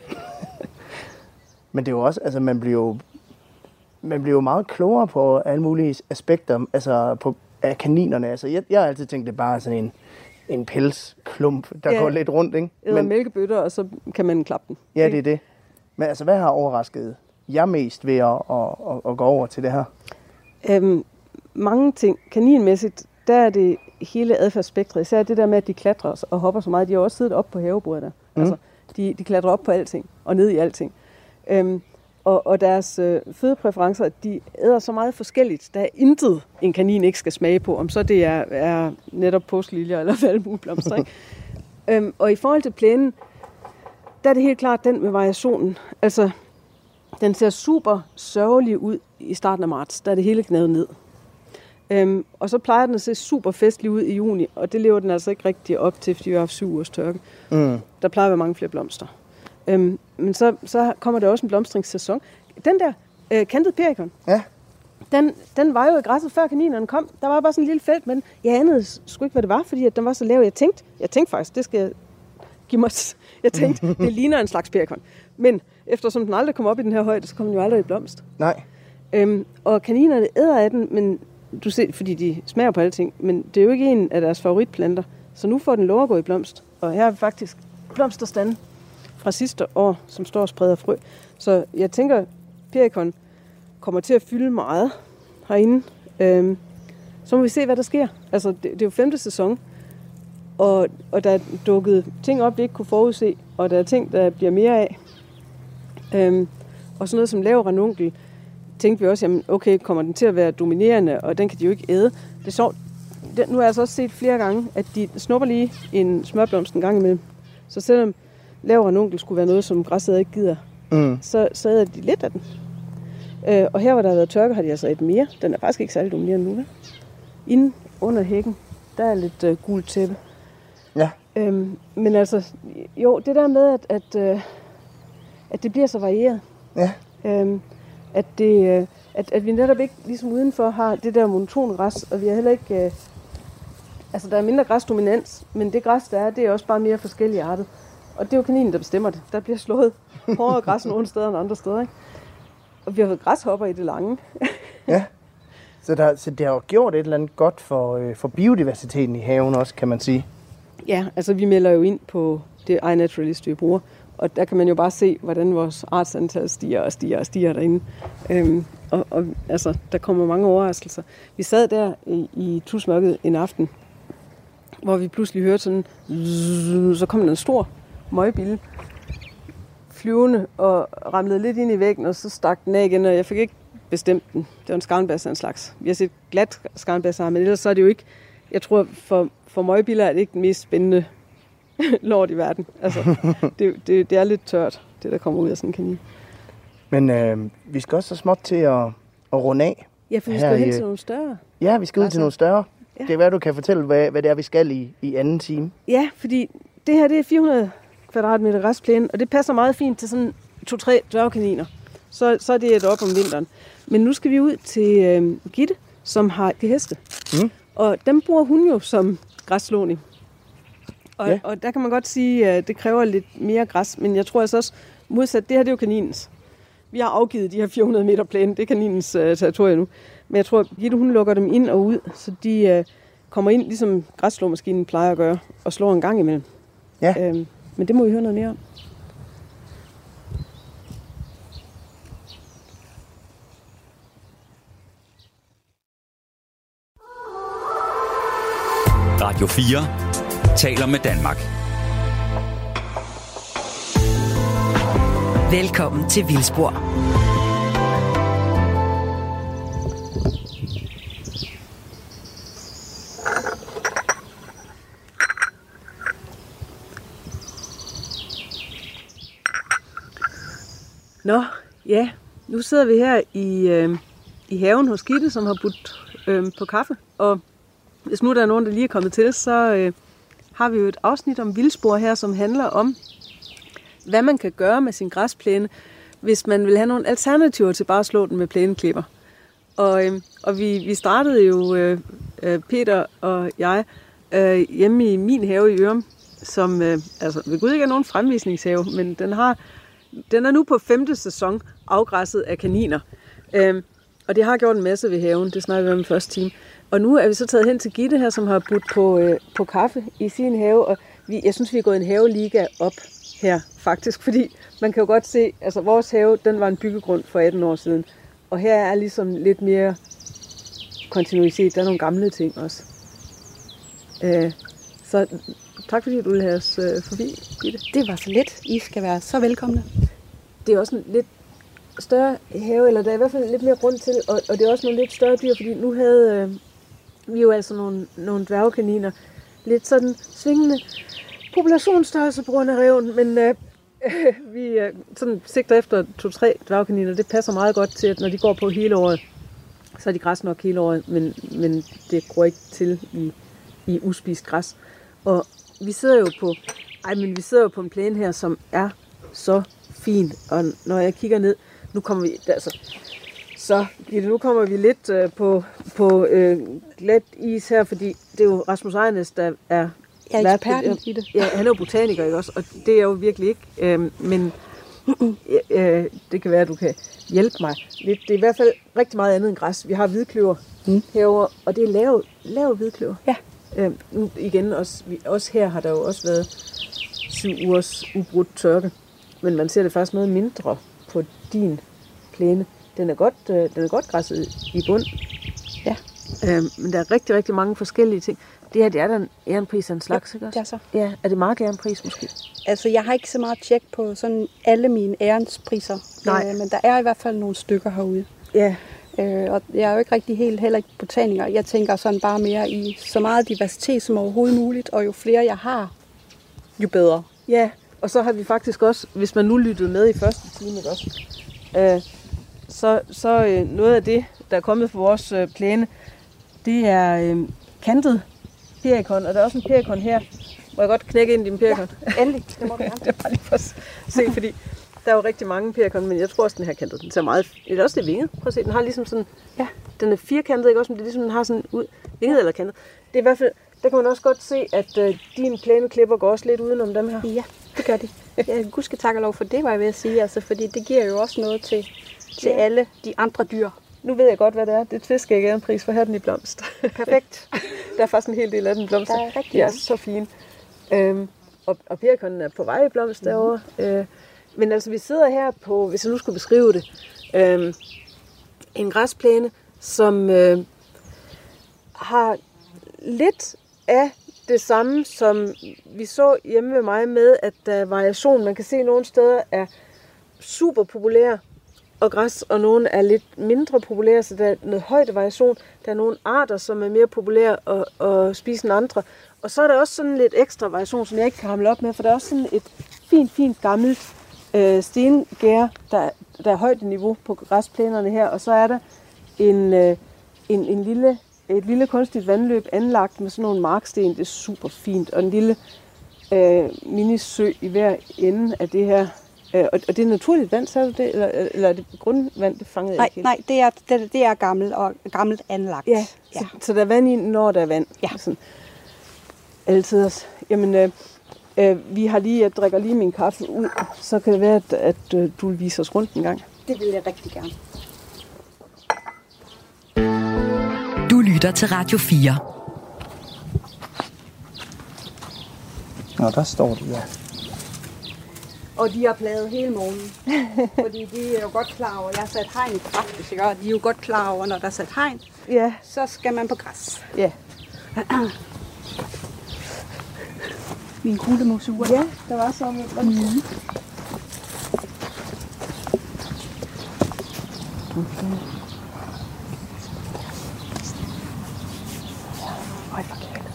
Men det er jo også, altså man bliver jo, man bliver jo meget klogere på alle mulige aspekter, altså på af kaninerne. Altså jeg, jeg har altid tænkt, det er bare sådan en, en pelsklump, der ja. går lidt rundt, ikke? Æder mælkebøtter, og så kan man klappe den. Ja, det er det. Men altså, hvad har overrasket jer mest ved at, at, at, at gå over til det her? Øhm, mange ting. Kaninmæssigt, der er det hele adfærdsspektret. Især det der med, at de klatrer og hopper så meget. De har også siddet op på havebordet der. Mm. Altså, de, de klatrer op på alting og ned i alting. Øhm, og, og deres øh, fødepræferencer, de æder så meget forskelligt. Der er intet, en kanin ikke skal smage på, om så det er, er netop påskeliljer eller valmueblomster. øhm, og i forhold til plænen, der er det helt klart den med variationen. Altså, den ser super sørgelig ud i starten af marts. Der er det hele gnævet ned. Øhm, og så plejer den at se super festlig ud i juni, og det lever den altså ikke rigtig op til, fordi vi har haft syv ugers tørke. Mm. Der plejer at være mange flere blomster. Øhm, men så, så kommer der også en blomstringssæson. Den der øh, kantede perikon, ja. den, den var jo i græsset før kaninerne kom. Der var bare sådan en lille felt, men jeg anede sgu ikke, hvad det var, fordi at den var så lav. Jeg tænkte, jeg tænkte faktisk, det skal jeg give mig. Jeg tænkte, det ligner en slags perikon. Men eftersom den aldrig kom op i den her højde, så kom den jo aldrig i blomst. Nej. Øhm, og kaninerne æder af den, men du ser, fordi de smager på alting, men det er jo ikke en af deres favoritplanter. Så nu får den lov at gå i blomst. Og her er faktisk blomsterstande fra sidste år, som står og spreder frø. Så jeg tænker, perikon kommer til at fylde meget herinde. Øhm, så må vi se, hvad der sker. Altså, det, det er jo femte sæson, og, og der er dukket ting op, vi ikke kunne forudse, og der er ting, der bliver mere af. Øhm, og sådan noget som lav ranunkel, tænkte vi også, jamen okay, kommer den til at være dominerende, og den kan de jo ikke æde. Det er sjovt. Nu har jeg altså også set flere gange, at de snupper lige en smørblomst en gang imellem. Så selvom lav ranunkel skulle være noget, som græsset ikke gider, mm. så, så æder de lidt af den. Øh, og her, hvor der har været tørke, har de altså et mere. Den er faktisk ikke særlig dominerende nu, vel? Inde under hækken, der er lidt øh, gult tæppe. Ja. Øhm, men altså, jo, det der med, at, at, øh, at det bliver så varieret. Ja. Øhm, at, det, øh, at, at vi netop ikke ligesom udenfor har det der monotone græs, og vi har heller ikke... Øh, altså, der er mindre græsdominans, men det græs, der er, det er også bare mere forskellige arter. Og det er jo kaninen, der bestemmer det. Der bliver slået hårdere græs nogle steder end andre steder, ikke? Og vi har fået græshopper i det lange. Ja, så, der, så det har jo gjort et eller andet godt for, øh, for biodiversiteten i haven også, kan man sige. Ja, altså vi melder jo ind på det iNaturalist, vi bruger. Og der kan man jo bare se, hvordan vores artsantal stiger og stiger og stiger derinde. Øhm, og, og altså, der kommer mange overraskelser. Vi sad der i, i tusmørket en aften, hvor vi pludselig hørte sådan, så kom der en stor møgbille flyvende og ramlede lidt ind i væggen, og så stak den af igen, og jeg fik ikke bestemt den. Det var en skarnbasser af en slags. Vi har set glat skarnbasser, men ellers så er det jo ikke, jeg tror for, for møgbiller er det ikke den mest spændende lort i verden. Altså, det, det, det er lidt tørt, det der kommer ud af sådan en kanin. Men øh, vi skal også så småt til at, at runde af. Ja, for vi skal hen til nogle større. Ja, vi skal ud altså, til nogle større. Ja. Det kan være, du kan fortælle, hvad, hvad det er, vi skal i, i anden time. Ja, fordi det her, det er fire hundrede kvadratmeter græsplæne, og det passer meget fint til sådan to-tre dværgkaniner. Så, så er det et op om vinteren. Men nu skal vi ud til øh, Gitte, som har de heste. Mm. Og dem bruger hun jo som græsslåning. Og, Ja. og der kan man godt sige, at det kræver lidt mere græs, men jeg tror altså også, modsat, det her det er jo kaninens. Vi har afgivet de her fire hundrede meter plæne, det er kaninens uh, territorium nu. Men jeg tror, at Gitte, hun lukker dem ind og ud, så de uh, kommer ind, ligesom græsslåmaskinen plejer at gøre, og slår en gang imellem. Ja. Øhm, men det må vi høre noget mere om. Radio fire taler med Danmark. Velkommen til Vildspor. Nå, ja, nu sidder vi her i, øh, i haven hos Gitte, som har budt øh, på kaffe. Og hvis nu der er nogen, der lige er kommet til, så øh, har vi jo et afsnit om vildspor her, som handler om, hvad man kan gøre med sin græsplæne, hvis man vil have nogle alternativer til bare at slå den med plæneklipper. Og, øh, og vi, vi startede jo, øh, Peter og jeg, øh, hjemme i min have i Ørum, som øh, altså ved Gud ikke er nogen fremvisningshave, men den har den er nu på femte sæson afgræsset af kaniner. Øh, og det har gjort en masse ved haven, det snakker vi om i første time. Og nu er vi så taget hen til Gitte her, som har budt på, øh, på kaffe i sin have, og vi, jeg synes, vi er gået en haveliga op her, faktisk, fordi man kan jo godt se, altså vores have, den var en byggegrund for atten år siden, og her er ligesom lidt mere kontinuitet, der er nogle gamle ting også. Øh, så tak fordi du ville have os øh, forbi, Gitte. Det var så lidt. I skal være så velkomne. Det er også en lidt større have, eller der er i hvert fald lidt mere grund til, og, og det er også nogle lidt større dyr, fordi nu havde øh, vi jo altså nogle, nogle dværgkaniner, lidt sådan svingende populationsstørrelse på grund af reven, men øh, øh, vi øh, sådan sigter efter to-tre dværgkaniner. Det passer meget godt til, at når de går på hele året, så er de græs nok hele året, men, men det går ikke til i, i uspist græs. Og vi sidder jo på, ej, men vi sidder jo på en plæne her, som er så fin, og når jeg kigger ned, nu kommer vi, altså, så nu kommer vi lidt øh, på, på øh, glat is her, fordi det er jo Rasmus Ejernes, der er Jeg er eksperten i det. Ja, han er jo botaniker, ikke også? Og det er jeg jo virkelig ikke. Øhm, men øh, det kan være, at du kan hjælpe mig lidt. Det er i hvert fald rigtig meget andet end græs. Vi har hvidkløver mm. herovre, og det er lav, lav hvidkløver. Ja. Øhm, nu igen, også, vi, også her har der jo også været syv ugers ubrudt tørke. Men man ser det faktisk noget mindre på din plæne. Den er godt, øh, den er godt græsset i bund. Ja. Øhm, men der er rigtig, rigtig mange forskellige ting. Det her, det er da en ærenpris af en slags, ikke også? Det er så. Ja, er det meget ærenpris måske? Altså, jeg har ikke så meget tjek på sådan alle mine ærenspriser. Nej. Øh, men der er i hvert fald nogle stykker herude. Ja. Øh, og jeg er jo ikke rigtig helt heller ikke botaniker. Jeg tænker sådan bare mere i så meget diversitet som overhovedet muligt. Og jo flere jeg har, jo bedre. Ja, og så har vi faktisk også, hvis man nu lyttede med i første time, ikke også? Øh, så så øh, noget af det, der er kommet fra vores øh, plæne, det er øh, kantet perikon, og der er også en perikon her. Må jeg godt knække ind i din perikon? Ja, endelig. Det må du gerne. Det er bare lige for at se, fordi der er jo rigtig mange perikon, men jeg tror også, den her kantet, den ser meget... Det er også lidt vinget. Prøv at se, den har ligesom sådan... Ja. Den er firkantet, ikke også? Men det er ligesom, den har sådan ud... Vinget eller kantet. Det er i hvert fald... Der kan man også godt se, at øh, din plæneklipper går også lidt udenom dem her. Ja, det gør de. Ja, Gud skal takke og lov for det, var jeg ved at sige. Altså, fordi det giver jo også noget til, til Ja. alle de andre dyr. Nu ved jeg godt, hvad det er. Det er tviskæg af en pris for hatten i blomst. Perfekt. Der er faktisk en hel del af den blomster. Der er rigtig De er mange. så fine. Øhm, og, og perikonen er på vej i blomst mm-hmm. derovre. Øh, men altså, vi sidder her på, hvis jeg nu skulle beskrive det, øh, en græsplæne, som øh, har lidt af det samme, som vi så hjemme ved mig med, at der er variation. Man kan se, at nogle steder er super populære og græs, og nogle er lidt mindre populære, så der er noget højde variation. Der er nogle arter, som er mere populære at, at spise end andre. Og så er der også sådan lidt ekstra variation, som jeg ikke kan hamle op med, for der er også sådan et fint, fint gammelt øh, stengær, der, der er højt niveau på græsplænerne her, og så er der en, øh, en, en lille, et lille kunstigt vandløb anlagt med sådan nogle marksten. Det er super fint, og en lille øh, minisø i hver ende af det her. Øh, og, og det er naturligt vand, sagde du det? Eller, eller er det grundvand, det fangede jeg Nej, ikke helt? nej, det er, det, det er gammelt og gammelt anlagt. Ja, ja. Så, så der er vand i, når der er vand. Ja. Sådan. Altid også. Jamen, øh, øh, vi har lige, jeg drikker lige min kaffe ud, så kan det være, at, at øh, du vil vise os rundt en gang. Det vil jeg rigtig gerne. Du lytter til Radio fire. Nå, der står de, ja. Og de har plaget hele morgenen. Fordi de er jo godt klar over, at jeg har sat hegn i kraft, ikke? Og de er jo godt klar over, når der er sat hegn, Ja. så skal man på græs. Ja. Min kuglemusure. Ja, der var så med mm. okay. Ej, for kæft.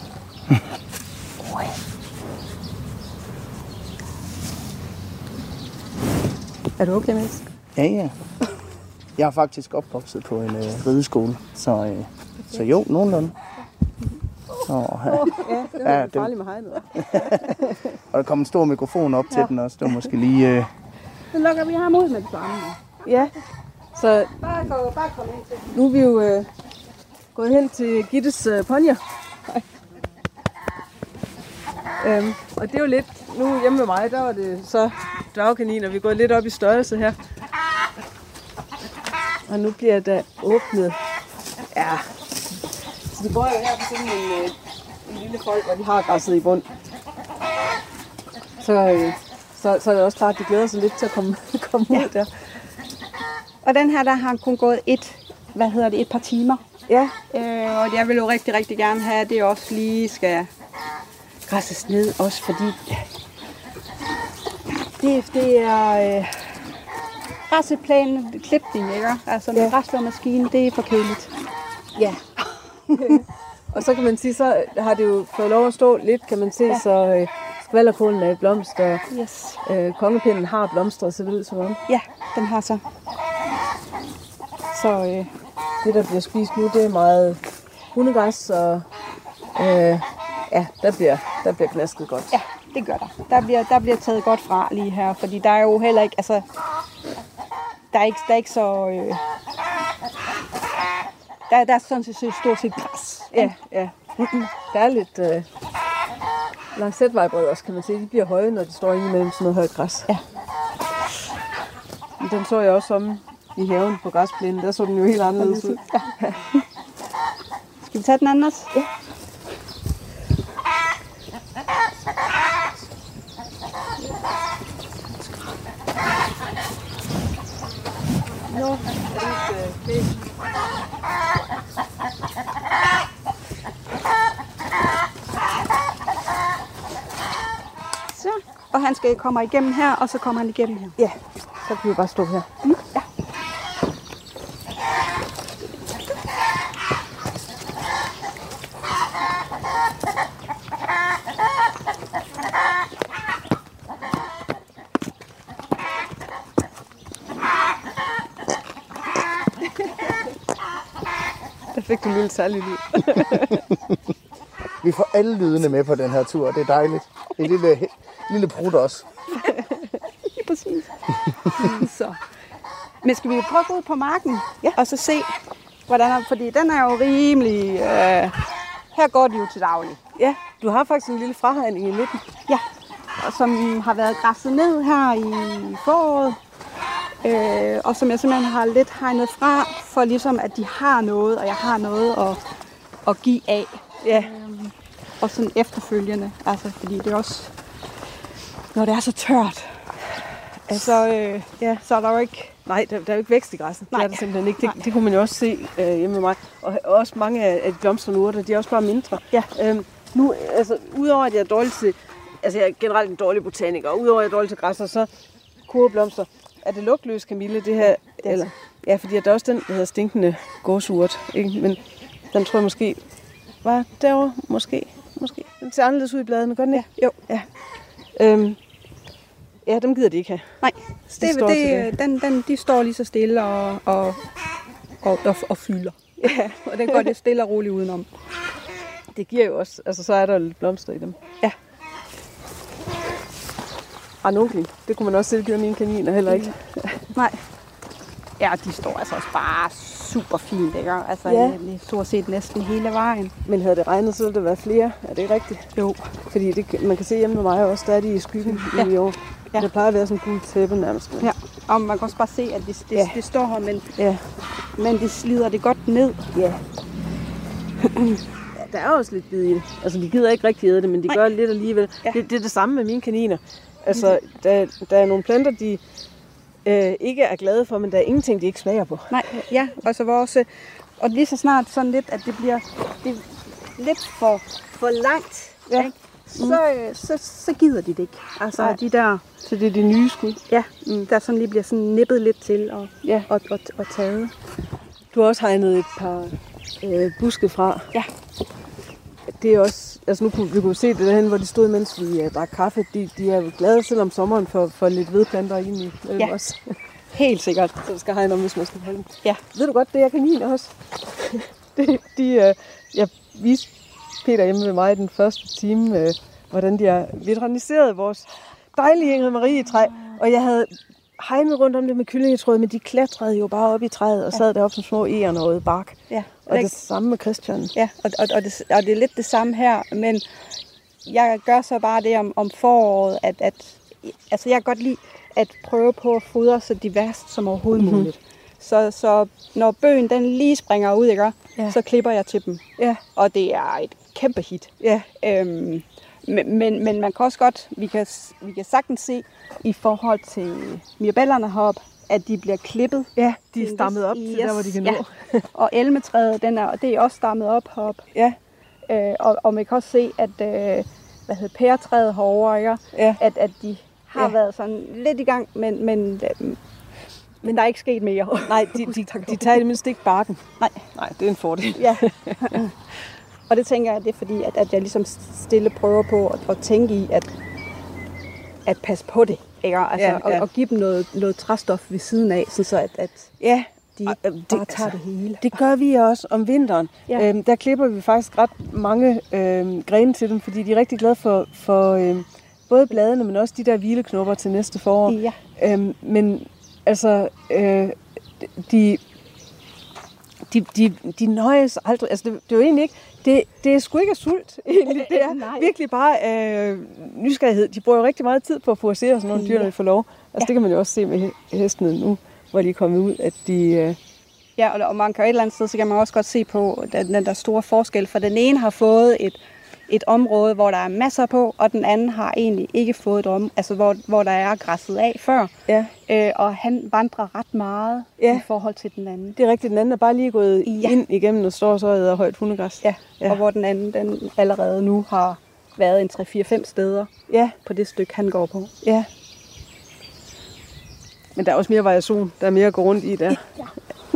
Er du okay, Mads? Ja, ja. Jeg er faktisk opvokset på en øh, rideskole, så, øh, så jo, nogenlunde. Og, ja. Oh, ja, det er Ja, ja, det- farligt med hegnet. og der kom en stor mikrofon op til ja. den også. Det var måske lige... Øh, Så lukker vi ham ud med det samme. Ja, så Bare gå, bare kom ind til. nu er vi jo øh, gået hen til Gittes øh, ponjer. Øhm, og det er jo lidt, nu hjemme med mig, der var det så dværgkaniner, vi er gået lidt op i størrelse her. Og nu bliver der åbnet. Ja, så de bor jo her på sådan en, øh, en lille folk, hvor de har græsset i bund. Så, øh, så, så er det også klart, at de glæder sig lidt til at komme, komme ja. ud der. Og den her, der har kun gået et, hvad hedder det, et par timer. Ja, Øh, og jeg vil jo rigtig, rigtig gerne have, at det også lige skal græsses ned, også fordi det, det er øh, græsseplænen, klipning, ikke? Altså med Ja. ja. græsslåmaskinen, det er for kedeligt. ja. Og så kan man sige, så har det jo fået lov at stå lidt, kan man se, ja. så øh, skvalderkålen er i blomst, og Yes. øh, kongepinden har blomstret, så vildt som om. Ja, den har så. Så øh, Det, der bliver spist nu, det er meget hundegræs, og øh, ja, der bliver, der bliver knasket godt. ja, det gør der. Der bliver, der bliver taget godt fra lige her, fordi der er jo heller ikke, altså, der er ikke, der er ikke så, øh, der, der er sådan set stort set græs. Ja, ja. Der er lidt øh, lancetvejebrød også, kan man sige. De bliver høje, når de står inde imellem sådan noget højt græs. Ja. Men den så jeg også om i haven på græsplænen. Der så den jo helt anderledes ud. Skal vi tage den anden også? Ja. Nå, er det ikke Så. Og han skal komme igennem her, og så kommer han igennem her. Ja, så kan vi bare stå her. Mm, ja. Der fik du en lille særlig lyd. vi får alle lydene med på den her tur, og det er dejligt. En lille, lille brud også. Præcis. Så. Men skal vi prøve at gå ud på marken, ja, og så se, hvordan er, fordi den er jo rimelig, øh, her går de jo til daglig. Ja, du har faktisk en lille frahegning i midten. Ja, og som har været græsset ned her i foråret, øh, og som jeg simpelthen har lidt hegnet fra, for ligesom at de har noget, og jeg har noget at, at give af. Ja. Øhm, og sådan efterfølgende, altså fordi det er også, når det er så tørt, så, øh, ja, så er der jo ikke... Nej, der, der er jo ikke vækst i græsset. Nej. Det er der simpelthen ikke. Det, det kunne man jo også se øh, hjemme med mig. Og, og også mange af, af de blomstrende urter, de er også bare mindre. Ja. Øhm, nu, altså, udover at jeg er dårlig til... Altså, jeg er generelt en dårlig botaniker, og udover at jeg er dårlig til græsser, så kurveblomster. Er det lugtløs, Camille, det her? Det Eller? Ja, fordi der er også den, der hedder stinkende gåsurt, ikke? Men den tror jeg måske... Var derovre? Måske. Måske. Den ser anderledes ud i bladene, gør den ikke? Jo. Ja. Øhm, ja, dem gider de ikke have. Nej, De det, står til det, den, den, de står lige så stille og, og, og, og, og fylder. Ja, og den går det stille og roligt udenom. Det giver jo også, altså så er der lidt blomster i dem. Ja. Ranunkel, det kunne man også selv give mine kaniner heller ikke. Nej. Ja, de står altså også bare super fint, ikke? Altså, Ja. ja. Stort set næsten hele vejen. Men havde det regnet, så ville det være flere. Er det ikke rigtigt? Jo. Fordi det, man kan se hjemme med mig også, der er de i skyggen Ja. i år. Ja. Det plejer at være sådan en gul tæppe nærmest. Ja, og man kan også bare se, at det, det, Ja. det står her, men, Ja. men det slider det godt ned. Ja. Der er også lidt bid i det. Altså, de gider ikke rigtig æde det, men de Nej. gør lidt alligevel. Ja. Det, det er det samme med mine kaniner. Altså, der, der er nogle planter, de øh, ikke er glade for, men der er ingenting, de ikke smager på. Nej, ja, og så vores, og lige så snart sådan lidt, at det bliver det er lidt for, for langt, Ja. ikke? Så, øh, så, så gider de det ikke. Altså Nej. de der, Så det er det nye skud. ja, der sådan lige bliver sådan nippet lidt til og, Ja. og, og, og taget. Du har også hegnet et par øh, buske fra. Ja. Det er også, altså nu kunne vi kunne se det derhen, hvor de stod, mens vi uh, drak kaffe. De, de er jo glade selv om sommeren for, for lidt vedplanter ind i mellem Ja. os. Helt sikkert. Så der skal hegne om, hvis man skal holde dem. Ja. Ved du godt, det er kaniner også? de, de, uh, jeg viste Peter hjemme ved mig i den første time, uh, hvordan de har veteriniseret vores dejlige Ingrid Marie træ. Og jeg havde hegnet rundt om det med kyllingetråd, men de klatrede jo bare op i træet og sad deroppe som små egern og åd bark. Ja, Og det samme med Christian. Ja, og, og, og, det, og det er lidt det samme her, men jeg gør så bare det om, om foråret, at, at altså jeg kan godt lide at prøve på at fodre så diverst som overhovedet Mhm. muligt. Så, så når bøgen den lige springer ud, ikke, Ja. så klipper jeg til dem. Ja. Og det er et kæmpe hit. Ja. Øhm, men, men, men man kan også godt, vi kan, vi kan sagtens se i forhold til mirabellerne heroppe, at de bliver klippet. Ja, de er Til stammet vis- op til der, hvor de kan nå. Ja. Og elmetræet, den er, det er også stammet op heroppe. Ja. Øh, og, og man kan også se, at øh, hvad hedder pæretræet herovre, ikke? Ja. At, at de har Ja. ja. været sådan lidt i gang, men, men, øh, men der er ikke sket mere. Nej, de, de, de tager i det mindste ikke barken. Nej. Nej, det er en fordel. Ja. Og det tænker jeg, det er fordi, at, at jeg ligesom stille prøver på at, at tænke i, at, at passe på det. Ikke? Altså, Ja, ja. Og, og give dem noget, noget træstof ved siden af, så at, at Ja, de og, ikke øh, bare det- tager altså, det hele. det gør vi også om vinteren. Ja. Øhm, der klipper vi faktisk ret mange øhm, grene til dem, fordi de er rigtig glade for, for øhm, både bladene, men også de der hvileknopper til næste forår. Ja. Øhm, men altså, øh, de, de, de, de nøjes aldrig. Altså, det, det er jo egentlig ikke, det, det er sgu ikke af sult, egentlig. Det er Nej. virkelig bare øh, nysgerrighed. De bruger jo rigtig meget tid på at forcere sådan nogle dyr, når de får lov. Altså, Ja. det kan man jo også se med he- hestene nu, hvor de er kommet ud, at de... Øh, Ja, og, og man kan jo et eller andet sted, så kan man også godt se på den, den der store forskel, for den ene har fået et, et område, hvor der er masser på, og den anden har egentlig ikke fået et område, altså hvor, hvor der er græsset af før. ja. Øh, og han vandrer ret meget Ja. i forhold til den anden. Det er rigtigt, den anden er bare lige gået Ja. ind igennem og står så og æder højt hundegræs. Ja, Ja. ja. Og hvor den anden den allerede nu har været en tre fire fem steder Ja, på det stykke, han går på. ja. Men der er også mere variation. Der er mere at gå rundt i der. Ja.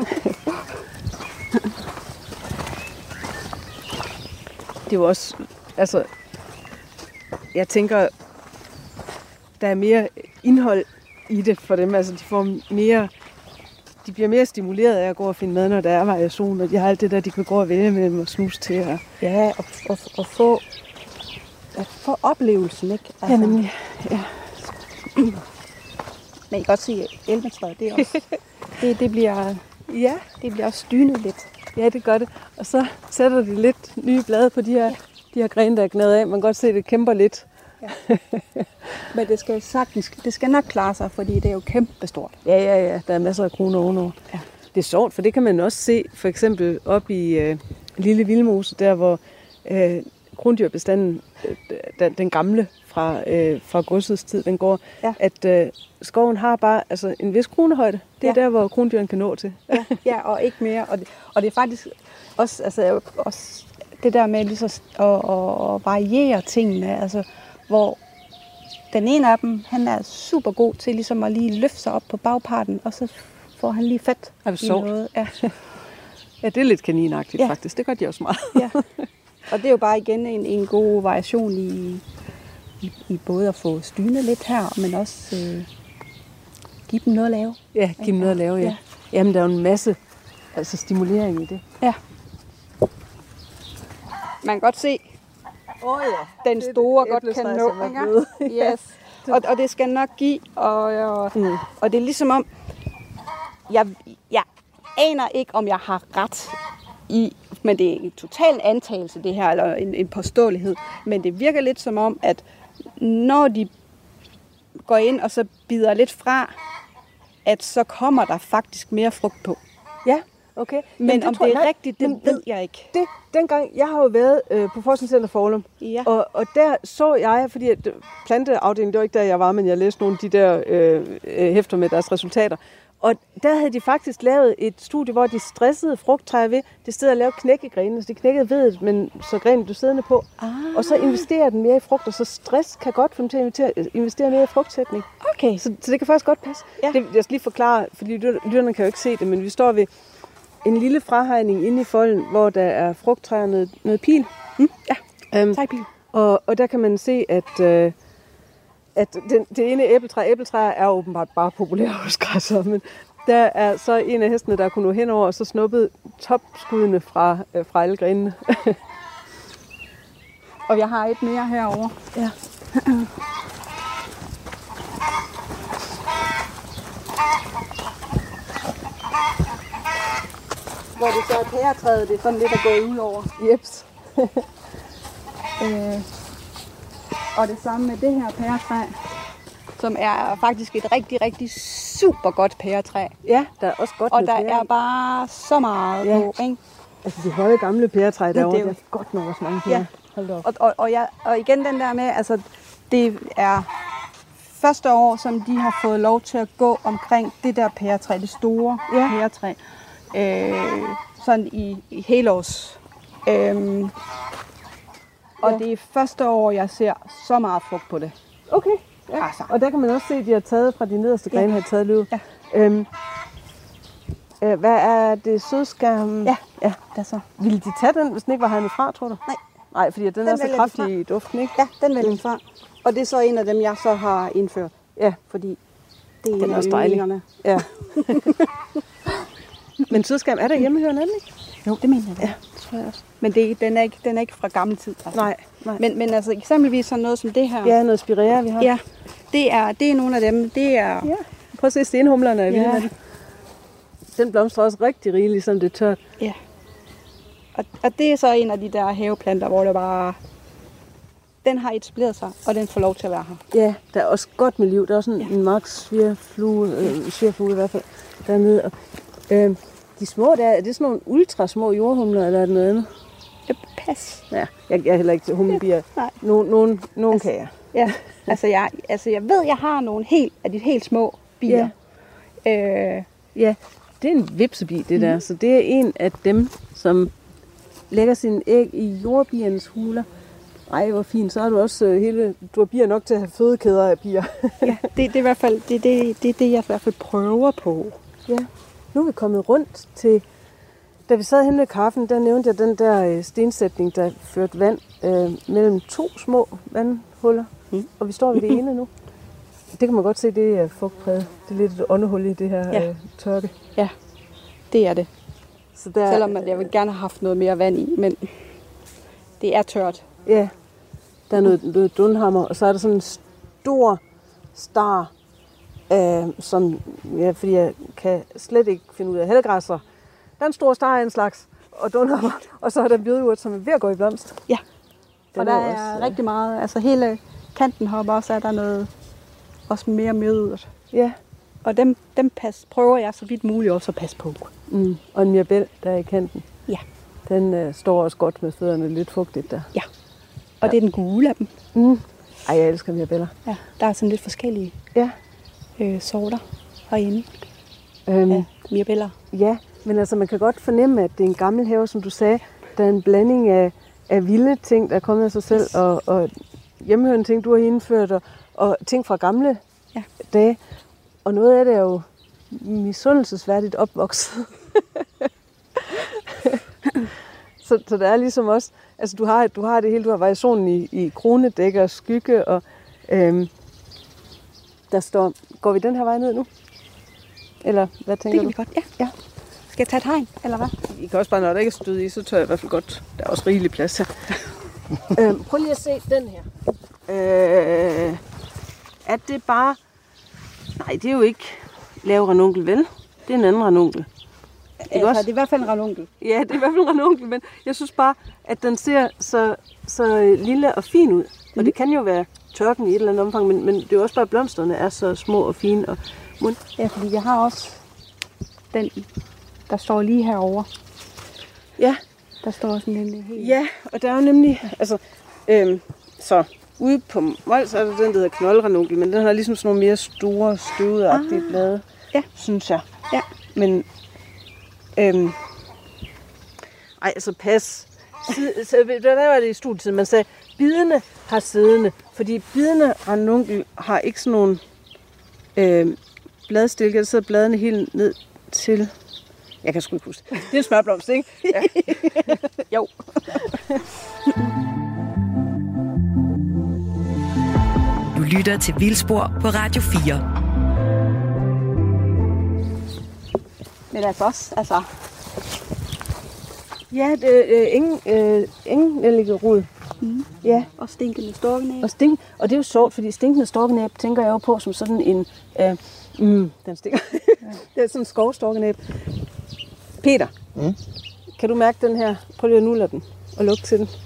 Det er jo også, altså, jeg tænker, der er mere indhold i det for dem. Altså, de får mere, de bliver mere stimuleret af at gå og finde mad, når der er variation, og de har alt det der, de kan gå og vælge mellem og snuse til. Og... Ja, og, og, og få, at få oplevelsen, ikke? Altså, Ja, nemlig. Ja. Men I kan godt se, at elmetræet, det, er også, det, det, bliver, Ja. det bliver også stynet lidt. Ja, det gør det. Og så sætter de lidt nye blade på de her, ja. de her grene, der er gnadet af. Man kan godt se, at det kæmper lidt. Ja. Men det skal sagtens, det skal nok klare sig, fordi det er jo kæmpestort. Ja, ja, ja. Der er masser af kroner ovenover. Ja. Det er sjovt, for det kan man også se, for eksempel op i øh, Lille Vildmose, der hvor øh, krondyrbestanden, øh, den, den gamle fra, øh, fra godsets tid, den går, Ja. at øh, skoven har bare altså, en vis kronehøjde. Det er Ja. der, hvor krondyren kan nå til. Ja, ja, og ikke mere. Og det, og det er faktisk også, altså, også det der med ligesom at, at, at variere tingene. Altså, hvor den ene af dem, han er super god til ligesom at lige løfte sig op på bagparten, og så får han lige fat Er det i sjovt? noget. Ja. Ja, det er lidt kaninagtigt Ja. faktisk. Det gør de også meget. Ja. Og det er jo bare igen en, en god variation i, i, i både at få stynet lidt her, men også øh, give dem noget at lave. Ja, give dem noget at lave, ja. Ja. Jamen, der er jo en masse altså, stimulering i det. Ja. Man kan godt se, Åh oh, ja. den store godt kan nå. Ikke? Yes. Og, og det skal nok give, og, og, Mm. og det er ligesom om, jeg, jeg aner ikke, om jeg har ret i, men det er en total antagelse, det her, eller en, en påståelighed. Men det virker lidt som om, at når de går ind og så bider lidt fra, at så kommer der faktisk mere frugt på. Ja, okay. Men, men om det er jeg, rigtigt, det men, ved jeg ikke. Det, dengang, jeg har jo været øh, på Forskningscenter Foulum, Ja. og, og der så jeg, fordi at planteafdelingen, det var ikke der, jeg var, men jeg læste nogle af de der øh, hæfter med deres resultater. Og der havde de faktisk lavet et studie, hvor de stressede frugttræer ved det sted at lave knækkegrenene. Så de knækkede vedet, men så grenen blev siddende på. Ah. Og så investerer den mere i frugt, og så stress kan godt få dem til at investere mere i frugtsætning. Okay. Så, så det kan faktisk godt passe. Ja. Det, jeg skal lige forklare, fordi lytterne kan jo ikke se det, men vi står ved en lille frahegning inde i folden, hvor der er frugttræer og noget, noget pil. Mm, ja, um, tegpil. Og, og der kan man se, at, øh, at den, det ene æbletræ, æbletræer er åbenbart bare populære hos græsser, men der er så en af hestene, der kunne nå henover, og så snuppede topskuddene fra, øh, fra alle grenene. Og jeg har et mere herovre. Ja. Hvor det så er pæretræet, det er sådan lidt at gå ud over. Jeps. øh, og det samme med det her pæretræ, som er faktisk et rigtig, rigtig super godt pæretræ. Ja, der er også godt Og med der pære. er bare så meget Ja. på, ikke? Altså de høje gamle pæretræ derovre, det er der jo- er godt nok også mange pærer. Ja. Hold da op. Og, og, og, jeg, og igen den der med, altså det er første år, som de har fået lov til at gå omkring det der pæretræ, det store Ja. pæretræ, øh, sådan i, i helårs. Øhm, og Ja. det er første år, jeg ser så meget frugt på det. Okay. Ja. Altså. Og der kan man også se, at de har taget fra de nederste grene, Ja. har taget løvet. Ja. Øhm, øh, hvad er det sødskærm? Ja. ja. Der så. Ville de tage den, hvis den ikke var hegnet fra, tror du? Nej. Nej, fordi den, den er Den så vælger de kraftig fra. i duften, ikke? Ja, den vælger fra. Og det er så en af dem, jeg så har indført. Ja. Fordi det er Den en er af også dejlig. yndlingerne. Ja. Men sødskærm, er der hjemmehørende, er den ikke? Jo, det mener jeg. Ja, det tror jeg også. Men det, den, er ikke, den er ikke fra gammel tid. Altså. Nej, nej. Men, men altså eksempelvis sådan noget som det her. Ja, noget spirea, vi har. Ja, det er, det er nogle af dem. Det er, Ja. Prøv at se stenhumlerne. Ja. Ja. Den. den blomstrer også rigtig rigeligt, som det er tørt. ja. Og, og det er så en af de der haveplanter, hvor det bare... Den har etableret sig, og den får lov til at være her. Ja, der er også godt med liv. Der er også en, ja. en max svirflue, øh, svirflue i hvert fald, dernede. Og, øh, de små der, er det sådan nogle ultra små jordhumler, eller er det noget andet? Det pas. Ja, jeg, jeg er heller ikke til humlebier. Nej. Nogen, nogen, nogen Altså- kan jeg. Ja, altså jeg, altså jeg ved, jeg har nogle helt, af de helt små bier. Ja. Øh, Ja, det er en vipsebi, det der. Mm. Så det er en af dem, som lægger sine æg i jordbiernes huler. Ej, hvor fint. Så har du også øh, hele... Du har bier nok til at have fødekæder af bier. ja, det, det er i hvert fald det, det, det, det, jeg i hvert fald prøver på. Ja. Nu er vi kommet rundt til... Da vi sad henne ved kaffen, der nævnte jeg den der øh, stensætning, der førte vand øh, mellem to små vandhuller. Mm. Og vi står ved det ene nu. Det kan man godt se, det er fugtpræget. Det er lidt et åndehul i det her Ja. øh, tørke. Ja, det er det. Så der, Selvom at jeg vil gerne have haft noget mere vand i, men det er tørt. Ja, der er noget, noget dunhammer, og så er der sådan en stor star, øh, som, ja, fordi jeg kan slet ikke finde ud af helgræsser. Der er en stor star af en slags, og dunhammer, og så er der bjødeurt, som er ved at gå i blomst. Ja, Den og der er er også, også, øh, rigtig meget, altså hele kanten heroppe også, er der noget, også mere mjødurt. Ja, Og dem, dem pas, prøver jeg så vidt muligt også at passe på. mm. og en mirabel, der er i kanten. Ja. Den øh, står også godt med fødderne lidt fugtigt der. Ja, og det er den gule af dem. Mm. Ej, jeg elsker mirabeller. Ja, der er sådan lidt forskellige Ja. øh, sorter herinde Øhm, af mirabeller. Ja, men altså man kan godt fornemme, at det er en gammel have, som du sagde. Der er en blanding af, af vilde ting, der er kommet af sig selv, og, og hjemmehørende ting, du har indført, og, og ting fra gamle Ja. dage. Og noget af det er jo misundelsesværdigt opvokset. så, så der er ligesom også, altså du har, du har det hele, du har variationen i, i kronedæk og skygge, og øhm, der står, går vi den her vej ned nu? Eller hvad tænker Det kan du? vi godt, ja. Ja. Skal jeg tage et hegn, eller hvad? I kan også bare, når der ikke er stød i, så tør jeg i hvert fald godt. Der er også rigelig plads her. øhm, prøv lige at se den her. Øh, er det bare... Nej, det er jo ikke lave ranunkel, vel? det er en anden ranunkel. Altså, også? Det er i hvert fald en ranunkel. Ja, det er i hvert fald en ranunkel, men jeg synes bare, at den ser så, så lille og fin ud. Mm. Og det kan jo være tørken i et eller andet omfang, men, men det er jo også bare, at blomsterne er så små og fine. Og mund. Ja, fordi jeg har også den, der står lige herovre. Ja. Der står sådan en helt... Ja, og der er jo nemlig, altså, øhm, så ude på Mols er der den, der hedder knoldranunkel, men den har ligesom sådan nogle mere store, støvede-agtige ah. blade, ja. synes jeg. Ja. Men, øhm, ej, altså pas. Så, der var det i studietiden, man sagde, bidene har siddende, fordi bidende ranunkel har ikke sådan nogle øh, bladstilke, der sidder bladene helt ned til... Jeg kan sgu ikke huske det. Det er en smørblomst, ikke? Ja. Jo. Du lytter til Vildspor på Radio fire. Men altså også, altså... Ja, det er ingen, øh, ingen nellikerod. Mm. Ja. Og stinkende storkenæb. Og, stink, og det er jo sjovt, fordi stinkende storkenæb tænker jeg jo på som sådan en... Øh, mm, den stikker. Ja. Det er sådan en skovstorkenæb. Peter, mm. kan du mærke den her? Prøv lige at nulle den og lugte til den.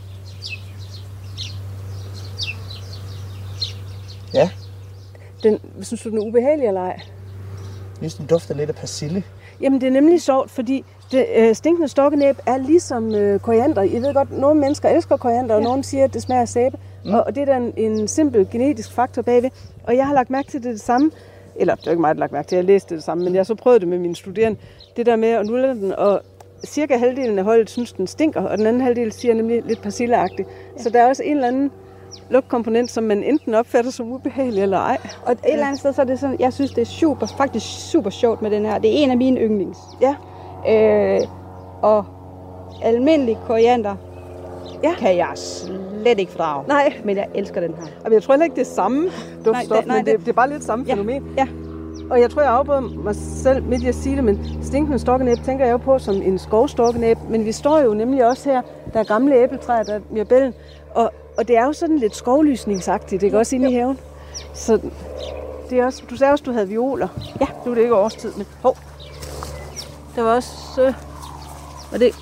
Ja. Den, synes du, den er ubehagelig eller ej? Jeg synes, den dufter lidt af persille. Jamen, det er nemlig sjovt, fordi det, øh, stinkende storkenæb er ligesom øh, koriander. Jeg ved godt, nogle mennesker elsker koriander, og ja. Nogle siger, at det smager af sæbe. Mm. Og, og det er der en, en simpel genetisk faktor bagved. Og jeg har lagt mærke til det, det samme. Eller, det er ikke mig, der har lagt mærke til, jeg læste det samme, men jeg har så prøvet det med mine studerende. Det der med at nulle den, og cirka halvdelen af holdet synes, den stinker, og den anden halvdel siger nemlig lidt persilleagtigt. Ja. Så der er også en eller anden lugtkomponent, som man enten opfatter som ubehagelig eller ej. Og et ja. eller andet sted, så er det sådan, jeg synes, det er super, faktisk super sjovt med den her. Det er en af mine yndlings. Ja. Øh, og almindelig koriander ja. kan jeg slet ikke fordrage. Nej. Men jeg elsker den her. Og jeg tror heller ikke, det er samme duftstof, men det, det er bare lidt samme ja. fænomen. Ja. Og jeg tror, jeg afbryder mig selv midt i at sige det, men stinkende storkenæb tænker jeg jo på som en skovstorkenæb. Men vi står jo nemlig også her, der er gamle æbletræer, der er mirabellen. Og, og det er jo sådan lidt skovlysningsagtigt, det er også inde i haven. Så det er også, du sagde også, du havde violer. Ja. Nu er det ikke årstid, men hov. Der var også... Øh, og det...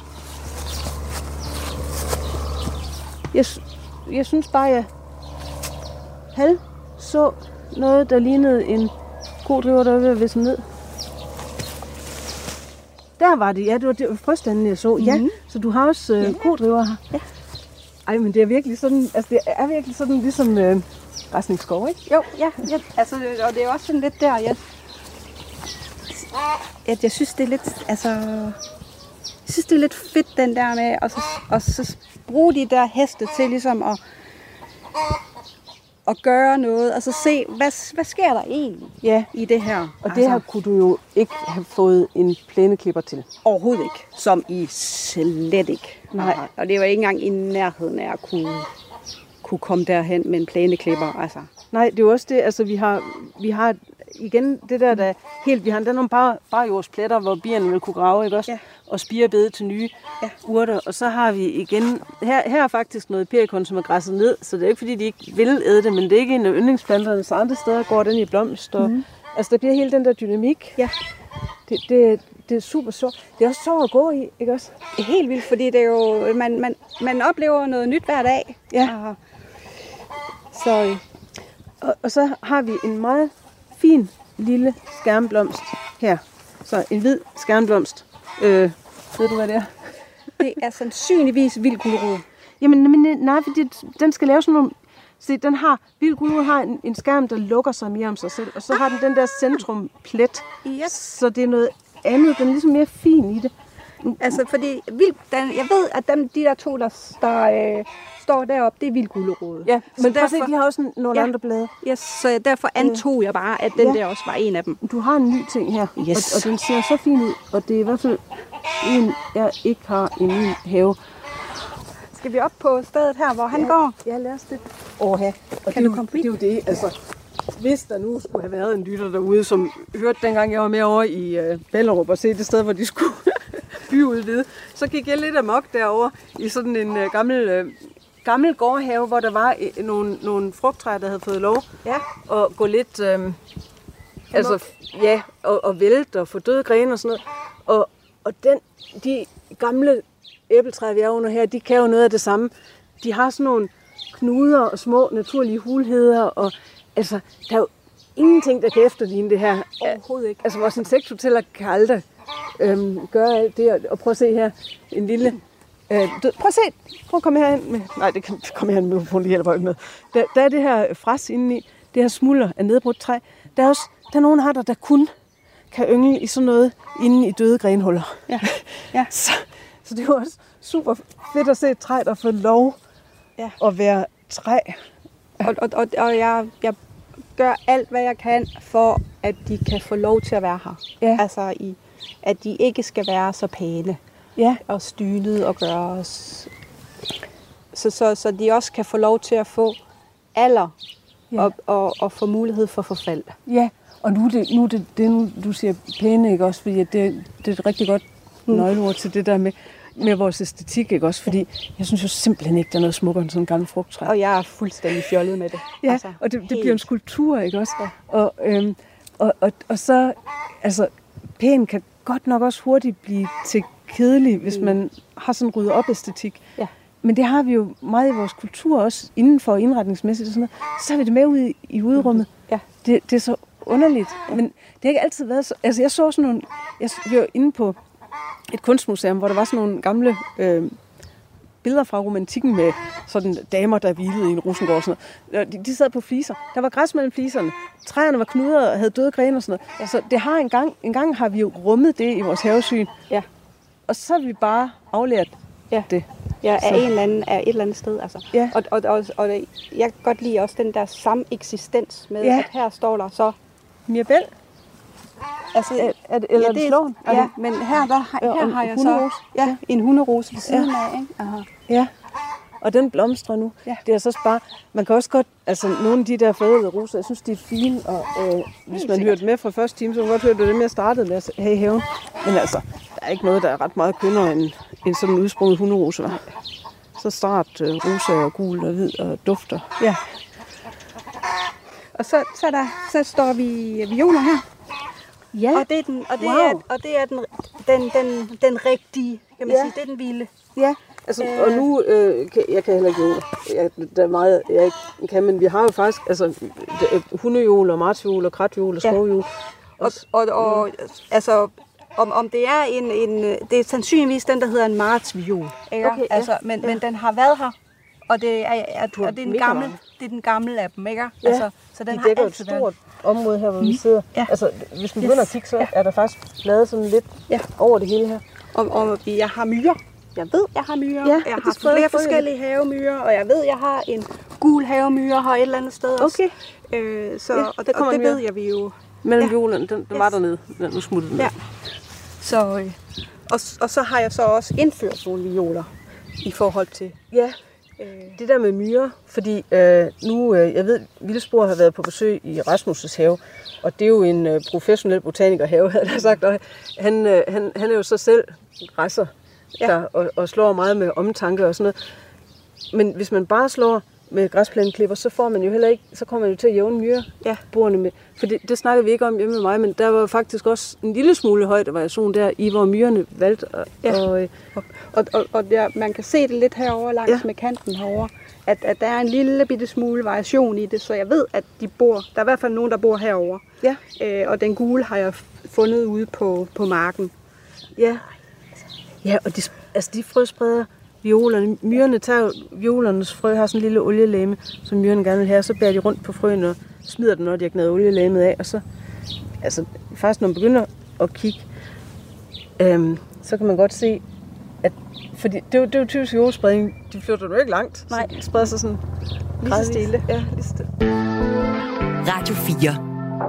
Jeg, jeg synes bare, jeg halv så noget, der lignede en kodriver, der var ved at visse ned. Der var det, ja, det var, det var frøstanden, jeg så. Mm-hmm. Ja, så du har også øh, ja. kodriver her. Ja. Ej, men det er virkelig sådan, altså det er virkelig sådan ligesom øh, græsningsskov, ikke? Jo, ja, ja. Altså, og det er også sådan lidt der, jeg, at jeg synes, det er lidt, altså, jeg synes, det er lidt fedt, den der med, og så, og så bruge de der heste til ligesom at, at gøre noget, og så se, hvad, hvad sker der egentlig ja. i det her. Og altså, det her kunne du jo ikke have fået en plæneklipper til. Overhovedet ikke. Som i slet ikke. Nej. Og det var ikke engang i nærheden af at kunne, kunne komme derhen med en plæneklipper. Altså. Nej, det er jo også det, altså vi har, vi har igen det der, der helt, vi har der nogle bare, bare jordspletter, hvor bierne vil kunne grave, ikke også? Ja. Og spirebede til nye ja. urter. Og så har vi igen, her, her er faktisk noget perikon, som er græsset ned, så det er ikke fordi, de ikke vil æde det, men det er ikke en af yndlingsplanterne, så andre steder går den i blomst. Og, mm. Altså der bliver hele den der dynamik. Ja. Det, det, det er super sjovt. Det er også sjovt at gå i, ikke også? Det er helt vildt, fordi det er jo, man, man, man oplever noget nyt hver dag. Ja. Og, så, og, og så har vi en meget fin lille skærmblomst her. Så en hvid skærmblomst. Øh, ved du, hvad det er? Det er sandsynligvis vild gulerod. Jamen, men, nej, fordi den skal lave sådan nogle... Se, den har... Vild gulerod har en, en skærm, der lukker sig mere om sig selv, og så har den den der centrumplet. Yes. Så det er noget andet. Den er ligesom mere fin i det. Altså, fordi vild, den, jeg ved, at dem, de der to, der, der øh, står deroppe, det er vild gulerod. Ja, men så derfor, se, de har også nogle ja, andre blade. Yes, så derfor antog jeg bare, at den ja. der også var en af dem. Du har en ny ting her, yes. og, og den ser så fin ud, og det er i hvert fald en, jeg ikke har i min have. Skal vi op på stedet her, hvor han ja, går? Ja, lad os det. Åh, ja. Og kan det, du komme det er jo det, altså... Hvis der nu skulle have været en lytter derude, som hørte dengang, jeg var med over i øh, Bellerup og se det sted, hvor de skulle byudvide, så gik jeg lidt amok derovre i sådan en øh, gammel, øh, gammel gårdhave, hvor der var øh, nogle, nogle frugttræer, der havde fået lov ja. at gå lidt, øh, altså, ja, og, og vælte og få døde grene og sådan noget. Og, og den, de gamle æbletræer, vi er under her, de kan jo noget af det samme. De har sådan nogle knuder og små naturlige hulheder, og altså, der er jo ingenting, der kan efterligne det her. Overhovedet ikke. Altså, vores insekthoteller kan aldrig øhm, gøre alt det. Og, og prøv at se her, en lille... Øh, du, prøv at se, prøv at komme herhen med... Nej, det kan komme herhen med, det hjælper ikke med. Der, der er det her fræs indeni, det her smulder af nedbrudt træ. Der er også der er nogle arter, der kun kan yngle i sådan noget inde i døde grenhuller. Ja. Ja. så, så det er jo også super fedt at se et træ, der får lov ja. at være træ. Og, og, og, og jeg, jeg gør alt, hvad jeg kan, for at de kan få lov til at være her. Ja. Altså, i, at de ikke skal være så pæne ja. og stylede og gøre os. Så, så, så de også kan få lov til at få alder ja. og, og, og få mulighed for forfald. Ja, og nu er det, nu er det, det nu, du siger pæne, ikke også? Fordi det, det er et rigtig godt nøgleord til det der med, med vores æstetik, ikke også? Fordi jeg synes jo simpelthen ikke, der er noget smukkere end sådan en gammel frugttræ. Og jeg er fuldstændig fjollet med det. Ja, altså, og det, det bliver en skulptur, ikke også? Ja. Og, øhm, og, og, og så, altså, pæn kan godt nok også hurtigt blive til kedelig, hvis mm. man har sådan en rydde op æstetik. Ja. Men det har vi jo meget i vores kultur også, inden for indretningsmæssigt og sådan noget. Så har vi det med ude i, i uderummet. Ja. Det, det er så underligt. Ja. Men det har ikke altid været så... Altså, jeg så sådan nogle... Jeg var inde på et kunstmuseum, hvor der var sådan nogle gamle øh, billeder fra romantikken med sådan damer, der hvilede i en Rosengård og sådan noget. De, de sad på fliser. Der var græs mellem fliserne. Træerne var knuder og havde døde grene og sådan noget. Ja. Så det har en gang, en gang har vi jo rummet det i vores havesyn. Ja. Og så har vi bare aflært ja. det. Ja, af en eller anden, af et eller andet sted. Altså. Ja. Og, og, og, og jeg kan godt lide også den der sameksistens med, ja. at her står der så Mirabel. Altså, er, er det, eller ja, det er slåen? Ja, det? Men her, der, her, her har jeg så ja, en hunderose ved siden ja. af. Ikke? Aha. Ja, og den blomstrer nu. Ja. Det er så bare, man kan også godt, altså nogle af de der forædlede roser, jeg synes, de er fine, og øh, hvis man hørte med fra første time, så kan man godt høre, det dem, jeg startede med at have i haven. Men altså, der er ikke noget, der er ret meget kønnere end, end sådan en udsprunget hunderose. Var. Så start øh, rosa og gul og hvid og dufter. Ja. Og så, så, der, så står vi violer her. Ja. Og det er den, og det wow. er, og det er den, den, den, den rigtige, kan man ja. sige, det er den vilde. Ja. Altså, øh. og nu, øh, kan, jeg kan heller ikke violer. Jeg, der er meget, jeg ikke kan, men vi har jo faktisk, altså, hundejol og martsjol og kratjol og skovjol. Ja. Og, og, og ja. altså, om, om det er en, en, det er sandsynligvis den, der hedder en martsviol. Ikke? Okay, altså, ja. men, ja. men den har været her, og det er, er, og det er, den, gamle, det er den gamle af dem, ikke? Ja. Altså, så den de har dækker et stort været. område her, hvor mm. vi sidder. Ja. Altså, hvis man begynder yes. at kigge, så ja. er der faktisk lavet sådan lidt ja. over det hele her. Og, og jeg har myrer. Jeg ved, jeg har myrer. Ja, jeg har flere forskellige havemyrer, og jeg ved, jeg har en gul havemyre her et eller andet sted også. Okay. Øh, så, ja, og det, og det ved jeg, vi jo... Mellem ja. violerne, den, den yes. var dernede. Den, nu smuttede den. Ja. Så, øh, og, og så har jeg så også indført nogle violer i forhold til... Ja. Det der med myrer, fordi øh, nu, øh, jeg ved, Vildsborg har været på besøg i Rasmus' have, og det er jo en øh, professionel botanikerhave, havde jeg sagt, og han, øh, han, han er jo så selv græsser, ja. der, og, og slår meget med omtanke og sådan noget. Men hvis man bare slår med græsplæneklipper, så får man jo heller ikke, så kommer man jo til at jævne myrer, ja. bordene med. For det, det snakker vi ikke om hjemme med mig, men der var faktisk også en lille smule højdevariation der i, hvor myrerne valgte. Og, ja. og, og, og, og, og ja, man kan se det lidt herovre langs ja. med kanten herovre, at, at der er en lille bitte smule variation i det, så jeg ved, at de bor, der er i hvert fald nogen, der bor herovre. Ja. Øh, og den gule har jeg fundet ude på, på marken. Ja, ja og de, altså de frøspreder violerne. Myrerne tager violernes frø, har sådan en lille olielæme, som myrerne gerne vil have, så bærer de rundt på frøene og smider den, når de har gnadet olielæmet af. Og så, altså faktisk når man begynder at kigge, øhm, så kan man godt se, at, fordi det er jo, det er jo typisk violspredning, de flytter jo ikke langt. Nej. Så de spreder sig sådan lige så stille. Ja, lige stille. Radio fire.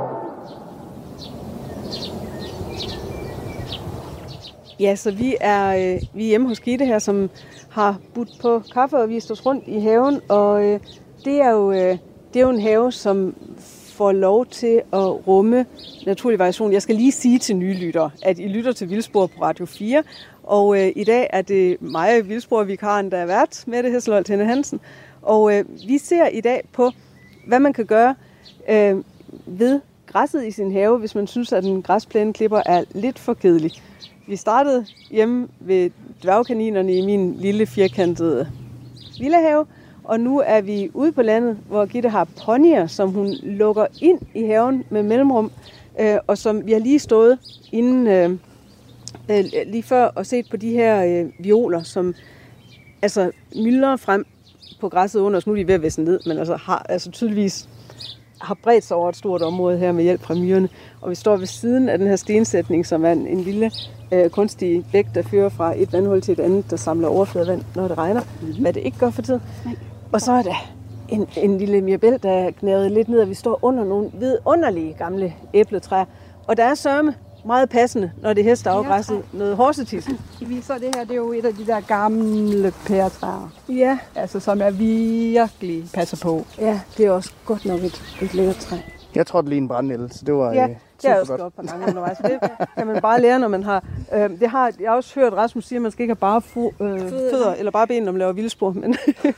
Ja, så vi er, øh, vi er hjemme hos Gitte her, som har budt på kaffe og vist os rundt i haven. Og øh, det, er jo, øh, det er jo en have, som får lov til at rumme naturlig variation. Jeg skal lige sige til nye lyttere, at I lytter til Vildsborg på Radio fire. Og øh, i dag er det mig, Vildsborg-vikaren, der er vært, Mette Hesselholt Henne Hansen. Og øh, vi ser i dag på, hvad man kan gøre øh, ved græsset i sin have, hvis man synes, at en græsplæneklipper er lidt for kedelig. Vi startede hjemme ved dværgkaninerne i min lille firkantede villahave, og nu er vi ude på landet, hvor Gitte har ponyer, som hun lukker ind i haven med mellemrum, øh, og som vi har lige stået inden, øh, øh, lige før og set på de her øh, violer, som altså myldrer frem på græsset under os. Nu er de ved at væsse ned, men altså, har, altså tydeligvis har bredt sig over et stort område her med hjælp fra myrerne. Og vi står ved siden af den her stensætning, som er en, en lille øh, kunstig bæk, der fører fra et vandhul til et andet, der samler overfladevand, når det regner, mm-hmm. hvad det ikke gør for tiden. Nej. Og så er der en, en lille mirabel, der er knævet lidt ned, og vi står under nogle vidunderlige gamle æbletræer. Og der er sørme meget passende, når det er hesteafgræsset, ja, noget horsetis. I viser det her, det er jo et af de der gamle pæretræer. Ja. Altså, som er virkelig passer på. Ja, det er også godt nok et, et lækkert træ. Jeg tror, det lige en brændenælde, så det var ja, øh, det har jeg også gjort på gange undervejs. Det kan man bare lære, når man har... Øh, det har jeg har også hørt, Rasmus sige, at man skal ikke have bare fu- øh, fødder, eller bare ben, når man laver vildspor. Men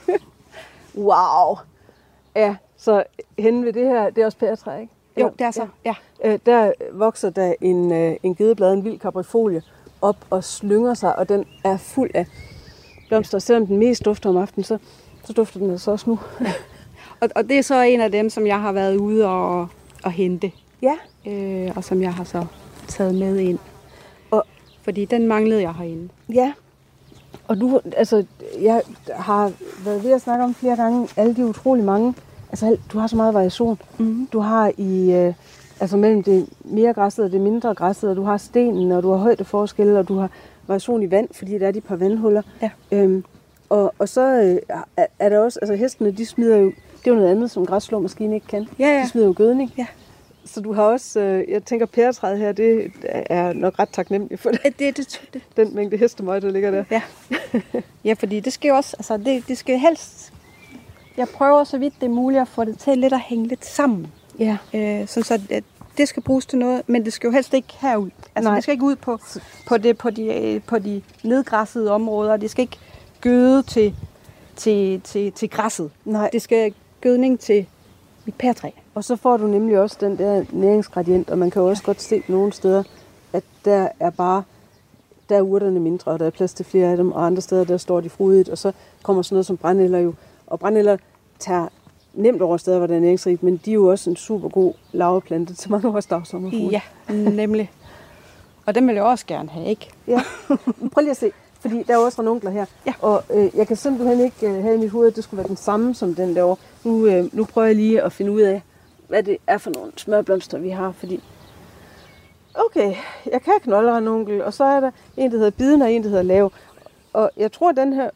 wow! Ja, så henne ved det her, det er også pæretræ, ikke? Jo, det er så, ja. ja. Øh, der vokser der en, øh, en gedeblad, en vild kaprifolie, op og slynger sig, og den er fuld af blomster. Selvom den mest dufter om aftenen, så, så dufter den altså også nu. og, og det er så en af dem, som jeg har været ude og, og hente. Ja. Øh, og som jeg har så taget med ind. Og, fordi den manglede jeg herinde. Ja. Og du, altså, jeg har været ved at snakke om flere gange, alle de utrolig mange. Altså, du har så meget variation. Mm-hmm. Du har i, øh, altså mellem det mere græsset og det mindre græsset, og du har stenen, og du har højdeforskelle, og du har variation i vand, fordi der er de par vandhuller. Ja. Øhm, og, og så øh, er, er der også, altså hestene, de smider jo, det er jo noget andet, som græsslåmaskinen ikke kan. Ja, ja. De smider jo gødning. Ja. Så du har også, øh, jeg tænker, pæretræet her, det er nok ret taknemmelig for det. Det, det, det. Den mængde hestemøg, der ligger der. Ja. Ja, fordi det skal jo også, altså det, det skal helst, jeg prøver så vidt det er muligt at få det til lidt at hænge lidt sammen. Ja. Øh, sådan så at det skal bruges til noget, men det skal jo helst ikke herud. Altså Nej. Det skal ikke ud på, på, det, på, de, på de nedgræssede områder. Det skal ikke gøde til, til, til, til græsset. Nej. Det skal gødning til mit pæretræ. Og så får du nemlig også den der næringsgradient, og man kan jo også ja. godt se nogle steder, at der er bare, der er urterne mindre, og der er plads til flere af dem, og andre steder, der står de frodigt, og så kommer sådan noget som brændenælder jo. Og brændenælder tager nemt over steder, hvor der er næringsrigt, men de er jo også en super god laveplante til mange års dagsommerfugle. Ja, nemlig. Og dem vil jeg også gerne have, ikke? Ja. Prøv lige at se, fordi der er også ranunkler her, ja. og øh, jeg kan simpelthen ikke øh, have i mit hoved, at det skulle være den samme som den derovre. Nu, øh, nu prøver jeg lige at finde ud af, hvad det er for nogle smørblomster, vi har, fordi okay, jeg kan knolde ranunkel, og så er der en, der hedder biden, og en, der hedder lav. Og jeg tror, at den her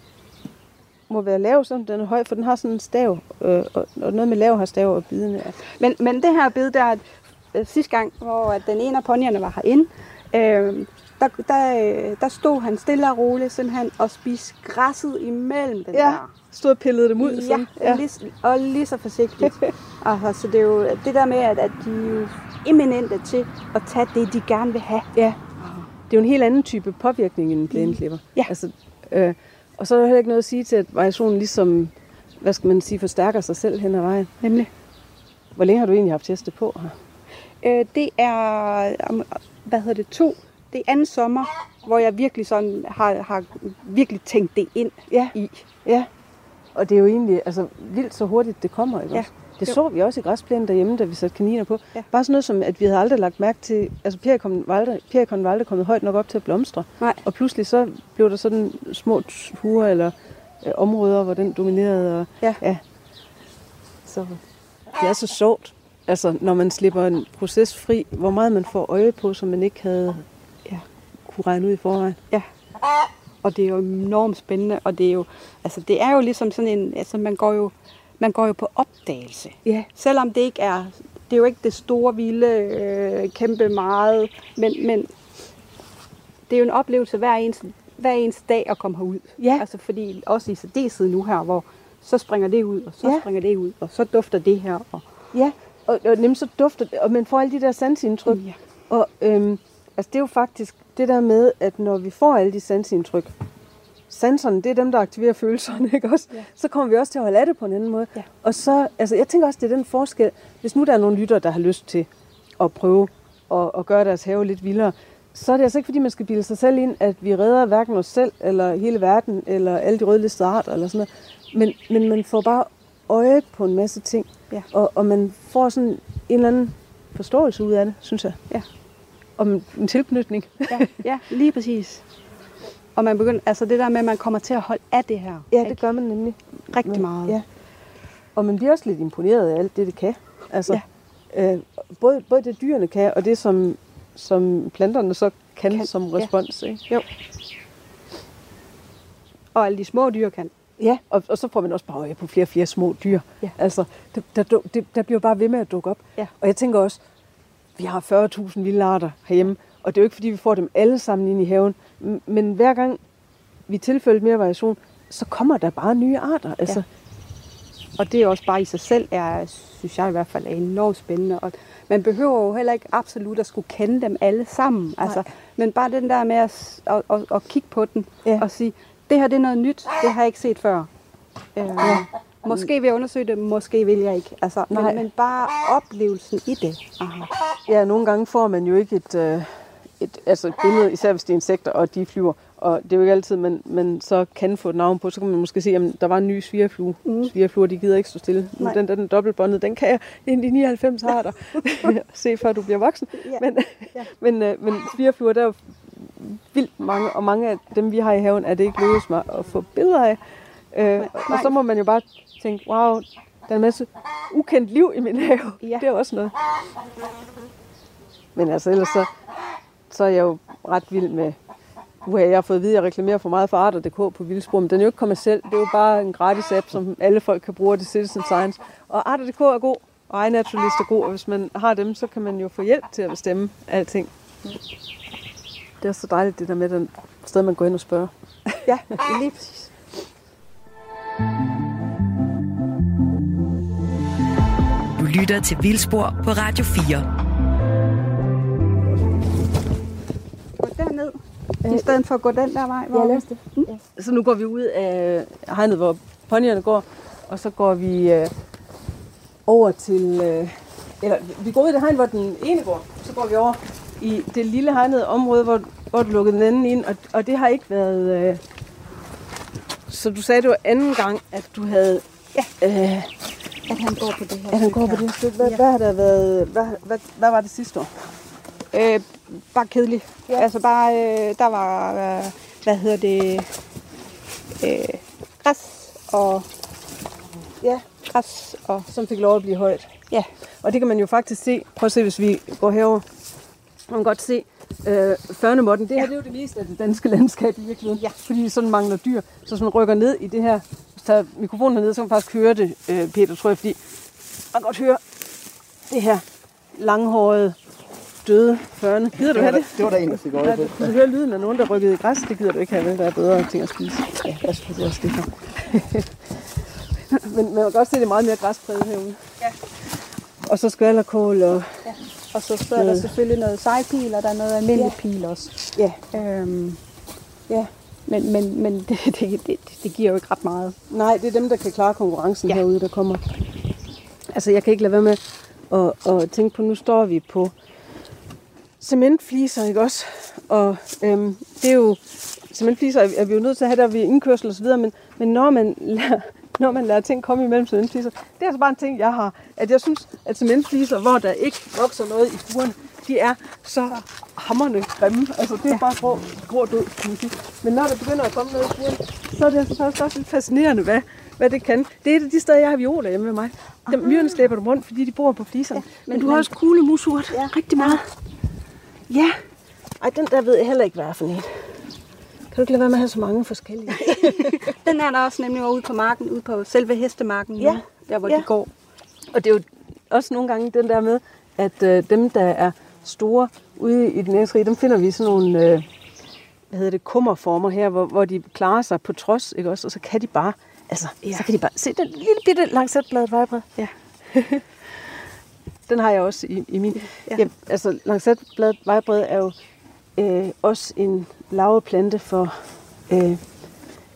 må være lav, som den er høj, for den har sådan en stav, øh, og noget med lav har stav og biden er. Men, men det her bid, der øh, sidste gang, hvor at den ene af ponyerne var herinde, øh, der, der, der stod han stille og roligt simpelthen og spiste græsset imellem den ja. der. Stod og pillede dem ud? Ja, sådan. Ja. lige, og lige så forsigtigt. altså, så det er jo det der med, at, at de er jo eminente til at tage det, de gerne vil have. Ja, det er jo en helt anden type påvirkning end en plæneklipper. Ja. Altså, øh, og så er der heller ikke noget at sige til, at variationen ligesom, hvad skal man sige, forstærker sig selv hen ad vejen. Nemlig. Hvor længe har du egentlig haft heste på her? Øh, det er, hvad hedder det, to. Det er anden sommer, hvor jeg virkelig sådan har, har virkelig tænkt det ind ja. i. Ja, og det er jo egentlig altså, vildt så hurtigt, det kommer, ikke ja. også? Det så vi også i græsplænen derhjemme, da vi satte kaniner på. Ja. Bare sådan noget som, at vi havde aldrig lagt mærke til, altså Perikon var aldrig kommet højt nok op til at blomstre. Nej. Og pludselig så blev der sådan små huer eller øh, områder, hvor den dominerede. Og, ja. ja. Så det er så sjovt, altså når man slipper en proces fri, hvor meget man får øje på, som man ikke havde ja, kunne regne ud i forvejen. Ja. Og det er jo enormt spændende, og det er jo, altså det er jo ligesom sådan en, altså man går jo, man går jo på opdagelse. Ja. Selvom det ikke er, det er jo ikke det store, vilde, øh, kæmpe meget, men, men det er jo en oplevelse hver eneste, hver eneste dag at komme herud. Ja. Altså fordi også i særdeleshed nu her, hvor så springer det ud, og så ja. springer det ud, og så dufter det her. Og ja, og, og nemt så dufter det, og man får alle de der sansindtryk. Ja. Og øhm, altså det er jo faktisk det der med, at når vi får alle de sansindtryk, sanserne, det er dem, der aktiverer følelserne, ikke også? Ja. Så kommer vi også til at holde af det på en anden måde. Ja. Og så, altså jeg tænker også, det er den forskel, hvis nu der er nogle lyttere, der har lyst til at prøve at, at gøre deres have lidt vildere, så er det altså ikke, fordi man skal bilde sig selv ind, at vi redder hverken os selv, eller hele verden, eller alle de rødlistede arter, eller sådan noget. Men, men man får bare øje på en masse ting, ja. og, og man får sådan en eller anden forståelse ud af det, synes jeg. Ja. Om en tilknytning. Ja, ja, lige præcis. Og man begynder, altså det der med, at man kommer til at holde af det her. Ja, det gør man nemlig. Rigtig meget. Ja. Og man bliver også lidt imponeret af alt det, det kan. Altså, ja. øh, både, både det dyrene kan, og det som, som planterne så kan, kan. som respons. Ja. Ikke? Jo. Og alle de små dyr kan. Ja, og, og så får man også bare øje på flere og flere små dyr. Ja. Altså, det, der, det, der bliver bare ved med at dukke op. Ja. Og jeg tænker også, vi har fyrre tusind vilde arter herhjemme, og det er jo ikke, fordi vi får dem alle sammen ind i haven, men hver gang vi tilfælder mere variation, så kommer der bare nye arter. Altså. Ja. Og det er også bare i sig selv, er, synes jeg i hvert fald, er enormt spændende. Og man behøver jo heller ikke absolut at skulle kende dem alle sammen. Altså, men bare den der med at, at, at, at kigge på den ja. og sige, det her det er noget nyt, det har jeg ikke set før. Øh, ja. Måske vil jeg undersøge det, måske vil jeg ikke. Altså, men, men bare oplevelsen i det. Aha. Ja, nogle gange får man jo ikke et, øh, et, altså et billede, især hvis det er insekter, og de flyver. Og det er jo ikke altid, man, man så kan få et navn på. Så kan man måske se, at der var en ny svirreflue. Mm. Svirrefluer, de gider ikke stå stille. Nu, den der den dobbeltbåndet, den kan jeg ind i nioghalvfems arter se, før du bliver voksen. Ja. Men, ja. men, øh, men svirrefluer, der er jo vildt mange, og mange af dem, vi har i haven, er det ikke lykkedes mig at få billeder af. Øh, og så må man jo bare tænke, wow, der er en masse ukendt liv i min have. Ja. Det er også noget. Men altså ellers så, så er jeg jo ret vild med, uha, jeg har fået at vide, at jeg reklamerer for meget for arter punktum d k på Vildspor, men den er jo ikke kommerciel. Det er jo bare en gratis app, som alle folk kan bruge, det Citizen Science. Og arter punktum d k er god, og iNaturalist er god, og hvis man har dem, så kan man jo få hjælp til at bestemme alting. Det er så dejligt, det der med den sted, man går ind og spørger. Ja, lige præcis. Du lytter til Vildspor på Radio fire. Gå derned, i stedet for at gå den der vej. Ja, lad os det. Mm. Ja. Så nu går vi ud af hegnet, hvor ponyerne går, og så går vi øh, over til... Øh, eller vi går ud i det hegn, hvor den ene går, så går vi over i det lille hegnede område, hvor, hvor du lukkede den anden ind, og, og det har ikke været... Øh, så du sagde, det var anden gang, at du havde... Ja. Øh, at han går på det her. At han går på det stykke. Hvad, ja. hvad har der været... Hvad, hvad, hvad var det sidste år? Øh, bare kedeligt. Ja. Altså bare, øh, der var, øh, hvad hedder det, øh, græs og, ja, græs og... Som fik lov at blive højt. Ja. Og det kan man jo faktisk se. Prøv at se, hvis vi går herover. Man kan godt se øh, førnemotten. Det her ja. det er jo det meste af det danske landskab i virkeligheden. Ja. Fordi sådan mangler dyr. Så hvis man rykker ned i det her, hvis der er mikrofonen hernede, så kan man faktisk høre det, øh, Peter, tror jeg, fordi man kan godt høre det her langhårede, døde førne. Gider du have det? Det var der en, der fik øje på. Du hører lyden af nogen, der rykkede i græs. Det gider du ikke have, vel? Der er bedre ting at spise. Ja, lad os få det også det her. Men man kan godt se, at det er meget mere græspræget herude. Ja. Og så skvalderkål og... Ja. Og så, så er der selvfølgelig noget sejpil, og der er noget almindelig ja. pil også. Ja. Øhm, ja. Men, men, men det, det, det, det giver jo ikke ret meget. Nej, det er dem, der kan klare konkurrencen ja. herude, der kommer. Altså, jeg kan ikke lade være med at, at tænke på, nu står vi på cementfliser, ikke også? Og øhm, det er jo... Cementfliser er vi jo nødt til at have der ved indkørsel og så videre, men, men når man lærer... Når man lader ting komme imellem cementfliser. Det er altså bare en ting, jeg har. At jeg synes, at cementfliser, hvor der ikke vokser noget i fugerne, de er så hamrende grimme. Altså, det er ja. bare grå, grå død, kan man sige. Men når der begynder at komme noget i fugerne, så er det altså faktisk også lidt fascinerende, hvad, hvad det kan. Det er et af de steder, jeg har violer hjemme med mig. Dem myrerne slæber dem rundt, fordi de bor på fliserne. Ja, men, men du men, har også kuglemusurt. Ja. Rigtig meget. Ja. Ej, den der ved jeg heller ikke, hvad er for en. Kan du ikke lade være med at have så mange forskellige? Den er der også nemlig ude på marken, ude på selve hestemarken, ja. der hvor ja. de går. Og det er jo også nogle gange den der med, at øh, dem, der er store ude i den næste rige, dem finder vi sådan nogle, øh, hvad hedder det, kummerformer her, hvor, hvor de klarer sig på trods, ikke også? Og så kan de bare, altså, ja. så kan de bare, se den lille bitte lancetbladet vejbred. Ja. Den har jeg også i, i min. Ja. Ja, altså, lancetbladet vejbred er jo øh, også en laveplante for øh,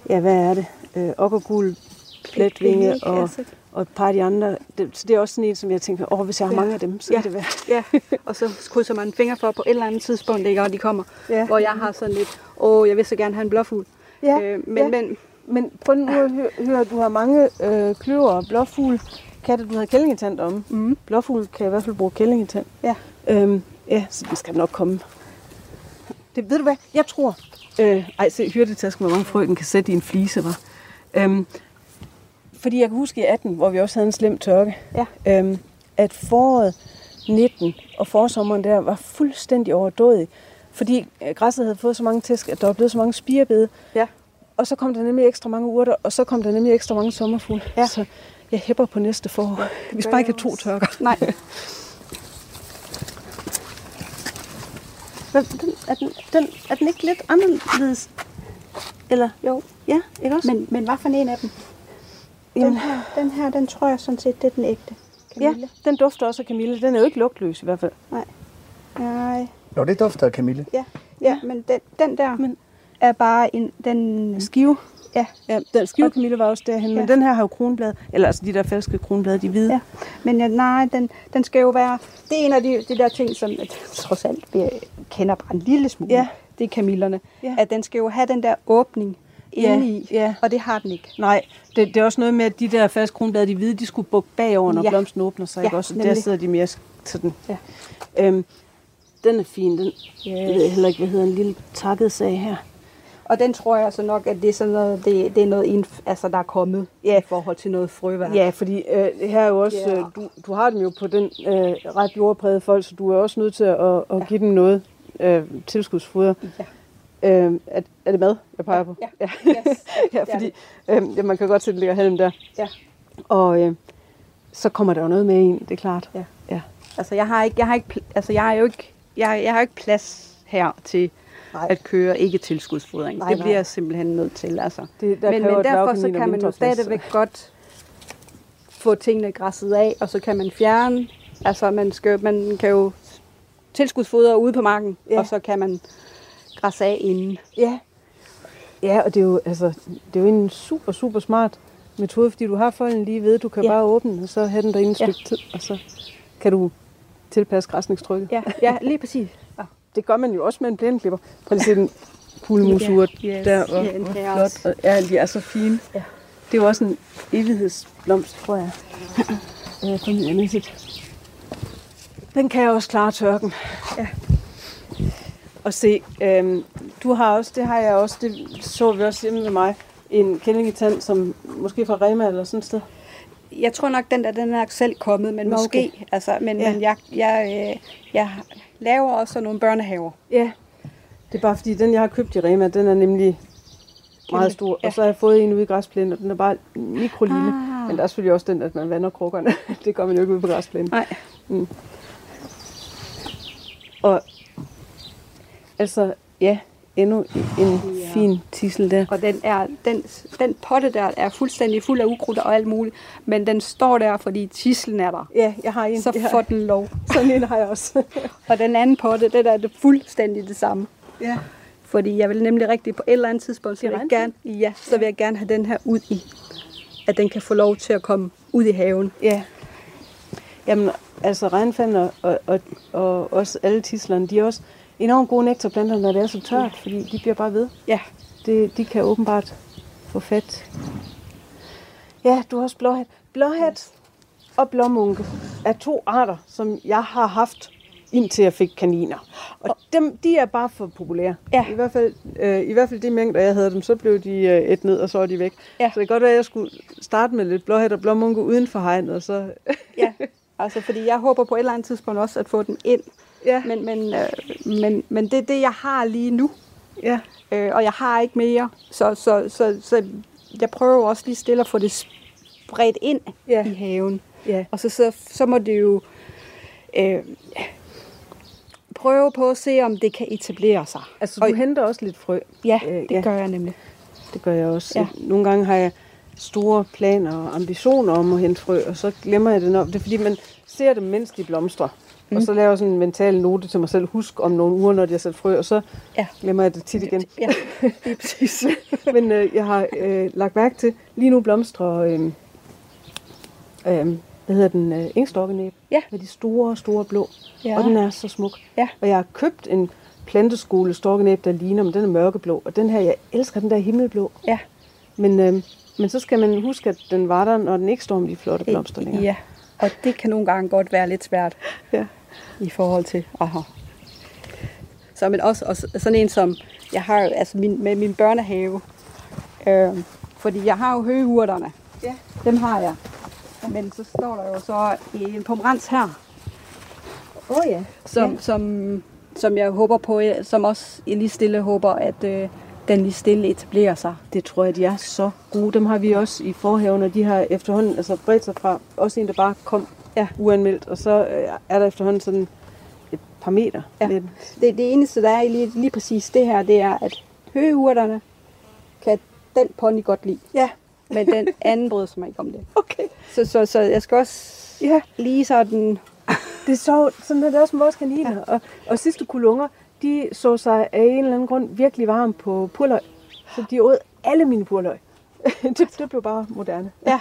ja, hvad er det? Øh, okkergul, pletvinge og, og et par af de andre. Det, så det er også sådan en, som jeg tænker, åh, hvis jeg har ja. mange af dem, så ja. kan det være. Ja, og så krydser man fingre for på et eller andet tidspunkt, ikke, og de kommer. Ja. Hvor jeg har sådan lidt, åh, jeg vil så gerne have en blåfugl. Ja, øh, men, ja. men, men prøv nu at høre, hør, du har mange øh, kløver og blåfugl. Katte, du havde kællingetand om. Mm. Blåfugl kan i hvert fald bruge kællingetand. Ja. Øhm, ja, så den skal nok komme. Det, ved du hvad? Jeg tror... Øh, ej, se, hyrdetasken, hvor mange frø den kan sætte i en flise, var. Øhm, fordi jeg kan huske i atten, hvor vi også havde en slem tørke, ja. øhm, at foråret nitten og forsommeren der var fuldstændig overdådig. Fordi græsset havde fået så mange tæsk, at der var blevet så mange spirebede. Ja. Og så kom der nemlig ekstra mange urter, og så kom der nemlig ekstra mange sommerfugle. Ja. Så jeg hæpper på næste forår. Vi skal bare ikke have to tørker. Nej. Den, er, den, den, er den ikke lidt anderledes? Eller? Jo. Ja, ikke også? Men, men hvad for en af dem? Den her, den her, den tror jeg sådan set, det er den ægte. Kamille. Ja, den dufter også af kamille. Den er jo ikke lugtløs i hvert fald. Nej. Nej. Jo, det dufter af kamille. Ja, ja, men den, den der men, er bare en... Den skive. Ja. Ja, den skive kamille var også derhen, ja. Men den her har jo kronblad. Eller altså de der falske kronblade, de hvide. Ja, men ja, nej, den, den skal jo være... Det er en af de, de der ting, som at, trods alt vi kender bare en lille smule. Ja. Det er kamillerne. Ja. At den skal jo have den der åbning ja. inde i, ja. og det har den ikke. Nej, det, det er også noget med, at de der falske kronblade, de hvide, de skulle bukke bagover, når ja. blomsten åbner sig. Ja, ikke også? Der sidder de mere sådan. Ja. Øhm, den er fin. Den, yes. Jeg ved heller ikke, hvad hedder en lille takket sag her. Og den tror jeg så nok, at det er sådan noget, det, det er noget, altså, der er kommet ja. i forhold til noget frøværk. Ja, fordi øh, her er jo også, yeah. øh, du, du har dem jo på den øh, ret jordprægede folk, så du er også nødt til at, at, at ja. give dem noget øh, tilskudsfoder. Ja. Øh, er, er det mad, jeg peger på? Ja, ja. Yes. ja fordi øh, ja, man kan godt se, at det ligger halm der. Ja. Og øh, så kommer der jo noget med ind, det er klart. Ja. Ja. Altså jeg har ikke, jeg har ikke, altså jeg har jo ikke, jeg, jeg har ikke plads her til nej. at køre ikke tilskudsfodring. Nej, det bliver jeg simpelthen nødt til. Altså. Det, men, men derfor så kan man jo stadigvæk godt få tingene græsset af, og så kan man fjerne. Altså man, skal, man kan jo tilskudsfodre ude på marken, ja. og så kan man græsse af inden. Ja. Ja, og det er jo altså det er jo en super super smart metode, fordi du har folden lige ved, du kan ja. bare åbne og så have den derinde et stykke ja. tid, og så kan du tilpasse græsningstrykket. Ja, ja, lige præcis. Ja. Det gør man jo også med en plæneklipper. Prøv lige at se den kulemusurt yes. der, og, ja, og flot. Og, ja, de er så fine. Ja. Det er jo også en evighedsblomst, tror jeg. øh, familiemæssigt. Den kan jeg også klare tørken. Ja. Og se, øhm, du har også, det har jeg også, det så vi også hjemme med mig, en kællingetand, som måske fra Rema eller sådan et sted. Jeg tror nok, den der, den er selv kommet, men Nå, måske. Okay. Altså, men ja. men jeg, jeg, øh, jeg laver også nogle børnehaver. Ja, det er bare fordi, den jeg har købt i Rema, den er nemlig Kæmpe. meget stor. Ja. Og så har jeg fået en ude i græsplænen, og den er bare mikrolille. Ah. Men der er selvfølgelig også den, at man vander krukkerne. Det gør man jo ikke ude på græsplænen. Nej. Mm. Og altså, ja, endnu en ja. fin tidsel der. Og den, er, den, den potte der er fuldstændig fuld af ukrudt og alt muligt, men den står der, fordi tidslen er der. Ja, jeg har en. Så har... får den lov. Sådan en har jeg også. Og den anden potte, det der er det fuldstændig det samme. Ja. Fordi jeg vil nemlig rigtig på et eller andet tidspunkt, så vil jeg gerne, ja, så vil jeg gerne have den her ud i, at den kan få lov til at komme ud i haven. Ja. Jamen, altså regnfanden og, og, og også alle tidslerne, de er også enormt gode nektarplanter, når det er så tørt, ja. fordi de bliver bare ved. Ja. Det, de kan åbenbart få fat. Ja, du har også blåhat. Blåhat og blåmunke er to arter, som jeg har haft, indtil jeg fik kaniner. Og dem, de er bare for populære. Ja. I hvert fald, øh, i hvert fald de mængder, jeg havde dem, så blev de øh, et ned, og så er de væk. Ja. Så det kan godt være, at jeg skulle starte med lidt blåhat og blåmunke uden for hegnet, og så... ja, altså fordi jeg håber på et eller andet tidspunkt også at få dem ind. Ja. Men, men, øh, men, men det er det, jeg har lige nu. Ja. Øh, og jeg har ikke mere. Så, så, så, så jeg prøver også lige stille at få det spredt ind ja. i haven. Ja. Og så, så, så må det jo øh, prøve på at se, om det kan etablere sig. Altså, du og, henter også lidt frø? Ja, det øh, ja. gør jeg nemlig. Det gør jeg også. Ja. Nogle gange har jeg store planer og ambitioner om at hente frø, og så glemmer jeg det nok. Det er fordi, man ser dem, mens de blomstrer. Mm. Og så laver jeg sådan en mental note til mig selv. Husk om nogle uger, når jeg sætter frø, og så ja. glemmer jeg det tit igen. Ja, det er præcis. Men øh, jeg har øh, lagt mærke til, lige nu blomstrer, øh, øh, hvad hedder den, øh, engstokkenæb. Ja. Med de store, store blå. Ja. Og den er så smuk. Ja. Og jeg har købt en planteskole stokkenæb, der ligner, men den er mørkeblå. Og den her, jeg elsker den der himmelblå. Ja. Men, øh, men så skal man huske, at den var der, når den ikke står med de flotte blomster længere. Ja, og det kan nogle gange godt være lidt svært ja. i forhold til. Aha. Så men også, også sådan en som, jeg har jo altså min, med min børnehave, øh, fordi jeg har jo høgeurterne. Ja. Dem har jeg. Men så står der jo så en pomerans her. Åh oh, ja. Som, ja. som, som jeg håber på, som også lige stille håber, at øh, den lige stille etablerer sig. Det tror jeg, de er så gode. Dem har vi også i forhaven, og de har efterhånden altså bredt sig fra. Også en, der bare kom ja. uanmeldt, og så øh, er der efterhånden sådan et par meter. Ja. Det, det eneste, der er i lige, lige præcis det her, det er, at høgeurterne kan den pony godt lide. Ja. Men den anden bryder sig mig ikke om det. Okay. Så, så, så jeg skal også ja. lige sådan... Det er så, sådan er det også med vores kaniner. Ja. Og, og sidste kulunger, de så sig af en eller anden grund virkelig varme på purløg. Så de åd alle mine purløg. det, det blev bare moderne. Ja.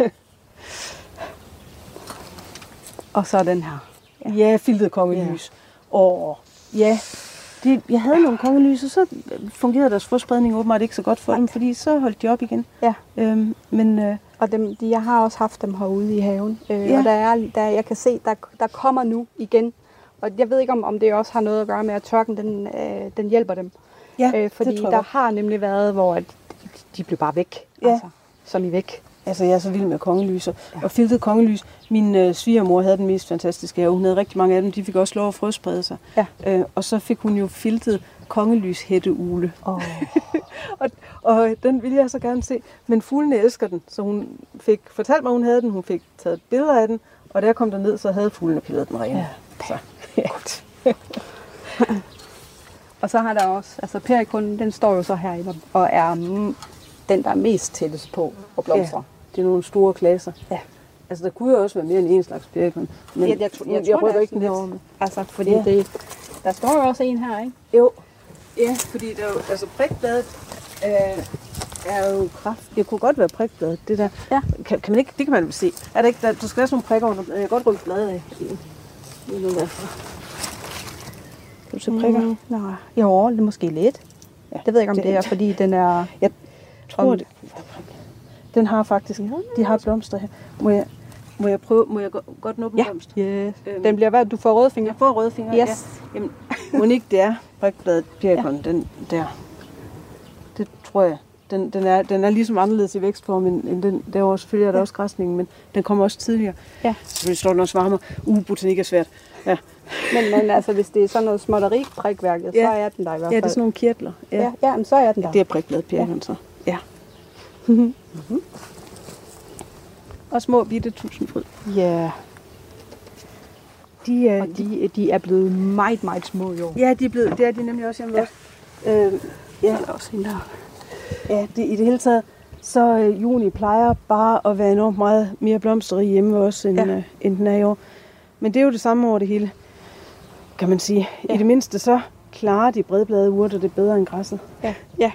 Og så den her. Ja, ja filtet kongelys. Ja. Og ja, de, jeg havde nogle kongelys, og så fungerede deres frøspredning åbenbart ikke så godt for Nej. dem, fordi så holdt de op igen. Ja. Øhm, men, øh, og dem, de, jeg har også haft dem herude i haven. Øh, ja. Og der er, der, jeg kan se, der, der kommer nu igen. Og jeg ved ikke, om, om det også har noget at gøre med, at tørken den, øh, den hjælper dem. Ja, øh, fordi det tror jeg der godt. har nemlig været, hvor at de blev bare væk. Ja. Altså, som i væk. Altså, jeg er så vild med kongelyser. Ja. Og filtet kongelys. Min øh, svigermor havde den mest fantastiske have. Hun havde rigtig mange af dem. De fik også lov at frøsprede sig. Ja. Øh, og så fik hun jo filtet kongelys-hætteugle. Oh. og, og den ville jeg så gerne se. Men fuglene elsker den. Så hun fik fortalt mig, hun havde den. Hun fik taget billeder af den. Og da jeg kom derned, så havde fuglene pillet den rene. Ja. Så, ja. Og så har der også, altså perikunden, den står jo så herinde og er mm, den, der er mest tættest på og blomstrer. Ja, det er nogle store klasser. Ja. Altså, der kunne jo også være mere end en slags perikon. Men jeg, jeg, jeg, jeg, jeg tror, rykker ikke den herovre med. Altså, fordi ja. det, der står jo også en her, ikke? Jo. Ja, fordi der jo, altså prikbladet øh, er jo kraft. Det kunne godt være prikbladet, det der. Ja. Kan, kan man ikke, det kan man jo se. Er der ikke, der, der skal være sådan nogle prikker under. Jeg kan godt rykke bladet af. Lige nu derfra. Kan du se prikker? Mm, nej. Jo, det er måske lidt. Ja, det ved jeg ikke, om det, det er, fordi den er... Jeg tror, om, det, den har faktisk... De har blomster her. Må jeg, må jeg prøve? Må jeg godt nå en ja. blomst? Yes. Øhm, den bliver hvad? Du får røde fingre? Jeg får røde fingre, yes. ja. Jamen, Monique, det er prikbladet perikon, ja. Den der. Det tror jeg. Den, den, er, den er ligesom anderledes i vækstform end, end den. Derovre selvfølgelig er der ja. også græsningen, men den kommer også tidligere. Ja. Selvfølgelig står den også varmere. Uh, botanik er svært. Ja. Men, men altså, hvis det er sådan noget småtteri-prikværket, ja. så er den der i hvert fald. Ja, det er sådan nogle kirtler. Ja, ja, ja men så er den der. Det er prikbladet perikon, ja. så. Ja. Mm-hmm. Og små bitte tusindfryd. Ja. De er, og de, de er blevet meget, meget små jo. Ja, de er blevet, det er de nemlig også hjemme ja. også. Øh, ja, der er også en der. Ja, det, i det hele taget, så øh, juni plejer bare at være enormt meget mere blomsterrig hjemme også, end, ja. øh, end den er i år. Men det er jo det samme over det hele, kan man sige. Ja. I det mindste så klarer de bredbladede urter det bedre end græsset. Ja. Ja.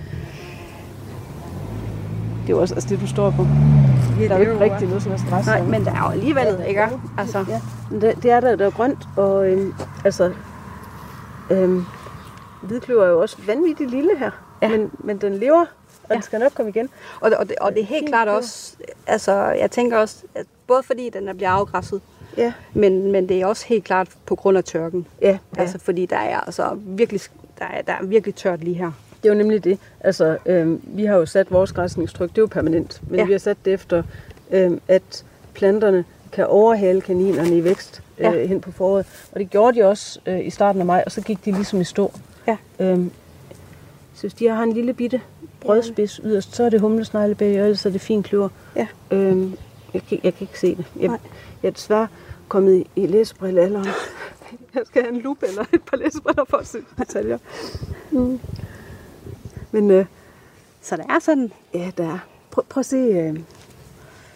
Det er jo også altså det, du står på. Ja, der er jo ikke rigtig noget, som er stress. Nej, men der er jo alligevel, ja, ikke? Altså. Ja, det, det er der, der er grønt, og øhm, altså, øhm, hvidkløver er jo også vanvittigt lille her, ja. men, men den lever, og ja. den skal nok komme igen. Og det, og det, og det er helt klart også, altså jeg tænker også, at både fordi den er bliver afgræsset, ja. men, men det er også helt klart på grund af tørken. Ja. Altså fordi der er altså virkelig, der er, der er virkelig tørt lige her. Det er jo nemlig det. Altså, øhm, vi har jo sat vores græsningstryk, det er jo permanent, men ja. vi har sat det efter, øhm, at planterne kan overhale kaninerne i vækst øh, ja. hen på foråret. Og det gjorde de også øh, i starten af maj, og så gik de ligesom i stå. Ja. Øhm, så hvis de har en lille bitte brødspids yderst, så er det humlesneglebæg, og ellers er det fin kløver. Ja. Øhm, jeg, kan, jeg kan ikke se det. Jeg, jeg er desværre kommet i, i læsebrillealderen. Jeg skal have en lupe eller et par læsebriller for at se detaljer. Mm. Men, øh, så der er sådan? Ja, der er. Prøv, prøv at se. Øh,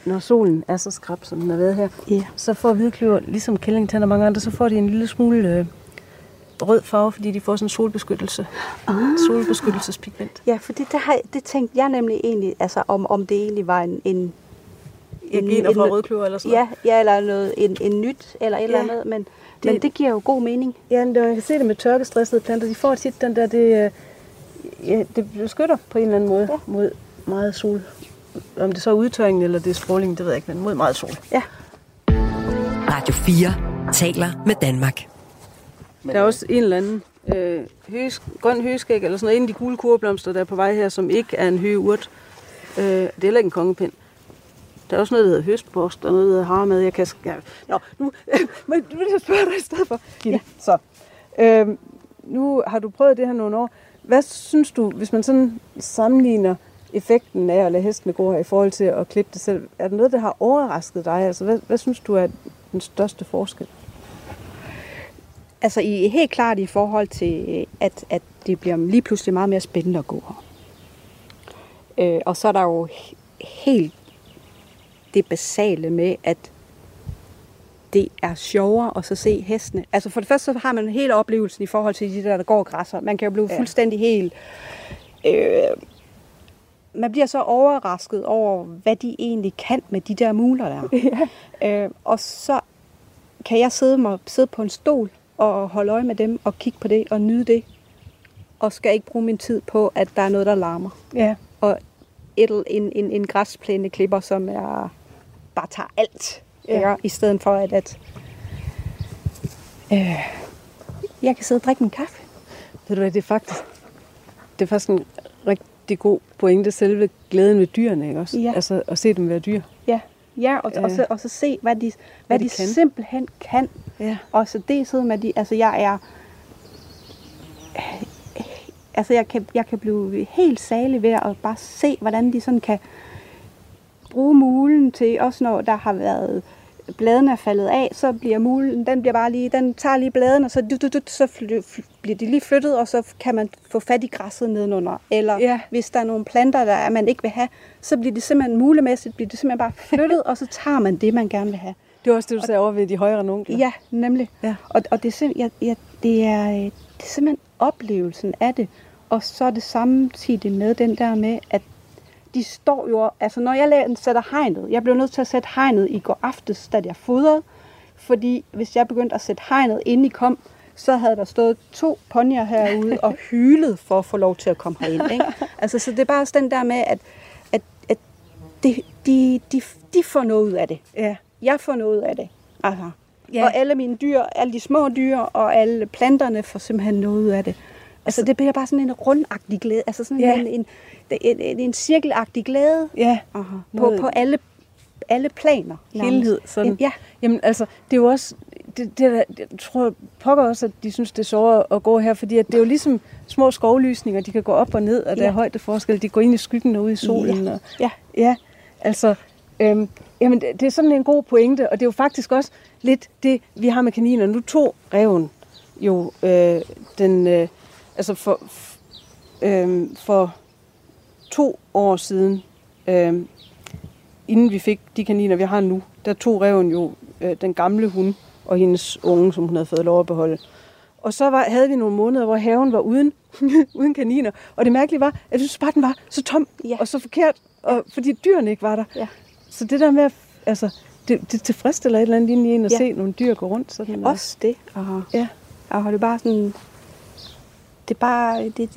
når solen er så skrab, som den har været her, Ja. så får hvidkløver, ligesom kællingtand og mange andre, så får de en lille smule øh, rød farve, fordi de får sådan en solbeskyttelse. Ah. Solbeskyttelsespigment. Ja, for det, det, har, det tænkte jeg nemlig egentlig, altså om, om det egentlig var en... en Ja, gener fra rødkløver eller sådan noget. Ja, ja eller noget, en, en nyt eller et eller Ja. andet, men det, Det- men det giver jo god mening. Ja, men det, jeg kan se det med tørkestressede planter. De får tit den der, det, øh, ja, det beskytter på en eller anden måde ja. mod meget sol. Om det så er udtørringen eller det er stråling, det ved jeg ikke, men mod meget sol. Ja. Radio fire taler med Danmark. Men der er også en eller anden øh, høs, grøn høskæg, eller sådan noget, en af de gule kurblomster, der er på vej her, som ikke er en høgeurt. Øh, det er heller ikke en kongepind. Der er også noget, der hedder høstpost, og noget, der hedder harmad. Jeg kan... Ja. Nå, nu, men nu vil jeg spørge dig i stedet for. Ja. Så, øh, nu har du prøvet det her nogle år. Hvad synes du, hvis man sådan sammenligner effekten af at lade hestene gå her i forhold til at klippe det selv? Er der noget, der har overrasket dig? Altså, hvad, hvad synes du er den største forskel? Altså i, helt klart i forhold til, at, at det bliver lige pludselig meget mere spændende at gå her. Øh, og så er der jo helt det basale med, at det er sjovere at så se hestene. Altså for det første så har man hele oplevelsen i forhold til de der, der går græsser. Man kan jo blive ja. fuldstændig helt... Øh, man bliver så overrasket over, hvad de egentlig kan med de der muler der. Ja. Øh, og så kan jeg sidde, mig, sidde på en stol og holde øje med dem og kigge på det og nyde det. Og skal ikke bruge min tid på, at der er noget, der larmer. Ja. Og et, en, en, en græsplæneklipper, som er, bare tager alt. Ja. I stedet for, at, at øh, jeg kan sidde og drikke min kaffe. Ved du hvad, det er faktisk, det er faktisk en rigtig god pointe, selve glæden ved dyrene, ikke også? Ja. Altså at se dem være dyr. Ja, ja og, Ja. og, så, og så se, hvad de, hvad Hvad de, de kan. simpelthen kan. Ja. Og så det sidder med de, altså jeg er, altså jeg kan, jeg kan blive helt salig ved at bare se, hvordan de sådan kan bruge mulen til, også når der har været bladene er faldet af, så bliver mulen, den bliver bare lige, den tager lige bladene, og så, du, du, du, så fly, fly, bliver de lige flyttet, og så kan man få fat i græsset nedenunder. Eller Ja. hvis der er nogle planter, der man ikke vil have, så bliver det simpelthen mulemæssigt, bliver det simpelthen bare flyttet, og så tager man det, man gerne vil have. Det er også det, du sagde over ved de højere onkler. Ja, nemlig. Ja. Og, og det, er sim- ja, ja, det, er, øh, det er simpelthen oplevelsen af det. Og så er det samtidig med den der med, at de står jo... Altså, når jeg la- sætter hegnet... Jeg blev nødt til at sætte hegnet i går aftes, da jeg fodrede. Fordi hvis jeg begyndte at sætte hegnet ind i kom, så havde der stået to ponyer herude og hylet for at få lov til at komme herind. Ikke? Altså, så det er bare også den der med, at, at, at de, de, de, de får noget ud af det. Ja. Jeg får noget ud af det. Altså. Ja. Og alle mine dyr, alle de små dyr og alle planterne får simpelthen noget ud af det. Altså det bliver bare sådan en rundagtig glæde, altså sådan Ja. en, en, en, en, en cirkelagtig glæde Ja. Aha. på, Noget- på alle, alle planer. nærmest. Helhed. Sådan. Ja, Jamen altså, det er jo også, det, det der, jeg tror pokker også, at de synes, det er sjovere at gå her, fordi at det er jo ligesom små skovlysninger, de kan gå op og ned, og der Ja. er højdeforskel, de går ind i skyggen og ud i solen. Ja. Og, Ja. ja, altså, øhm, jamen det, det er sådan en god pointe, og det er jo faktisk også lidt det, vi har med kaniner. Nu tog ræven jo øh, den, øh, altså for, f, øh, for to år siden, øh, inden vi fik de kaniner, vi har nu, der tog ræven jo øh, den gamle hund og hendes unge, som hun havde fået lov at beholde. Og så var, havde vi nogle måneder, hvor haven var uden, uden kaniner. Og det mærkelige var, at jeg synes bare, den var så tom Ja. og så forkert, og, fordi dyrene ikke var der. Ja. Så det der med, altså, det, det tilfredsstiller et eller andet inde i en at Ja. se nogle dyr gå rundt. Sådan der. også det. Aha. Ja. Og det er bare sådan, det er bare, det,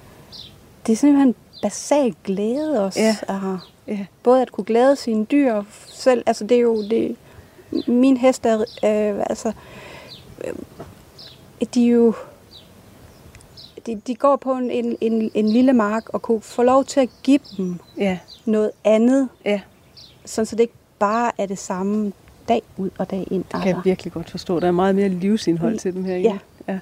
det er simpelthen basal glæde også. Ja. Aha. Ja. Både at kunne glæde sine dyr selv, altså det er jo, det, min hest er, øh, altså, øh, de er jo, de, de går på en, en, en, en lille mark og kunne få lov til at give dem Ja. noget andet, Ja. sådan så det ikke bare er det samme dag ud og dag ind. Det kan jeg virkelig godt forstå. Der er meget mere livsindhold Mm. til dem herinde. Ja. Ja.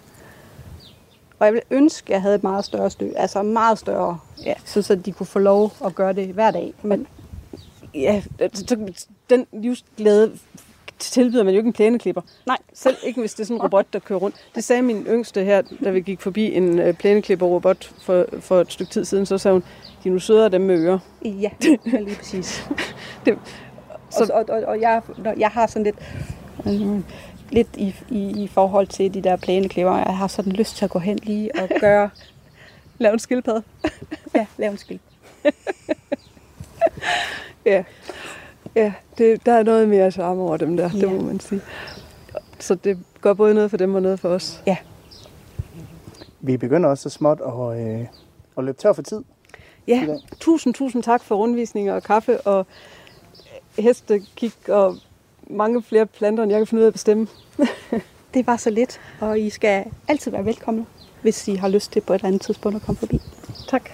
Og jeg ville ønske, at jeg havde et meget større stø, altså meget større, ja, så de kunne få lov at gøre det hver dag. Men Ja, så den livsglæde tilbyder man jo ikke en plæneklipper. nej, Selv ikke, hvis det er sådan en robot, der kører rundt. Det sagde min yngste her, da vi gik forbi en øh, plæneklipper-robot for, for et stykke tid siden. Så sagde hun, de er nu sødere dem med ører. ja, lige præcis. Det, Så, og, og, og jeg, jeg har sådan lidt, øh, lidt i, i, i forhold til de der plæneklippere, jeg har sådan lyst til at gå hen lige og gøre... Lave en skildpadde. Ja, lave en skildpadde. Ja, ja det, der er noget mere charme over dem der, ja. Det må man sige. Så det gør både noget for dem og noget for os. Ja. Vi begynder også så småt at, øh, at løbe tør for tid. Ja, tusind, tusind tak for rundvisninger og kaffe og hestekig og mange flere planter, end jeg kan finde ud af at bestemme. Det var så lidt, og I skal altid være velkomne, hvis I har lyst til på et eller andet tidspunkt at komme forbi. Tak.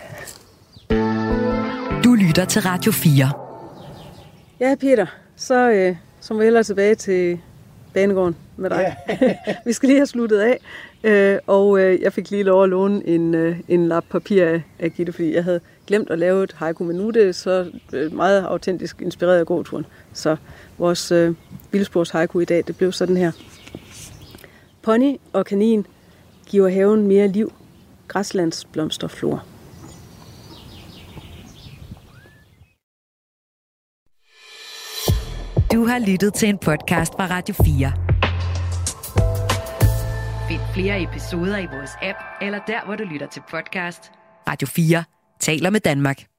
Du lytter til Radio fire. Ja, Peter, så, øh, så må vi hellere tilbage til banegården med dig. Ja. Vi skal lige have sluttet af, øh, og øh, jeg fik lige lov at låne en, øh, en lap papir af, af Gitte, fordi jeg havde glemt at lave et haiku, men nu er det så øh, meget autentisk inspireret af gåturen. Så vores øh, vildspors haiku i dag, det blev sådan her. Pony og kanin giver haven mere liv, græslands blomsterflor. Du har lyttet til en podcast fra Radio fire. Find flere episoder i vores app, eller der, hvor du lytter til podcast. Radio fire taler med Danmark.